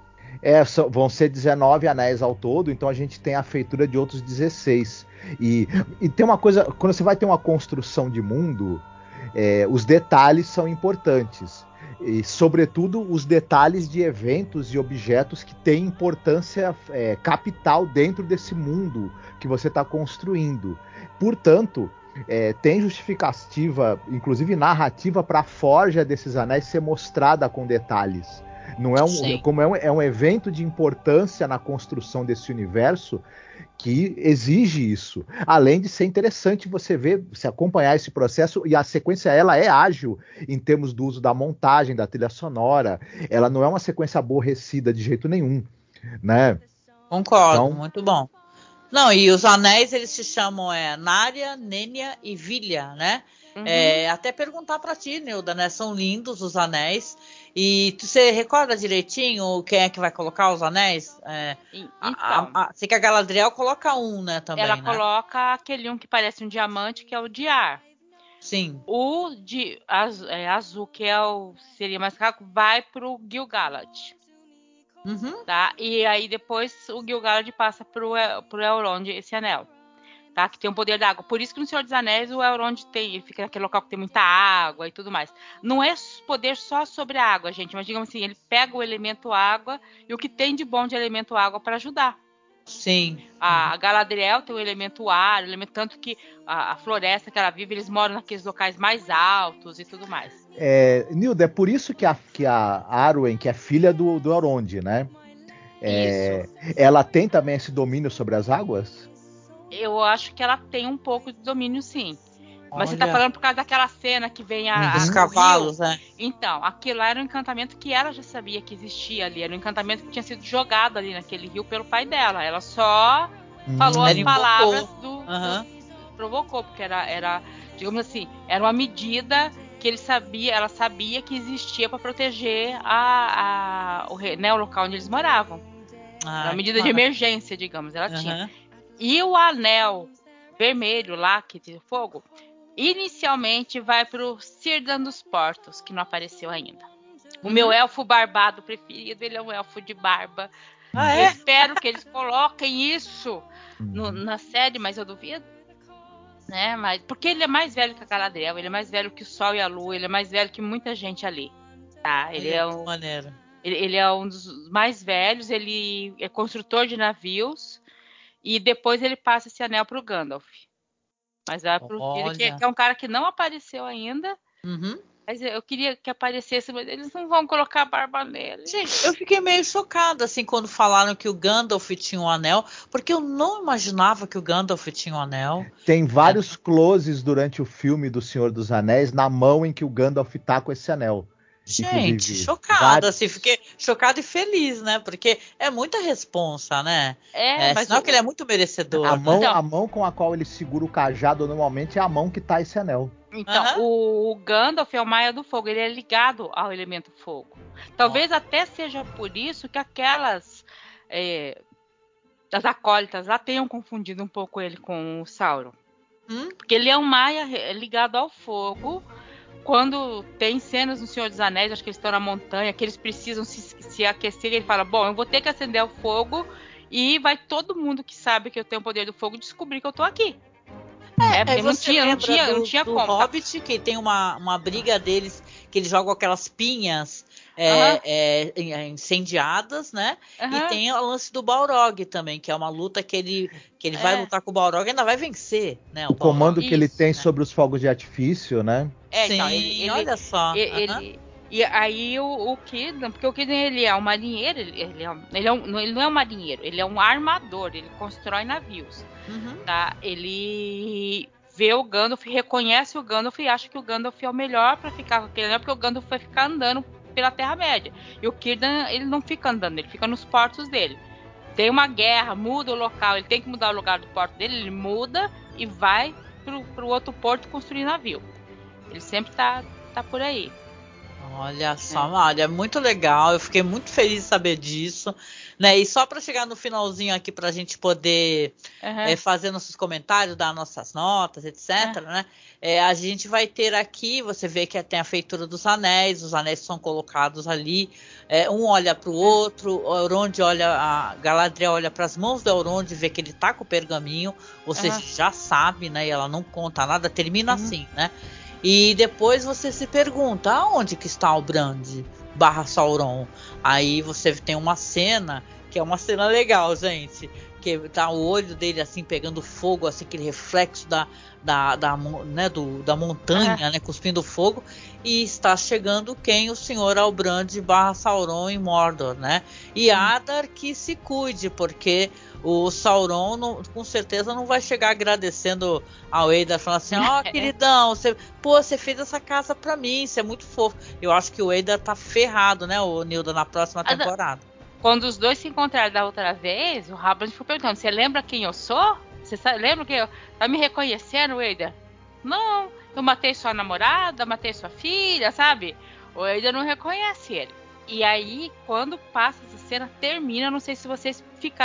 Vão ser 19 anéis ao todo, então a gente tem a feitura de outros 16. E tem uma coisa, quando você vai ter uma construção de mundo, os detalhes são importantes. E, sobretudo, os detalhes de eventos e objetos que têm importância capital dentro desse mundo que você está construindo. Portanto, tem justificativa, inclusive narrativa, para a forja desses anéis ser mostrada com detalhes. Não é um evento de importância na construção desse universo que exige isso. Além de ser interessante você acompanhar esse processo, e a sequência ela é ágil em termos do uso da montagem, da trilha sonora. Ela não é uma sequência aborrecida de jeito nenhum, né? Concordo, então, muito bom. Não, e os anéis eles se chamam Narya, Nenya e Vilya, né? Até perguntar pra ti, Nilda, né? São lindos os anéis. E você recorda direitinho quem é que vai colocar os anéis? Então, sei que a Galadriel coloca um, né, também, ela né? Coloca aquele um que parece um diamante, que é o Diar. Sim. O de azul, que seria mais fraco, vai pro Gil-galad. Tá? E aí depois o Gil-galad passa pro Elrond, esse anel. Tá? Que tem o poder da água. Por isso que no Senhor dos Anéis o Elrond ele fica naquele local que tem muita água e tudo mais. Não é poder só sobre a água, gente, mas digamos assim, ele pega o elemento água e o que tem de bom de elemento água para ajudar. Sim. A Galadriel tem o elemento ar, tanto que a floresta que ela vive, eles moram naqueles locais mais altos e tudo mais. Nilda, é por isso que a Arwen, que é filha do Elrond, né? Isso. Ela tem também esse domínio sobre as águas? Eu acho que ela tem um pouco de domínio, sim. Mas Olha. Você tá falando por causa daquela cena que vem dos cavalos, né? Então, aquilo lá era um encantamento que ela já sabia que existia ali. Era um encantamento que tinha sido jogado ali naquele rio pelo pai dela. Ela só falou as palavras provocou, porque era, digamos assim, era uma medida que ela sabia que existia para proteger o local onde eles moravam. Era uma medida de emergência, digamos, ela tinha. E o anel vermelho lá, que tem fogo, inicialmente vai pro Círdan dos Portos, que não apareceu ainda. O meu elfo barbado preferido, ele é um elfo de barba. Eu espero que eles coloquem isso na série, mas eu duvido. Né? Porque ele é mais velho que a Galadriel, ele é mais velho que o Sol e a Lua, ele é mais velho que muita gente ali. Tá? Ele é um dos mais velhos, ele é construtor de navios. E depois ele passa esse anel pro Gandalf. Mas é pro filho, que é um cara que não apareceu ainda. Mas eu queria que aparecesse, mas eles não vão colocar a barba nele. Gente, eu fiquei meio chocada, assim, quando falaram que o Gandalf tinha um anel, porque eu não imaginava que o Gandalf tinha um anel. Tem vários closes durante o filme do Senhor dos Anéis na mão em que o Gandalf tá com esse anel. Gente, chocada, assim, fiquei chocada e feliz, né? Porque é muita responsa, né? Mas sinal que ele é muito merecedor. A mão com a qual ele segura o cajado normalmente é a mão que tá esse anel. Então, o Gandalf é o Maia do Fogo, ele é ligado ao elemento fogo. Talvez até seja por isso que aquelas das acólitas lá tenham confundido um pouco ele com o Sauron. Porque ele é um Maia ligado ao fogo. Quando tem cenas no Senhor dos Anéis, acho que eles estão na montanha, que eles precisam se aquecer, ele fala, bom, eu vou ter que acender o fogo e vai todo mundo que sabe que eu tenho o poder do fogo descobrir que eu tô aqui. Porque não tinha do como. Hobbit, que tem uma briga deles, que eles jogam aquelas pinhas incendiadas, né? E tem o lance do Balrog também, que é uma luta que ele vai lutar com o Balrog e ainda vai vencer, né? O comando que ele tem né? sobre os fogos de artifício, né? Sim, então, olha só. E aí o Círdan, porque o Círdan ele é um marinheiro, ele não é um marinheiro, ele é um armador, ele constrói navios, tá? Ele vê o Gandalf, reconhece o Gandalf e acha que o Gandalf é o melhor pra ficar com aquele anel, porque o Gandalf vai ficar andando pela Terra-média. E o Círdan, ele não fica andando, ele fica nos portos dele. Tem uma guerra, muda o local, ele tem que mudar o lugar do porto dele, ele muda e vai pro outro porto construir navio. Ele sempre tá por aí. Olha só, olha, muito legal. Eu fiquei muito feliz de saber disso, né? E só para chegar no finalzinho aqui para a gente poder fazer nossos comentários, dar nossas notas, etc. Né? A gente vai ter aqui, você vê que tem a feitura dos anéis. Os anéis são colocados ali. Um olha para o outro. O Elrond a Galadriel olha para as mãos do Elrond e vê que ele tá com o pergaminho. Ou seja, já sabe, né? E ela não conta nada. Termina assim, né? E depois você se pergunta, aonde que está o Brand / Sauron? Aí você tem uma cena, que é uma cena legal, gente. Que tá o olho dele assim, pegando fogo, assim, aquele reflexo da montanha, né, cuspindo fogo. E está chegando quem? O senhor Halbrand / Sauron em Mordor, né? E Adar que se cuide, porque o Sauron com certeza não vai chegar agradecendo ao Eidar, falando assim, queridão, você fez essa casa pra mim, você é muito fofo. Eu acho que o Eidar tá ferrado, né, o Nilda, na próxima temporada. Quando os dois se encontraram da outra vez, o Halbrand ficou perguntando, você lembra quem eu sou? Você lembra que tá me reconhecendo, Eidar? Não, eu matei sua namorada, matei sua filha, sabe? O Eidar não reconhece ele. E aí, quando passa essa cena, termina, não sei se vocês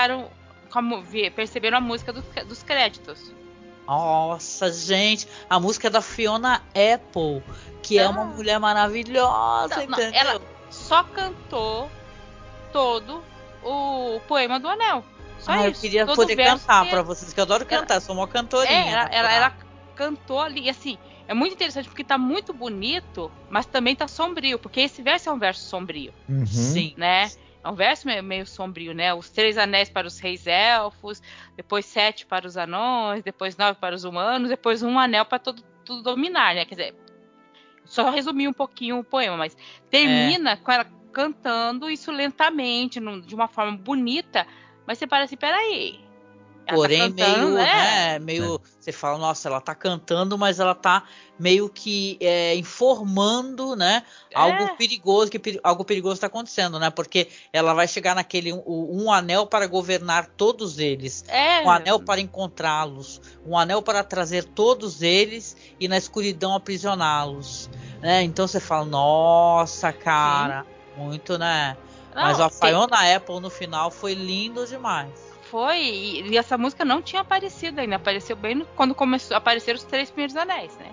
perceberam a música dos créditos. Nossa, gente, a música é da Fiona Apple, que é uma mulher maravilhosa, entendeu? Ela só cantou todo o poema do Anel. Só isso. Eu queria poder cantar pra vocês, que eu adoro cantar, eu sou uma cantorinha. Ela cantou ali, assim, é muito interessante porque tá muito bonito, mas também tá sombrio, porque esse verso é um verso sombrio. Sim. Né? É um verso meio sombrio, né? Os 3 anéis para os reis elfos, depois 7 para os anões, depois 9 para os humanos, depois um anel para tudo dominar, né? Quer dizer, só resumir um pouquinho o poema, mas termina com ela cantando isso lentamente, de uma forma bonita, mas você para assim, peraí. Porém, tá meio, você fala, nossa, ela tá cantando, mas ela tá meio que informando, né, algo perigoso, algo perigoso tá acontecendo, né, porque ela vai chegar naquele um anel para governar todos eles, um anel para encontrá-los, um anel para trazer todos eles e na escuridão aprisioná-los, né, então você fala, nossa, cara, muito, né, mas a Fiona Apple no final foi lindo demais. Foi, e essa música não tinha aparecido ainda, apareceu bem quando começou a aparecer os 3 primeiros anéis, né?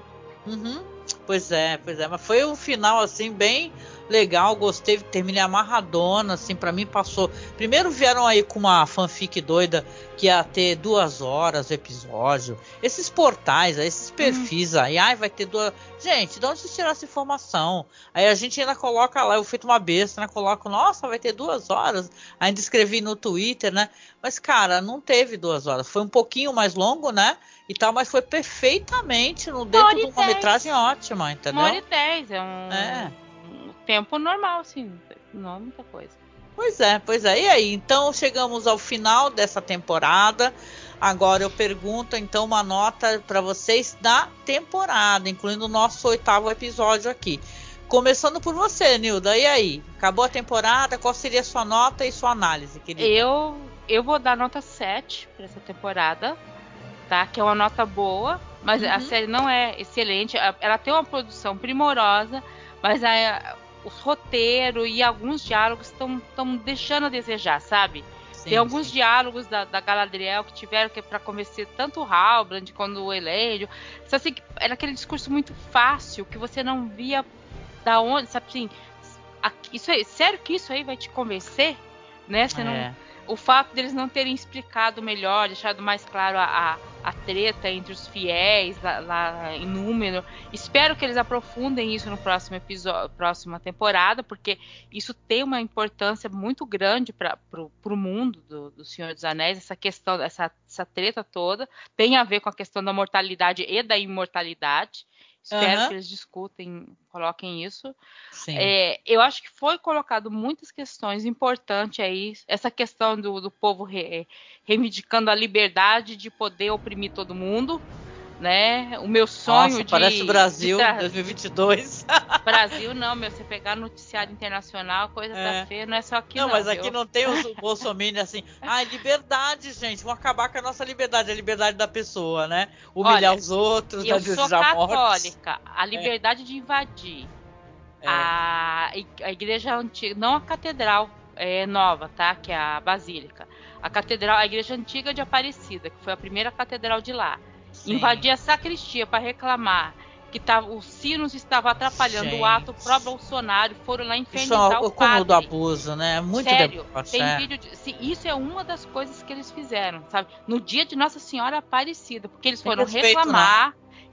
Pois é, mas foi um final assim bem legal, gostei, terminei amarradona, assim, pra mim passou. Primeiro vieram aí com uma fanfic doida que ia ter 2 horas o episódio, esses portais, esses perfis aí, vai ter 2. Gente, de onde vocês tiraram essa informação? Aí a gente ainda coloca lá, eu feito uma besta, né? Coloco, nossa, vai ter 2 horas. Ainda escrevi no Twitter, né? Mas, cara, não teve 2 horas, foi um pouquinho mais longo, né? E tal, mas foi perfeitamente dentro de uma metragem ótima, entendeu? 1h10, é um tempo normal, assim, não é muita coisa. Pois é. E aí, então chegamos ao final dessa temporada. Agora eu pergunto, então, uma nota para vocês da temporada, incluindo o nosso 8º episódio aqui. Começando por você, Nilda, e aí? Acabou a temporada, qual seria a sua nota e sua análise, querida? Eu vou dar nota 7 para essa temporada. Tá? Que é uma nota boa, mas a série não é excelente. Ela tem uma produção primorosa, mas os roteiros e alguns diálogos estão deixando a desejar, sabe? Tem alguns diálogos da Galadriel que tiveram que para convencer tanto o Halbrand quanto o Elendil. Só assim, era aquele discurso muito fácil que você não via da onde, sabe assim? Sério que isso aí vai te convencer? Né? Você não. o fato deles não terem explicado melhor, deixado mais claro a treta entre os fiéis lá em Númenor. Espero que eles aprofundem isso no próximo episódio, próxima temporada, porque isso tem uma importância muito grande para o mundo do Senhor dos Anéis. Essa questão, essa treta toda tem a ver com a questão da mortalidade e da imortalidade. Espero que eles discutem, coloquem isso. Eu acho que foi colocado muitas questões importantes aí. Essa questão do povo reivindicando a liberdade de poder oprimir todo mundo, né? O meu sonho parece o Brasil 2022. Brasil não, você pegar noticiário internacional, coisa tá feia, não é só aqui não. Mas aqui não tem os bolsominions assim, liberdade, gente, vamos acabar com a nossa liberdade, a liberdade da pessoa, né? Humilhar os outros, eu sou católica, a liberdade de invadir a igreja antiga, não a catedral nova, tá? Que é a Basílica. A catedral, a igreja antiga de Aparecida, que foi a primeira catedral de lá. Sim. Invadir a sacristia para reclamar que os sinos estavam atrapalhando o ato pró-Bolsonaro, foram lá infernizar o padre. Isso é o do abuso, né? Muito sério, tem vídeo isso é uma das coisas que eles fizeram, sabe? No dia de Nossa Senhora Aparecida, porque eles foram reclamar,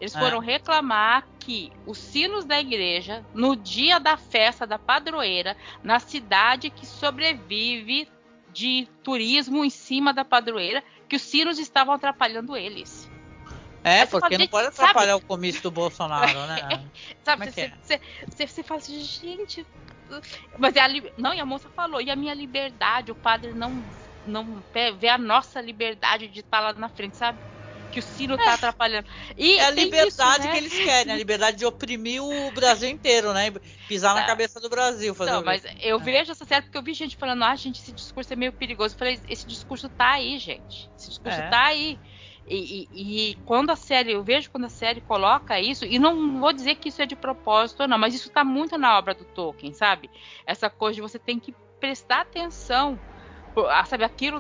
que os sinos da igreja, no dia da festa da padroeira, na cidade que sobrevive de turismo em cima da padroeira, que os sinos estavam atrapalhando eles. Porque não pode atrapalhar o comício do Bolsonaro, né? Sabe, você fala assim, gente... Mas e a moça falou, e a minha liberdade, o padre não vê a nossa liberdade de estar lá na frente, sabe? Que o sino tá atrapalhando. E a liberdade que eles querem, a liberdade de oprimir o Brasil inteiro, né? Pisar na cabeça do Brasil. Mas eu vejo essa série porque eu vi gente falando, gente, esse discurso é meio perigoso. Eu falei, esse discurso tá aí, gente. Esse discurso tá aí. E quando eu vejo quando a série coloca isso, e não vou dizer que isso é de propósito ou não, mas isso tá muito na obra do Tolkien, sabe? Essa coisa de você tem que prestar atenção, sabe, aquilo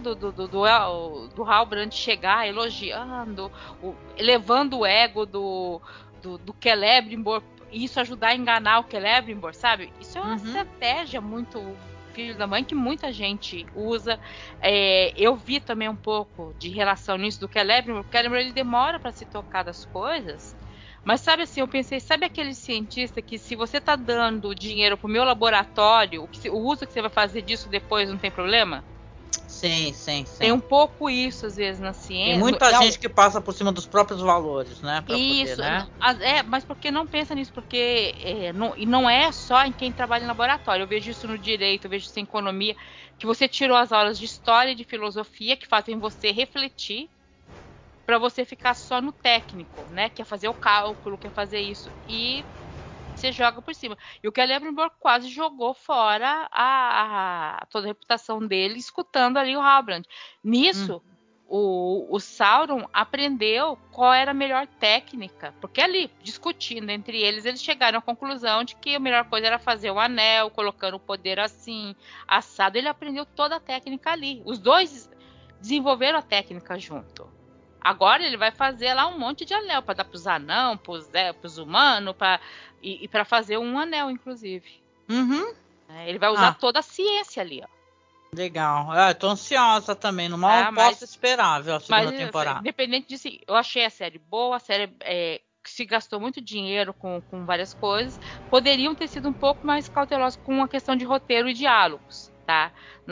do Halbrand chegar elogiando, elevando o ego do Celebrimbor, e isso ajudar a enganar o Celebrimbor, sabe? Isso é uma estratégia muito filho da mãe que muita gente usa. Eu vi também um pouco de relação nisso do Celebrimbor. O Celebrimbor, ele demora para se tocar das coisas, mas sabe assim, eu pensei, sabe aquele cientista que se você tá dando dinheiro pro meu laboratório, o uso que você vai fazer disso depois não tem problema? Sim. Tem um pouco isso, às vezes, na ciência. Tem muita gente que passa por cima dos próprios valores, né? Pra isso, poder, né? Mas porque não pensa nisso? Porque não é só em quem trabalha em laboratório. Eu vejo isso no direito, eu vejo isso em economia, que você tirou as aulas de história e de filosofia, que fazem você refletir, para você ficar só no técnico, né? Quer fazer o cálculo, quer fazer isso. E você joga por cima. E o Celebrimbor quase jogou fora toda a reputação dele, escutando ali o Halbrand. Nisso, o Sauron aprendeu qual era a melhor técnica, porque ali, discutindo entre eles chegaram à conclusão de que a melhor coisa era fazer o anel, colocando o poder assim, assado. Ele aprendeu toda a técnica ali. Os dois desenvolveram a técnica junto. Agora ele vai fazer lá um monte de anel para dar pros anão, pros humanos, e para fazer um anel, inclusive. Ele vai usar toda a ciência ali, ó. Legal. Eu tô ansiosa também. Não posso esperar, viu, a segunda temporada. Independente disso, eu achei a série boa, a série se gastou muito dinheiro com várias coisas. Poderiam ter sido um pouco mais cautelosos com a questão de roteiro e diálogos, tá?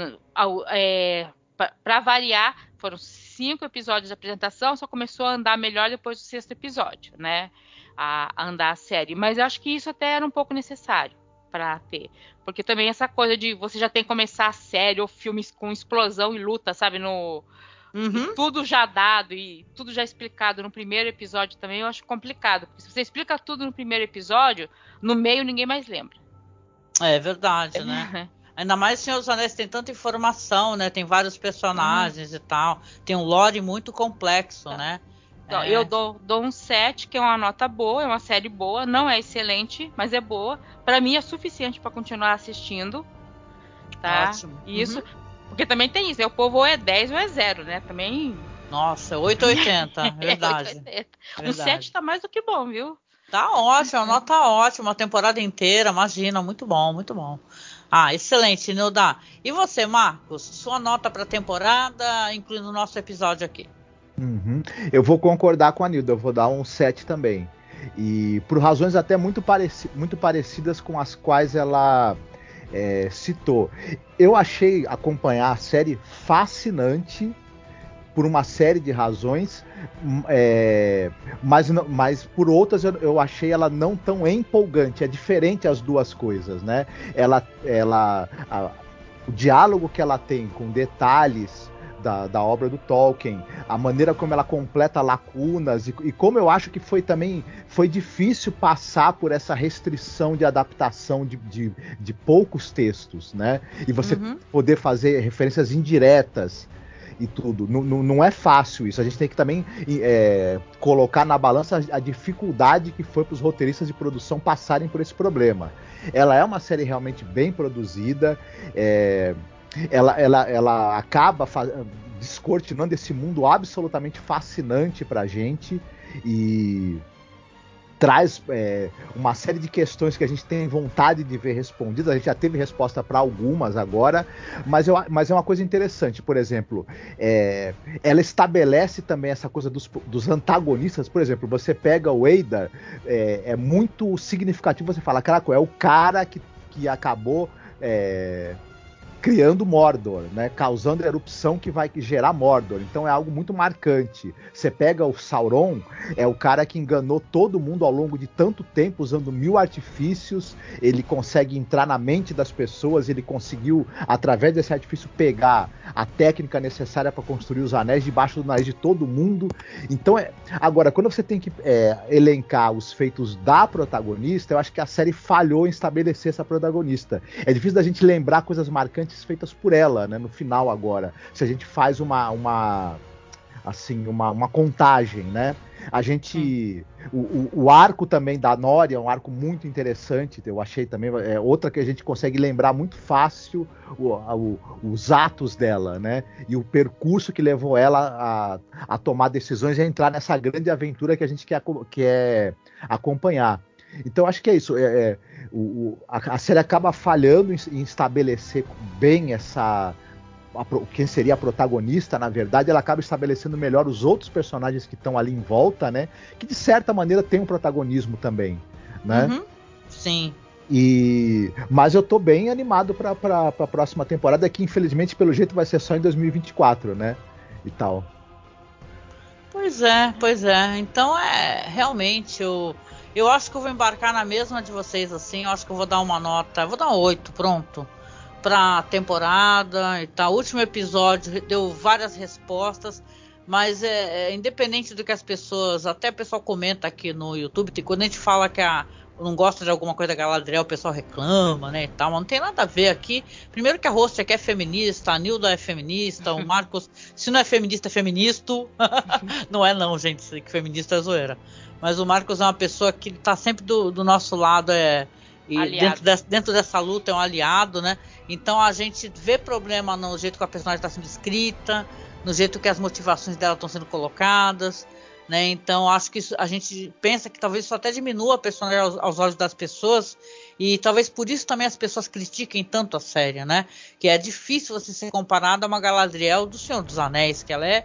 Para variar, foram 5 episódios de apresentação, só começou a andar melhor depois do 6º episódio, né? A andar a série. Mas eu acho que isso até era um pouco necessário para ter. Porque também essa coisa de você já tem que começar a série ou filmes com explosão e luta, sabe? E tudo já dado e tudo já explicado no primeiro episódio também, eu acho complicado. Porque se você explica tudo no primeiro episódio, no meio ninguém mais lembra. É verdade, né? Ainda mais Senhor dos Anéis tem tanta informação, né? Tem vários personagens e tal. Tem um lore muito complexo, né? Então, eu dou um 7, que é uma nota boa, é uma série boa. Não é excelente, mas é boa. Pra mim é suficiente pra continuar assistindo. Tá? Ótimo. Isso. Porque também tem isso, né? O povo ou é 10 ou é 0, né? Também... Nossa, 8,80, verdade. 8,80. Um 7 tá mais do que bom, viu? Tá ótimo, a nota ótima, a temporada inteira, imagina, muito bom, muito bom. Ah, excelente, Nilda. E você, Marcos? Sua nota para a temporada, incluindo o nosso episódio aqui. Uhum. Eu vou concordar com a Nilda, eu vou dar um 7 também. E por razões até muito parecidas com as quais ela citou. Eu achei acompanhar a série fascinante por uma série de razões, mas por outras eu achei ela não tão empolgante. É diferente as duas coisas, né? O diálogo que ela tem com detalhes da obra do Tolkien, a maneira como ela completa lacunas e como eu acho que foi difícil passar por essa restrição de adaptação de poucos textos, né? E você poder fazer referências indiretas e tudo. Não é fácil isso. A gente tem que também colocar na balança a dificuldade que foi para os roteiristas de produção passarem por esse problema. Ela é uma série realmente bem produzida, ela acaba descortinando esse mundo absolutamente fascinante pra gente e traz uma série de questões que a gente tem vontade de ver respondidas. A gente já teve resposta para algumas agora, mas é uma coisa interessante. Por exemplo, ela estabelece também essa coisa dos antagonistas. Por exemplo, você pega o Eidar, é muito significativo você falar, caraca, é o cara que acabou criando Mordor, né? Causando a erupção que vai gerar Mordor. Então é algo muito marcante. Você pega o Sauron, é o cara que enganou todo mundo ao longo de tanto tempo, usando 1000 artifícios. Ele consegue entrar na mente das pessoas, ele conseguiu, através desse artifício, pegar a técnica necessária para construir os anéis debaixo do nariz de todo mundo. Então, agora, quando você tem que elencar os feitos da protagonista, eu acho que a série falhou em estabelecer essa protagonista. É difícil da gente lembrar coisas marcantes feitas por ela, né, no final agora. Se a gente faz uma contagem, né? A gente... O arco também da Nori é um arco muito interessante, eu achei também, outra que a gente consegue lembrar muito fácil os atos dela, né? E o percurso que levou ela a tomar decisões e a entrar nessa grande aventura que a gente quer acompanhar. Então acho que é isso. A série acaba falhando em estabelecer bem quem seria a protagonista, na verdade. Ela acaba estabelecendo melhor os outros personagens que estão ali em volta, né? Que de certa maneira tem um protagonismo também, né? Uhum. Sim. Mas eu tô bem animado para a próxima temporada, que infelizmente pelo jeito vai ser só em 2024, né? E tal. Pois é. Então realmente eu acho que eu vou embarcar na mesma de vocês, assim. Eu acho que eu vou dar uma nota, vou dar um 8, pronto, pra temporada e tal. O último episódio deu várias respostas, mas independente do que as pessoas, até o pessoal comenta aqui no YouTube, quando a gente fala que não gosta de alguma coisa da Galadriel, o pessoal reclama, né, e tal, mas não tem nada a ver aqui. Primeiro que a host aqui é feminista, a Nilda é feminista, o Marcos, se não é feminista, é feminista. Não é não, gente, que feminista é zoeira. Mas o Marcos é uma pessoa que tá sempre do nosso lado, e dentro dessa luta é um aliado, né? Então a gente vê problema no jeito que a personagem está sendo escrita, no jeito que as motivações dela estão sendo colocadas, né? Então acho que a gente pensa que talvez isso até diminua a personagem aos olhos das pessoas, e talvez por isso também as pessoas critiquem tanto a série, né? Que é difícil você ser comparado a uma Galadriel do Senhor dos Anéis, que ela é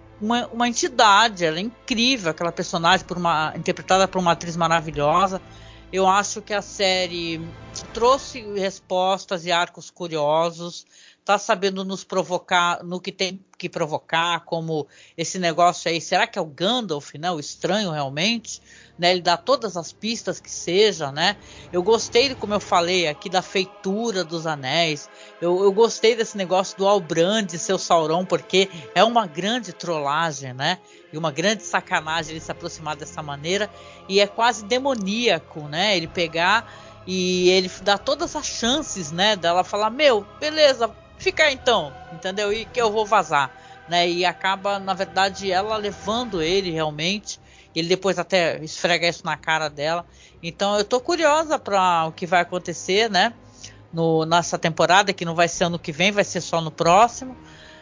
uma entidade, ela é incrível, aquela personagem interpretada por uma atriz maravilhosa. Eu acho que a série trouxe respostas e arcos curiosos, tá sabendo nos provocar no que tem que provocar, como esse negócio aí, será que é o Gandalf, né? O estranho realmente, né? Ele dá todas as pistas que seja, né? Eu gostei, como eu falei aqui, da feitura dos anéis. Eu gostei desse negócio do Halbrand ser o Sauron, porque é uma grande trollagem, né? E uma grande sacanagem ele se aproximar dessa maneira, e é quase demoníaco, né? Ele pegar e ele dá todas as chances, né? Dela falar, beleza, fica aí então, entendeu? E que eu vou vazar, né? E acaba, na verdade, ela levando ele realmente. Ele depois até esfrega isso na cara dela. Então eu tô curiosa para o que vai acontecer, né? Nessa temporada, que não vai ser ano que vem, vai ser só no próximo.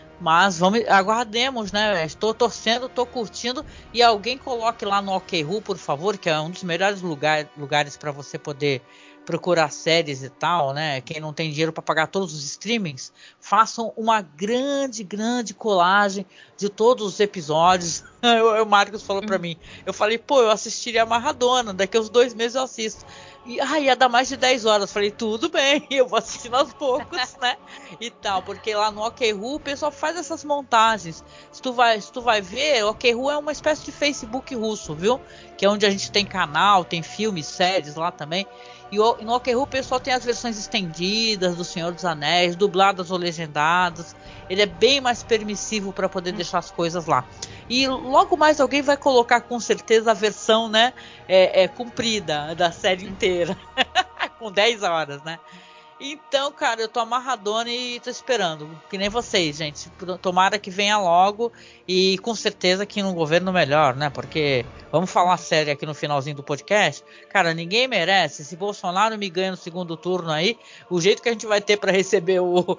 Mas aguardemos, né? Estou torcendo, estou curtindo. E alguém coloque lá no OkRu, por favor, que é um dos melhores lugares para você poder procurar séries e tal, né? Quem não tem dinheiro para pagar todos os streamings, façam uma grande colagem de todos os episódios. O Marcos falou para mim, eu falei, pô, eu assistiria a Maradona, daqui a uns 2 meses eu assisto. E ia dar mais de 10 horas. Falei, tudo bem, eu vou assistindo aos poucos, né? E tal, porque lá no OkRu o pessoal faz essas montagens. Se tu vai ver, o OkRu é uma espécie de Facebook russo, viu? Que é onde a gente tem canal, tem filmes, séries lá também. E no OkRu o pessoal tem as versões estendidas do Senhor dos Anéis, dubladas ou legendadas. Ele é bem mais permissivo para poder deixar as coisas lá. E logo mais alguém vai colocar com certeza a versão, né, comprida da série inteira, com 10 horas, né? Então, cara, eu tô amarradona e tô esperando, que nem vocês, gente. Tomara que venha logo e com certeza que num governo melhor, né? Porque, vamos falar sério aqui no finalzinho do podcast, cara, ninguém merece. Se Bolsonaro me ganha no segundo turno aí, o jeito que a gente vai ter pra receber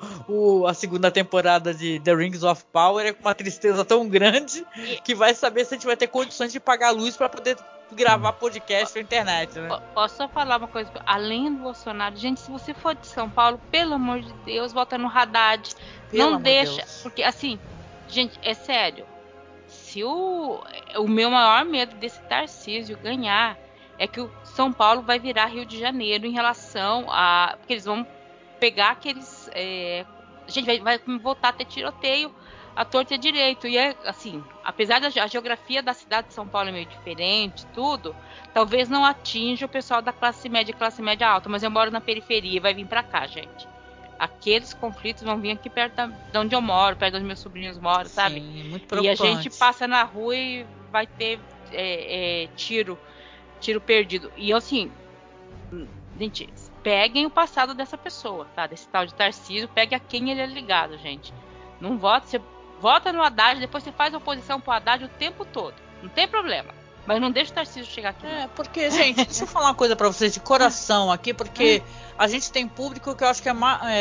a segunda temporada de The Rings of Power é com uma tristeza tão grande que vai saber se a gente vai ter condições de pagar a luz pra poder gravar podcast na internet, né? Posso só falar uma coisa? Além do Bolsonaro, gente, se você for de São Paulo, pelo amor de Deus, volta no Haddad. Não deixa, porque assim, gente, é sério. Se o meu maior medo desse Tarcísio ganhar é que o São Paulo vai virar Rio de Janeiro em relação a... Porque eles vão pegar aqueles... gente, vai voltar a ter tiroteio à torta e à direito. E é assim, apesar da geografia da cidade de São Paulo é meio diferente, tudo, talvez não atinja o pessoal da classe média alta, mas eu moro na periferia e vai vir pra cá, gente. Aqueles conflitos vão vir aqui perto de onde eu moro, perto onde meus sobrinhos moram, Sim, sabe? muito preocupante. E a gente passa na rua e vai ter tiro perdido. E assim, gente, peguem o passado dessa pessoa, tá? Desse tal de Tarcísio, pegue a quem ele é ligado, gente. Não vota, você vota no Haddad, depois você faz oposição pro Haddad o tempo todo. Não tem problema. Mas não deixa o Tarcísio chegar aqui. Porque, gente, deixa eu falar uma coisa pra vocês de coração aqui, porque a gente tem público que eu acho que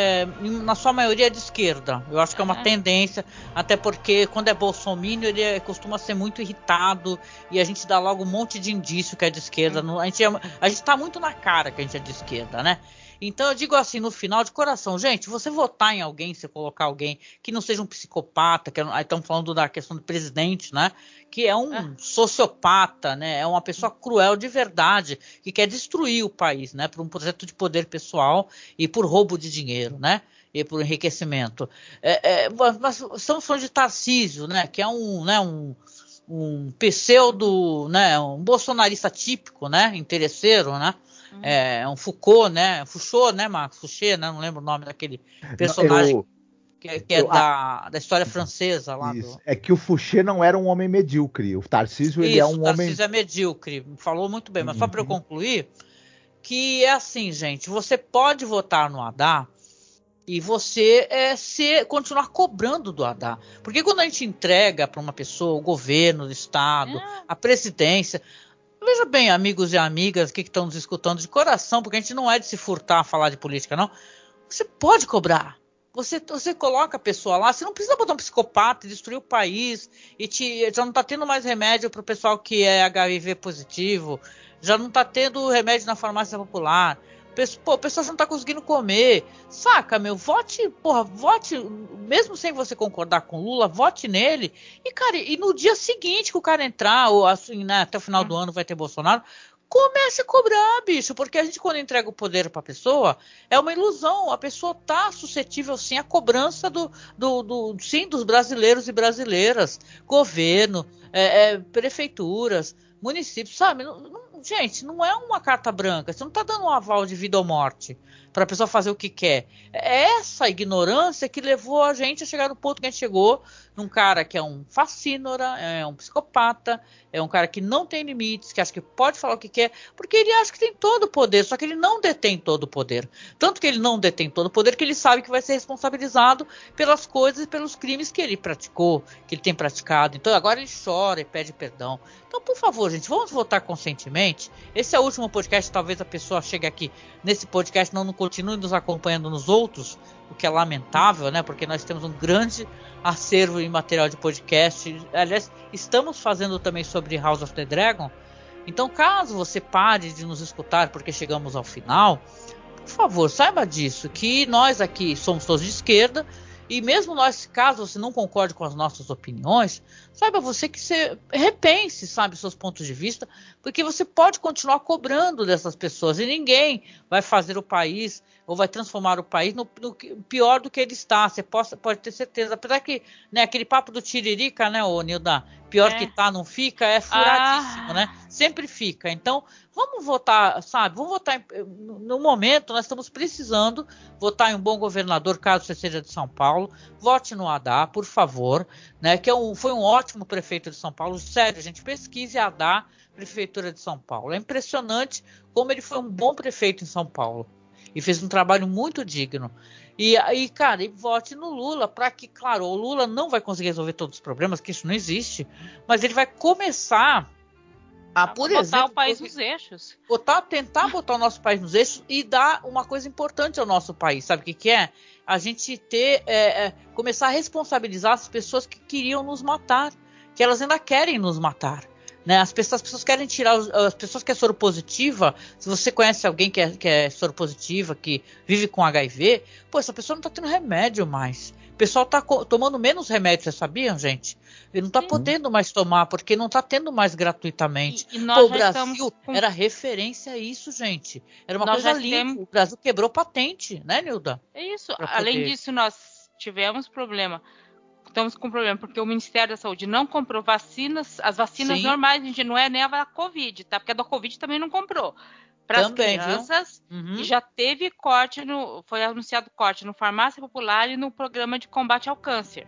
na sua maioria é de esquerda. Eu acho que é uma tendência, até porque quando é bolsominion ele costuma ser muito irritado e a gente dá logo um monte de indício que é de esquerda. A gente tá muito na cara que a gente é de esquerda, né? Então eu digo assim, no final, de coração, gente, você votar em alguém, você colocar alguém que não seja um psicopata, aí estamos falando da questão do presidente, né? Que é um sociopata, né? É uma pessoa cruel de verdade, que quer destruir o país, né? Por um projeto de poder pessoal e por roubo de dinheiro, né? E por enriquecimento. Mas estamos falando de Tarcísio, né? Que é um pseudo, né? Um bolsonarista típico, né? Interesseiro, né? Um Foucault, né? Foucault, né, Marcos? Fouché, né? Não lembro o nome daquele personagem que é da história francesa lá. É que o Fouché não era um homem medíocre. O Tarcísio, ele é um homem... O Tarcísio é medíocre. Falou muito bem, mas só para eu concluir, que é assim, gente, você pode votar no Haddad e você continuar cobrando do Haddad. Porque quando a gente entrega para uma pessoa, o governo, o Estado, a presidência... Veja bem, amigos e amigas que estão nos escutando de coração, porque a gente não é de se furtar a falar de política, não. Você pode cobrar. Você coloca a pessoa lá, você não precisa botar um psicopata e destruir o país, já não está tendo mais remédio para o pessoal que é HIV positivo, já não está tendo remédio na farmácia popular. O pessoal já não tá conseguindo comer. Saca, meu? Vote, mesmo sem você concordar com o Lula, vote nele. E, cara, e no dia seguinte que o cara entrar, ou assim, né, até o final do ano vai ter Bolsonaro, comece a cobrar, bicho. Porque a gente, quando entrega o poder pra pessoa, é uma ilusão. A pessoa tá suscetível, sim, à cobrança dos brasileiros e brasileiras. Governo, prefeituras, municípios, sabe? Gente, não é uma carta branca. Você não está dando um aval de vida ou morte para a pessoa fazer o que quer. É essa ignorância que levou a gente a chegar no ponto que a gente chegou, num cara que é um fascínora, é um psicopata, é um cara que não tem limites, que acha que pode falar o que quer, porque ele acha que tem todo o poder, só que ele não detém todo o poder. Tanto que ele não detém todo o poder que ele sabe que vai ser responsabilizado pelas coisas e pelos crimes que ele praticou, que ele tem praticado. Então agora ele chora e pede perdão. Então, por favor, gente, vamos votar conscientemente. Esse é o último podcast, talvez a pessoa chegue aqui nesse podcast, não continue nos acompanhando nos outros, o que é lamentável, né? Porque nós temos um grande acervo em material de podcast. Aliás, estamos fazendo também sobre House of the Dragon. Então, caso você pare de nos escutar porque chegamos ao final, por favor, saiba disso, que nós aqui somos todos de esquerda, e mesmo nós, caso você não concorde com as nossas opiniões, saiba você que você repense, sabe, seus pontos de vista, porque você pode continuar cobrando dessas pessoas, e ninguém vai fazer o país, ou vai transformar o país no pior do que ele está, você pode ter certeza. Apesar que, né, aquele papo do Tiririca, né, ô Nilda, pior que tá não fica, é furadíssimo, né? Sempre fica. Então, vamos votar, sabe? Vamos votar. No momento, nós estamos precisando votar em um bom governador, caso você seja de São Paulo. Vote no Haddad, por favor, né? Que foi um ótimo prefeito de São Paulo. Sério, gente, pesquise Haddad, prefeitura de São Paulo. É impressionante como ele foi um bom prefeito em São Paulo. E fez um trabalho muito digno. E aí, cara, vote no Lula, para que, claro, o Lula não vai conseguir resolver todos os problemas, que isso não existe, mas ele vai começar a, por botar exemplo, o país nos eixos. Tentar botar o nosso país nos eixos e dar uma coisa importante ao nosso país. Sabe o que é? A gente começar a responsabilizar as pessoas que queriam nos matar, que elas ainda querem nos matar. Né? As pessoas querem tirar as pessoas que é soropositiva. Se você conhece alguém que é soropositiva, que vive com HIV, pô, essa pessoa não tá tendo remédio mais. O pessoal tá tomando menos remédio, vocês sabiam, gente? Ele não tá podendo mais tomar, porque não tá tendo mais gratuitamente. E nós o Brasil era referência a isso, gente. Era uma coisa linda. O Brasil quebrou patente, né, Nilda? É isso. Além disso, nós tivemos problema. Estamos com problema, porque o Ministério da Saúde não comprou vacinas, as vacinas normais, gente, não é nem a da Covid, tá? Porque a da Covid também não comprou. Para as crianças, e já teve corte, foi anunciado corte no Farmácia Popular e no Programa de Combate ao Câncer.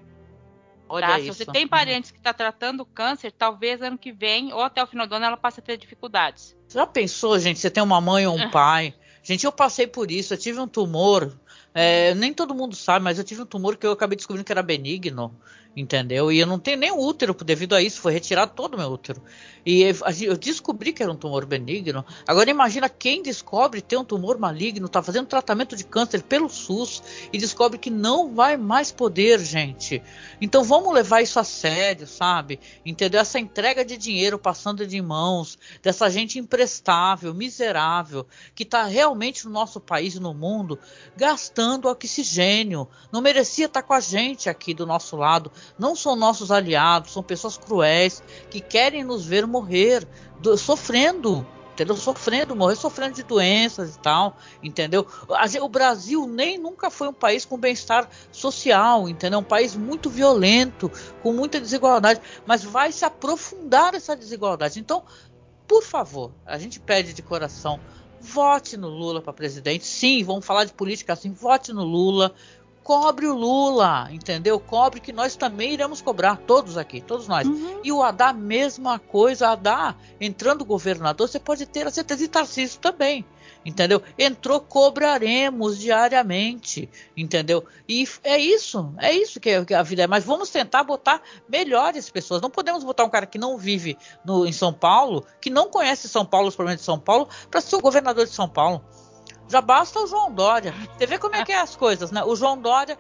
Olha isso. Se você tem parentes que estão tratando câncer, talvez ano que vem, ou até o final do ano, ela passe a ter dificuldades. Já pensou, gente, você tem uma mãe ou um pai? Gente, eu passei por isso, eu tive um tumor, nem todo mundo sabe, mas eu tive um tumor que eu acabei descobrindo que era benigno, entendeu? E eu não tenho nem útero devido a isso, foi retirado todo o meu útero. E eu descobri que era um tumor benigno. Agora imagina quem descobre ter um tumor maligno, tá fazendo tratamento de câncer pelo SUS e descobre que não vai mais poder, gente. Então vamos levar isso a sério, sabe? Entendeu? Essa entrega de dinheiro passando de mãos, dessa gente imprestável, miserável, que tá realmente no nosso país e no mundo, gastando oxigênio. Não merecia estar com a gente aqui do nosso lado. Não são nossos aliados, são pessoas cruéis que querem nos ver morrer, sofrendo, entendeu? Morrer sofrendo de doenças e tal, entendeu? O Brasil nunca foi um país com bem-estar social, entendeu? Um país muito violento, com muita desigualdade, mas vai se aprofundar essa desigualdade. Então, por favor, a gente pede de coração, vote no Lula para presidente. Sim, vamos falar de política assim, vote no Lula. Cobre o Lula, entendeu? Cobre, que nós também iremos cobrar, todos aqui, todos nós. E o Haddad, mesma coisa. Haddad, entrando governador, você pode ter a certeza, e Tarcísio também, entendeu? Entrou, cobraremos diariamente, entendeu? E é isso que a vida é. Mas vamos tentar botar melhores pessoas. Não podemos botar um cara que não vive em São Paulo, que não conhece São Paulo, os problemas de São Paulo, para ser o governador de São Paulo. Já basta o João Dória. Você vê como é que é as coisas, né? O João Dória,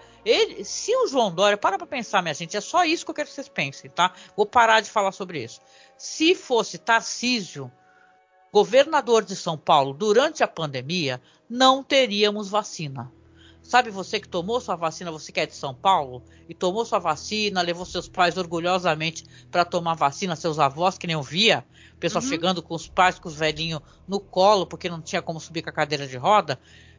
se o João Dória, para pensar, minha gente, é só isso que eu quero que vocês pensem, tá? Vou parar de falar sobre isso. Se fosse Tarcísio, governador de São Paulo, durante a pandemia, não teríamos vacina. Sabe, você que tomou sua vacina, você que é de São Paulo, e tomou sua vacina, levou seus pais orgulhosamente para tomar vacina, seus avós, que nem eu via, o pessoal chegando com os pais, com os velhinhos no colo, porque não tinha como subir com a cadeira de roda,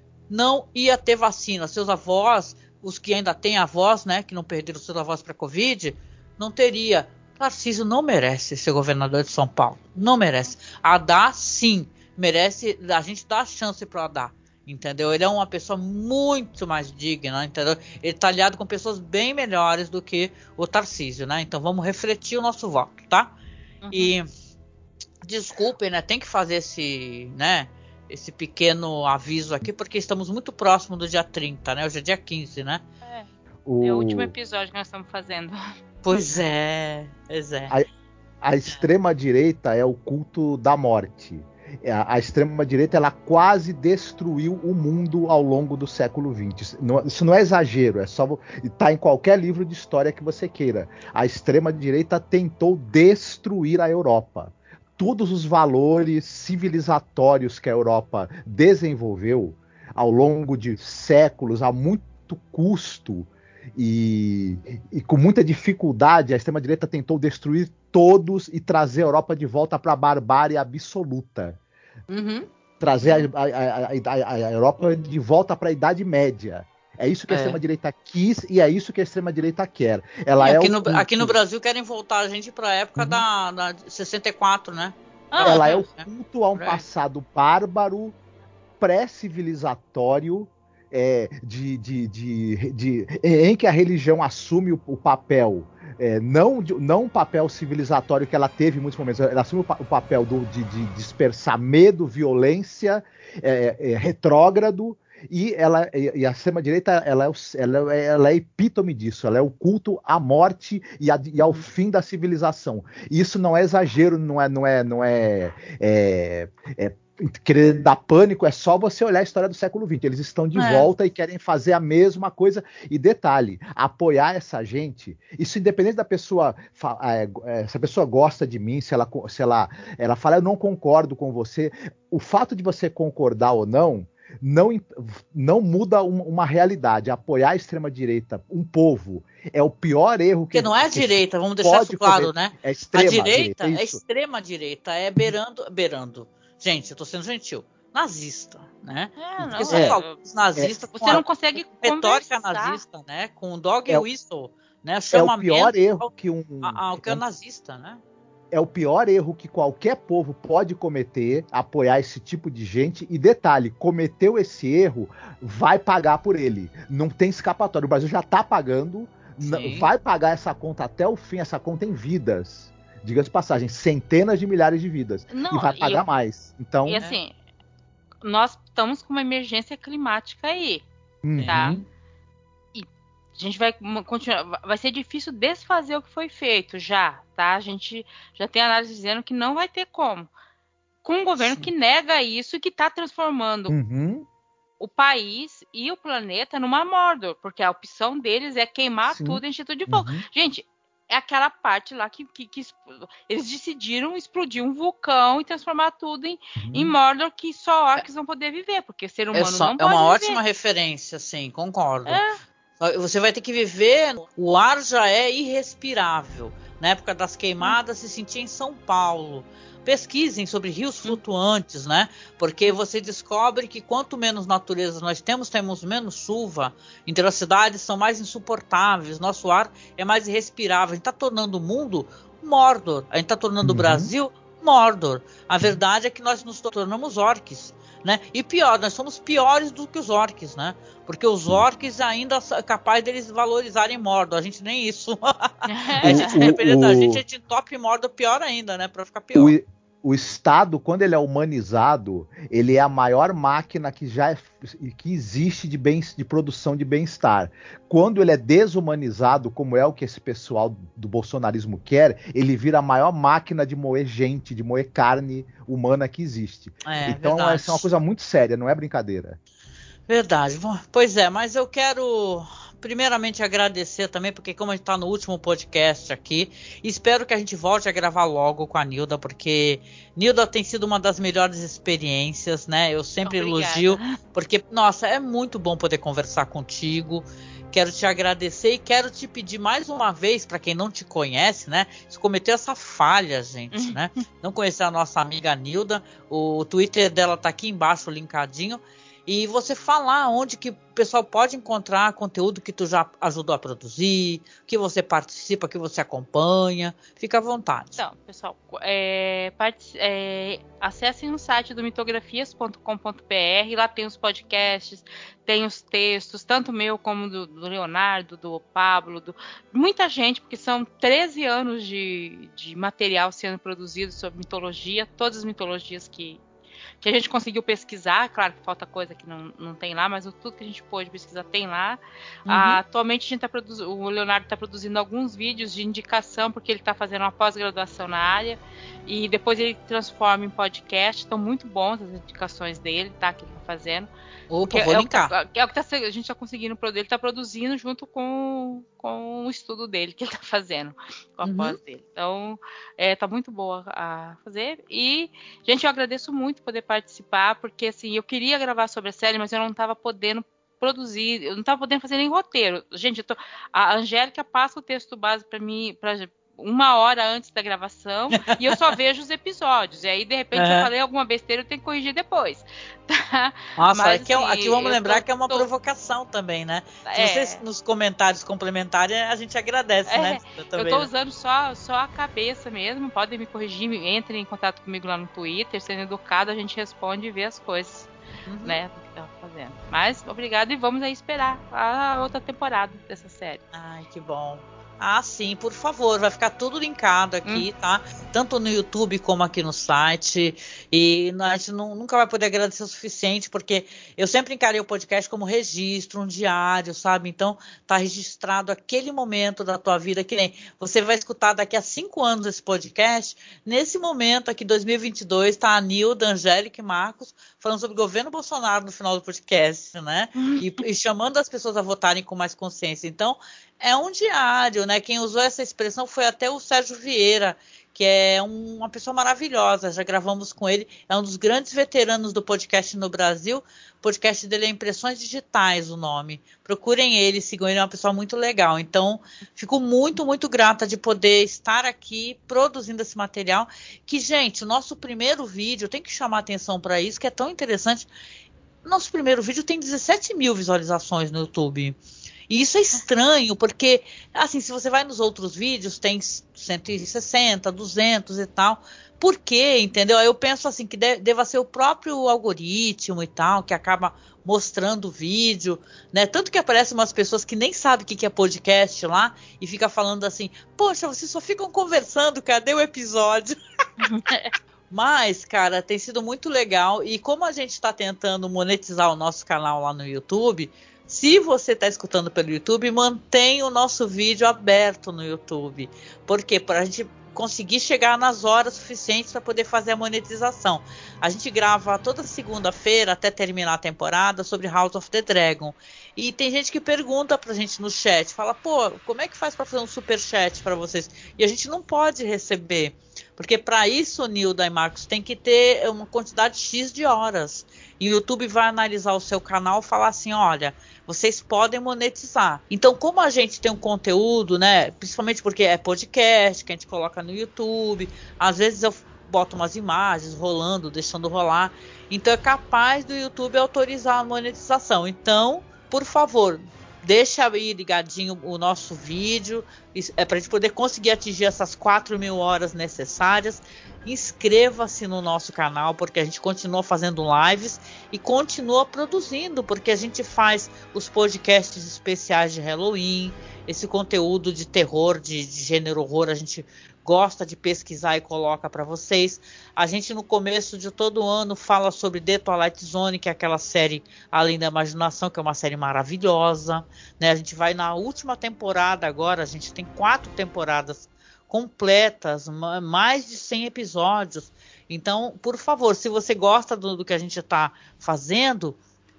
não ia ter vacina. Seus avós, os que ainda têm avós, né, que não perderam seus avós para a Covid, não teria. Tarcísio não merece ser governador de São Paulo, não merece. Haddad, sim, merece, a gente dá a chance para o Haddad. Entendeu? Ele é uma pessoa muito mais digna, entendeu? Ele tá aliado com pessoas bem melhores do que o Tarcísio, né? Então vamos refletir o nosso voto, tá? E desculpem, né? Tem que fazer esse pequeno aviso aqui, porque estamos muito próximo do dia 30, né? Hoje é dia 15, né? É o último episódio que nós estamos fazendo. Pois é. A extrema-direita é o culto da morte. A extrema-direita, ela quase destruiu o mundo ao longo do século XX. Isso não é exagero, é só tá em qualquer livro de história que você queira. A extrema-direita tentou destruir a Europa. todos os valores civilizatórios que a Europa desenvolveu ao longo de séculos, a muito custo e com muita dificuldade, a extrema-direita tentou destruir todos e trazer a Europa de volta para a barbárie absoluta. Trazer a Europa de volta para a Idade Média. É isso que a extrema-direita quis e é isso que a extrema-direita quer. Ela aqui no Brasil querem voltar a gente para a época da 64, né? Ela é o culto a um passado bárbaro, pré-civilizatório, em que a religião assume o papel, não um papel civilizatório que ela teve em muitos momentos, ela assume o papel de dispersar medo, violência, retrógrado, e a extrema-direita ela é epítome disso, ela é o culto à morte e ao fim da civilização. E isso não é exagero, não é querer dar pânico, é só você olhar a história do século XX. Eles estão de volta e querem fazer a mesma coisa. E detalhe, apoiar essa gente, isso independente da pessoa, se a pessoa gosta de mim, se ela fala, eu não concordo com você, o fato de você concordar ou não muda uma realidade. Apoiar a extrema-direita, um povo, é o pior erro que... Porque não é a direita, vamos deixar isso claro, né? É extrema direita é extrema-direita, é beirando. Gente, eu tô sendo gentil. Nazista, né? Porque você fala os nazistas... Você não consegue retórica conversar. Nazista, né? Com dog whistle, né? É o pior erro que que é o nazista, né? É o pior erro que qualquer povo pode cometer, apoiar esse tipo de gente. E detalhe, cometeu esse erro, vai pagar por ele. Não tem escapatório. O Brasil já tá pagando, vai pagar essa conta até o fim, essa conta em vidas. Diga-se de passagem, centenas de milhares de vidas. E vai pagar mais. Então, e assim, nós estamos com uma emergência climática aí, tá? A gente vai continuar. Vai ser difícil desfazer o que foi feito já, tá? A gente já tem análise dizendo que não vai ter como. Com um governo que nega isso e que está transformando o país e o planeta numa Mordor, porque a opção deles é queimar tudo em Instituto de Fogo. Gente, é aquela parte lá que eles decidiram explodir um vulcão e transformar tudo em Mordor, que só orcs vão poder viver, porque ser humano não pode viver. É uma ótima referência, sim, concordo. Você vai ter que viver, o ar já é irrespirável. Na época das queimadas, se sentia em São Paulo. Pesquisem sobre rios flutuantes, né? Porque você descobre que quanto menos natureza nós temos menos chuva. Então as cidades são mais insuportáveis, nosso ar é mais irrespirável. A gente está tornando o mundo Mordor. A gente está tornando o Brasil Mordor. A verdade é que nós nos tornamos orcs, né? E pior, nós somos piores do que os orcs, né? Porque os orcs ainda são capazes deles valorizarem Mordor. A gente nem isso. Dependendo da gente, a gente entope Mordor pior ainda, né? Pra ficar pior. O Estado, quando ele é humanizado, ele é a maior máquina que existe de produção de bem-estar. Quando ele é desumanizado, como é o que esse pessoal do bolsonarismo quer, ele vira a maior máquina de moer gente, de moer carne humana que existe. Então, essa é uma coisa muito séria, não é brincadeira. Verdade. Pois é, mas eu quero primeiramente agradecer também, porque como a gente está no último podcast aqui, espero que a gente volte a gravar logo com a Nilda, porque Nilda tem sido uma das melhores experiências, né? Eu sempre elogio, porque, nossa, é muito bom poder conversar contigo. Quero te agradecer e quero te pedir mais uma vez, para quem não te conhece, né? Se cometeu essa falha, gente, né? Não conhecer a nossa amiga Nilda, o Twitter dela tá aqui embaixo, linkadinho. E você falar onde que o pessoal pode encontrar conteúdo que tu já ajudou a produzir, que você participa, que você acompanha. Fica à vontade. Então, pessoal, acessem o site do mitografias.com.br, lá tem os podcasts, tem os textos, tanto meu como do Leonardo, do Pablo, muita gente, porque são 13 anos de material sendo produzido sobre mitologia, todas as mitologias que que a gente conseguiu pesquisar. Claro que falta coisa que não tem lá, mas tudo que a gente pôde pesquisar tem lá. Atualmente a gente o Leonardo está produzindo alguns vídeos de indicação, porque ele está fazendo uma pós-graduação na área, e depois ele transforma em podcast. Estão muito bons as indicações dele, tá? Que ele está fazendo. Opa, vou linkar. É o que a gente está conseguindo, ele está produzindo junto com o estudo dele que ele está fazendo, com a pós dele. Então, tá muito boa a fazer. E, gente, eu agradeço muito poder participar, porque assim, eu queria gravar sobre a série, mas eu não estava podendo produzir, eu não estava podendo fazer nem roteiro. Gente, a Angélica passa o texto base para mim, 1 hora antes da gravação, e eu só vejo os episódios. E aí, de repente, eu falei alguma besteira, eu tenho que corrigir depois. Tá? Nossa, mas, aqui vamos lembrar que é uma provocação também, né? Se vocês nos comentários complementarem, a gente agradece, né? Eu tô usando só a cabeça mesmo. Podem me corrigir, entrem em contato comigo lá no Twitter, sendo educado, a gente responde e vê as coisas, né? Do que tá fazendo. Mas, obrigado, e vamos aí esperar a outra temporada dessa série. Ai, que bom. Ah, sim, por favor, vai ficar tudo linkado aqui, tá? Tanto no YouTube como aqui no site. E a gente nunca vai poder agradecer o suficiente, porque eu sempre encarei o podcast como registro, um diário, sabe? Então, tá registrado aquele momento da tua vida, que nem você vai escutar daqui a 5 anos esse podcast. Nesse momento aqui, 2022, tá a Nilda, Angélica e Marcos falando sobre o governo Bolsonaro no final do podcast, né? E chamando as pessoas a votarem com mais consciência. Então, é um diário, né? Quem usou essa expressão foi até o Sérgio Vieira, que é uma pessoa maravilhosa. Já gravamos com ele. É um dos grandes veteranos do podcast no Brasil. O podcast dele é Impressões Digitais, o nome. Procurem ele, sigam ele, é uma pessoa muito legal. Então, fico muito, muito grata de poder estar aqui produzindo esse material. Que, gente, o nosso primeiro vídeo, tem que chamar atenção para isso, que é tão interessante. Nosso primeiro vídeo tem 17 mil visualizações no YouTube. E isso é estranho, porque, assim, se você vai nos outros vídeos, tem 160, 200 e tal. Por quê, entendeu? Eu penso, assim, que deva ser o próprio algoritmo e tal, que acaba mostrando o vídeo, né? Tanto que aparecem umas pessoas que nem sabem o que é podcast lá e fica falando assim, poxa, vocês só ficam conversando, cadê o episódio? Mas, cara, tem sido muito legal. E como a gente está tentando monetizar o nosso canal lá no YouTube, se você está escutando pelo YouTube, mantenha o nosso vídeo aberto no YouTube. Por quê? Para a gente conseguir chegar nas horas suficientes para poder fazer a monetização. A gente grava toda segunda-feira até terminar a temporada sobre House of the Dragon. E tem gente que pergunta pra gente no chat, fala, pô, como é que faz para fazer um super chat para vocês? E a gente não pode receber. Porque para isso, Nilda e Marcos, tem que ter uma quantidade X de horas. E o YouTube vai analisar o seu canal e falar assim, olha, vocês podem monetizar. Então, como a gente tem um conteúdo, né, principalmente porque é podcast que a gente coloca no YouTube, às vezes eu boto umas imagens rolando, deixando rolar. Então, é capaz do YouTube autorizar a monetização. Então, por favor, deixa aí ligadinho o nosso vídeo, para a gente poder conseguir atingir essas 4.000 horas necessárias. Inscreva-se no nosso canal, porque a gente continua fazendo lives e continua produzindo, porque a gente faz os podcasts especiais de Halloween, esse conteúdo de terror, de gênero horror, a gente gosta de pesquisar e coloca para vocês. A gente no começo de todo ano fala sobre The Twilight Zone, que é aquela série Além da Imaginação, que é uma série maravilhosa, né? A gente vai na última temporada agora, a gente tem 4 temporadas completas, mais de 100 episódios. Então, por favor, se você gosta do que a gente está fazendo,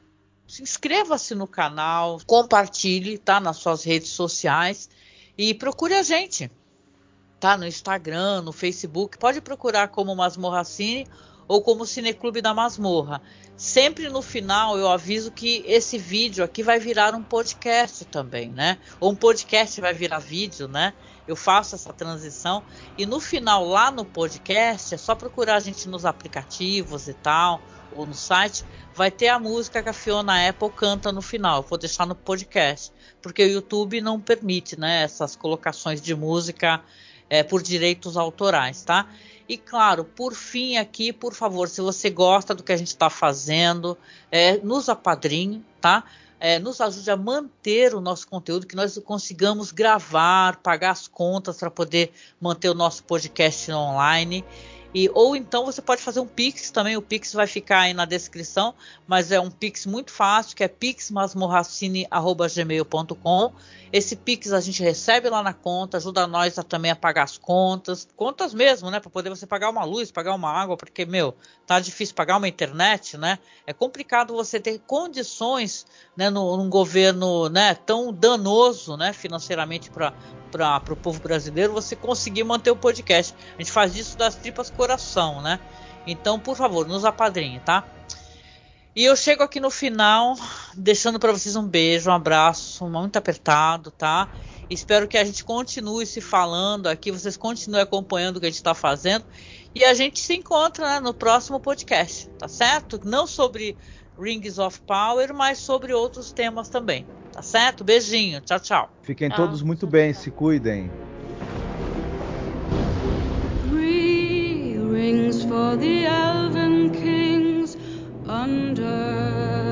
inscreva-se no canal, compartilhe, tá, nas suas redes sociais e procure a gente, tá, no Instagram, no Facebook. Pode procurar como Masmorra Cine ou como Cineclube da Masmorra. Sempre no final eu aviso que esse vídeo aqui vai virar um podcast também, né? Ou um podcast vai virar vídeo, né? Eu faço essa transição e no final lá no podcast é só procurar a gente nos aplicativos e tal, ou no site, vai ter a música que a Fiona Apple canta no final. Eu vou deixar no podcast, porque o YouTube não permite, né, essas colocações de música por direitos autorais, tá? E claro, por fim aqui, por favor, se você gosta do que a gente está fazendo, nos apadrinhe, tá? Nos ajude a manter o nosso conteúdo, que nós consigamos gravar, pagar as contas para poder manter o nosso podcast online. Ou então você pode fazer um Pix também, o Pix vai ficar aí na descrição, mas é um Pix muito fácil, que é pixmasmorracine@gmail.com. Esse Pix a gente recebe lá na conta, ajuda nós também a pagar as contas mesmo, né, para poder você pagar uma luz, pagar uma água, porque, tá difícil pagar uma internet, né, é complicado você ter condições, né, num governo, né, tão danoso, né, financeiramente para o povo brasileiro, você conseguir manter o podcast. A gente faz isso das tripas coração, né? Então, por favor, nos apadrinhe, tá? E eu chego aqui no final, deixando para vocês um beijo, um abraço, muito apertado, tá? Espero que a gente continue se falando aqui, vocês continuem acompanhando o que a gente está fazendo. E a gente se encontra, né, no próximo podcast, tá certo? Não sobre Rings of Power, mas sobre outros temas também. Tá certo? Beijinho. Tchau, tchau. Fiquem todos muito bem, se cuidem. 3 rings for the elven kings under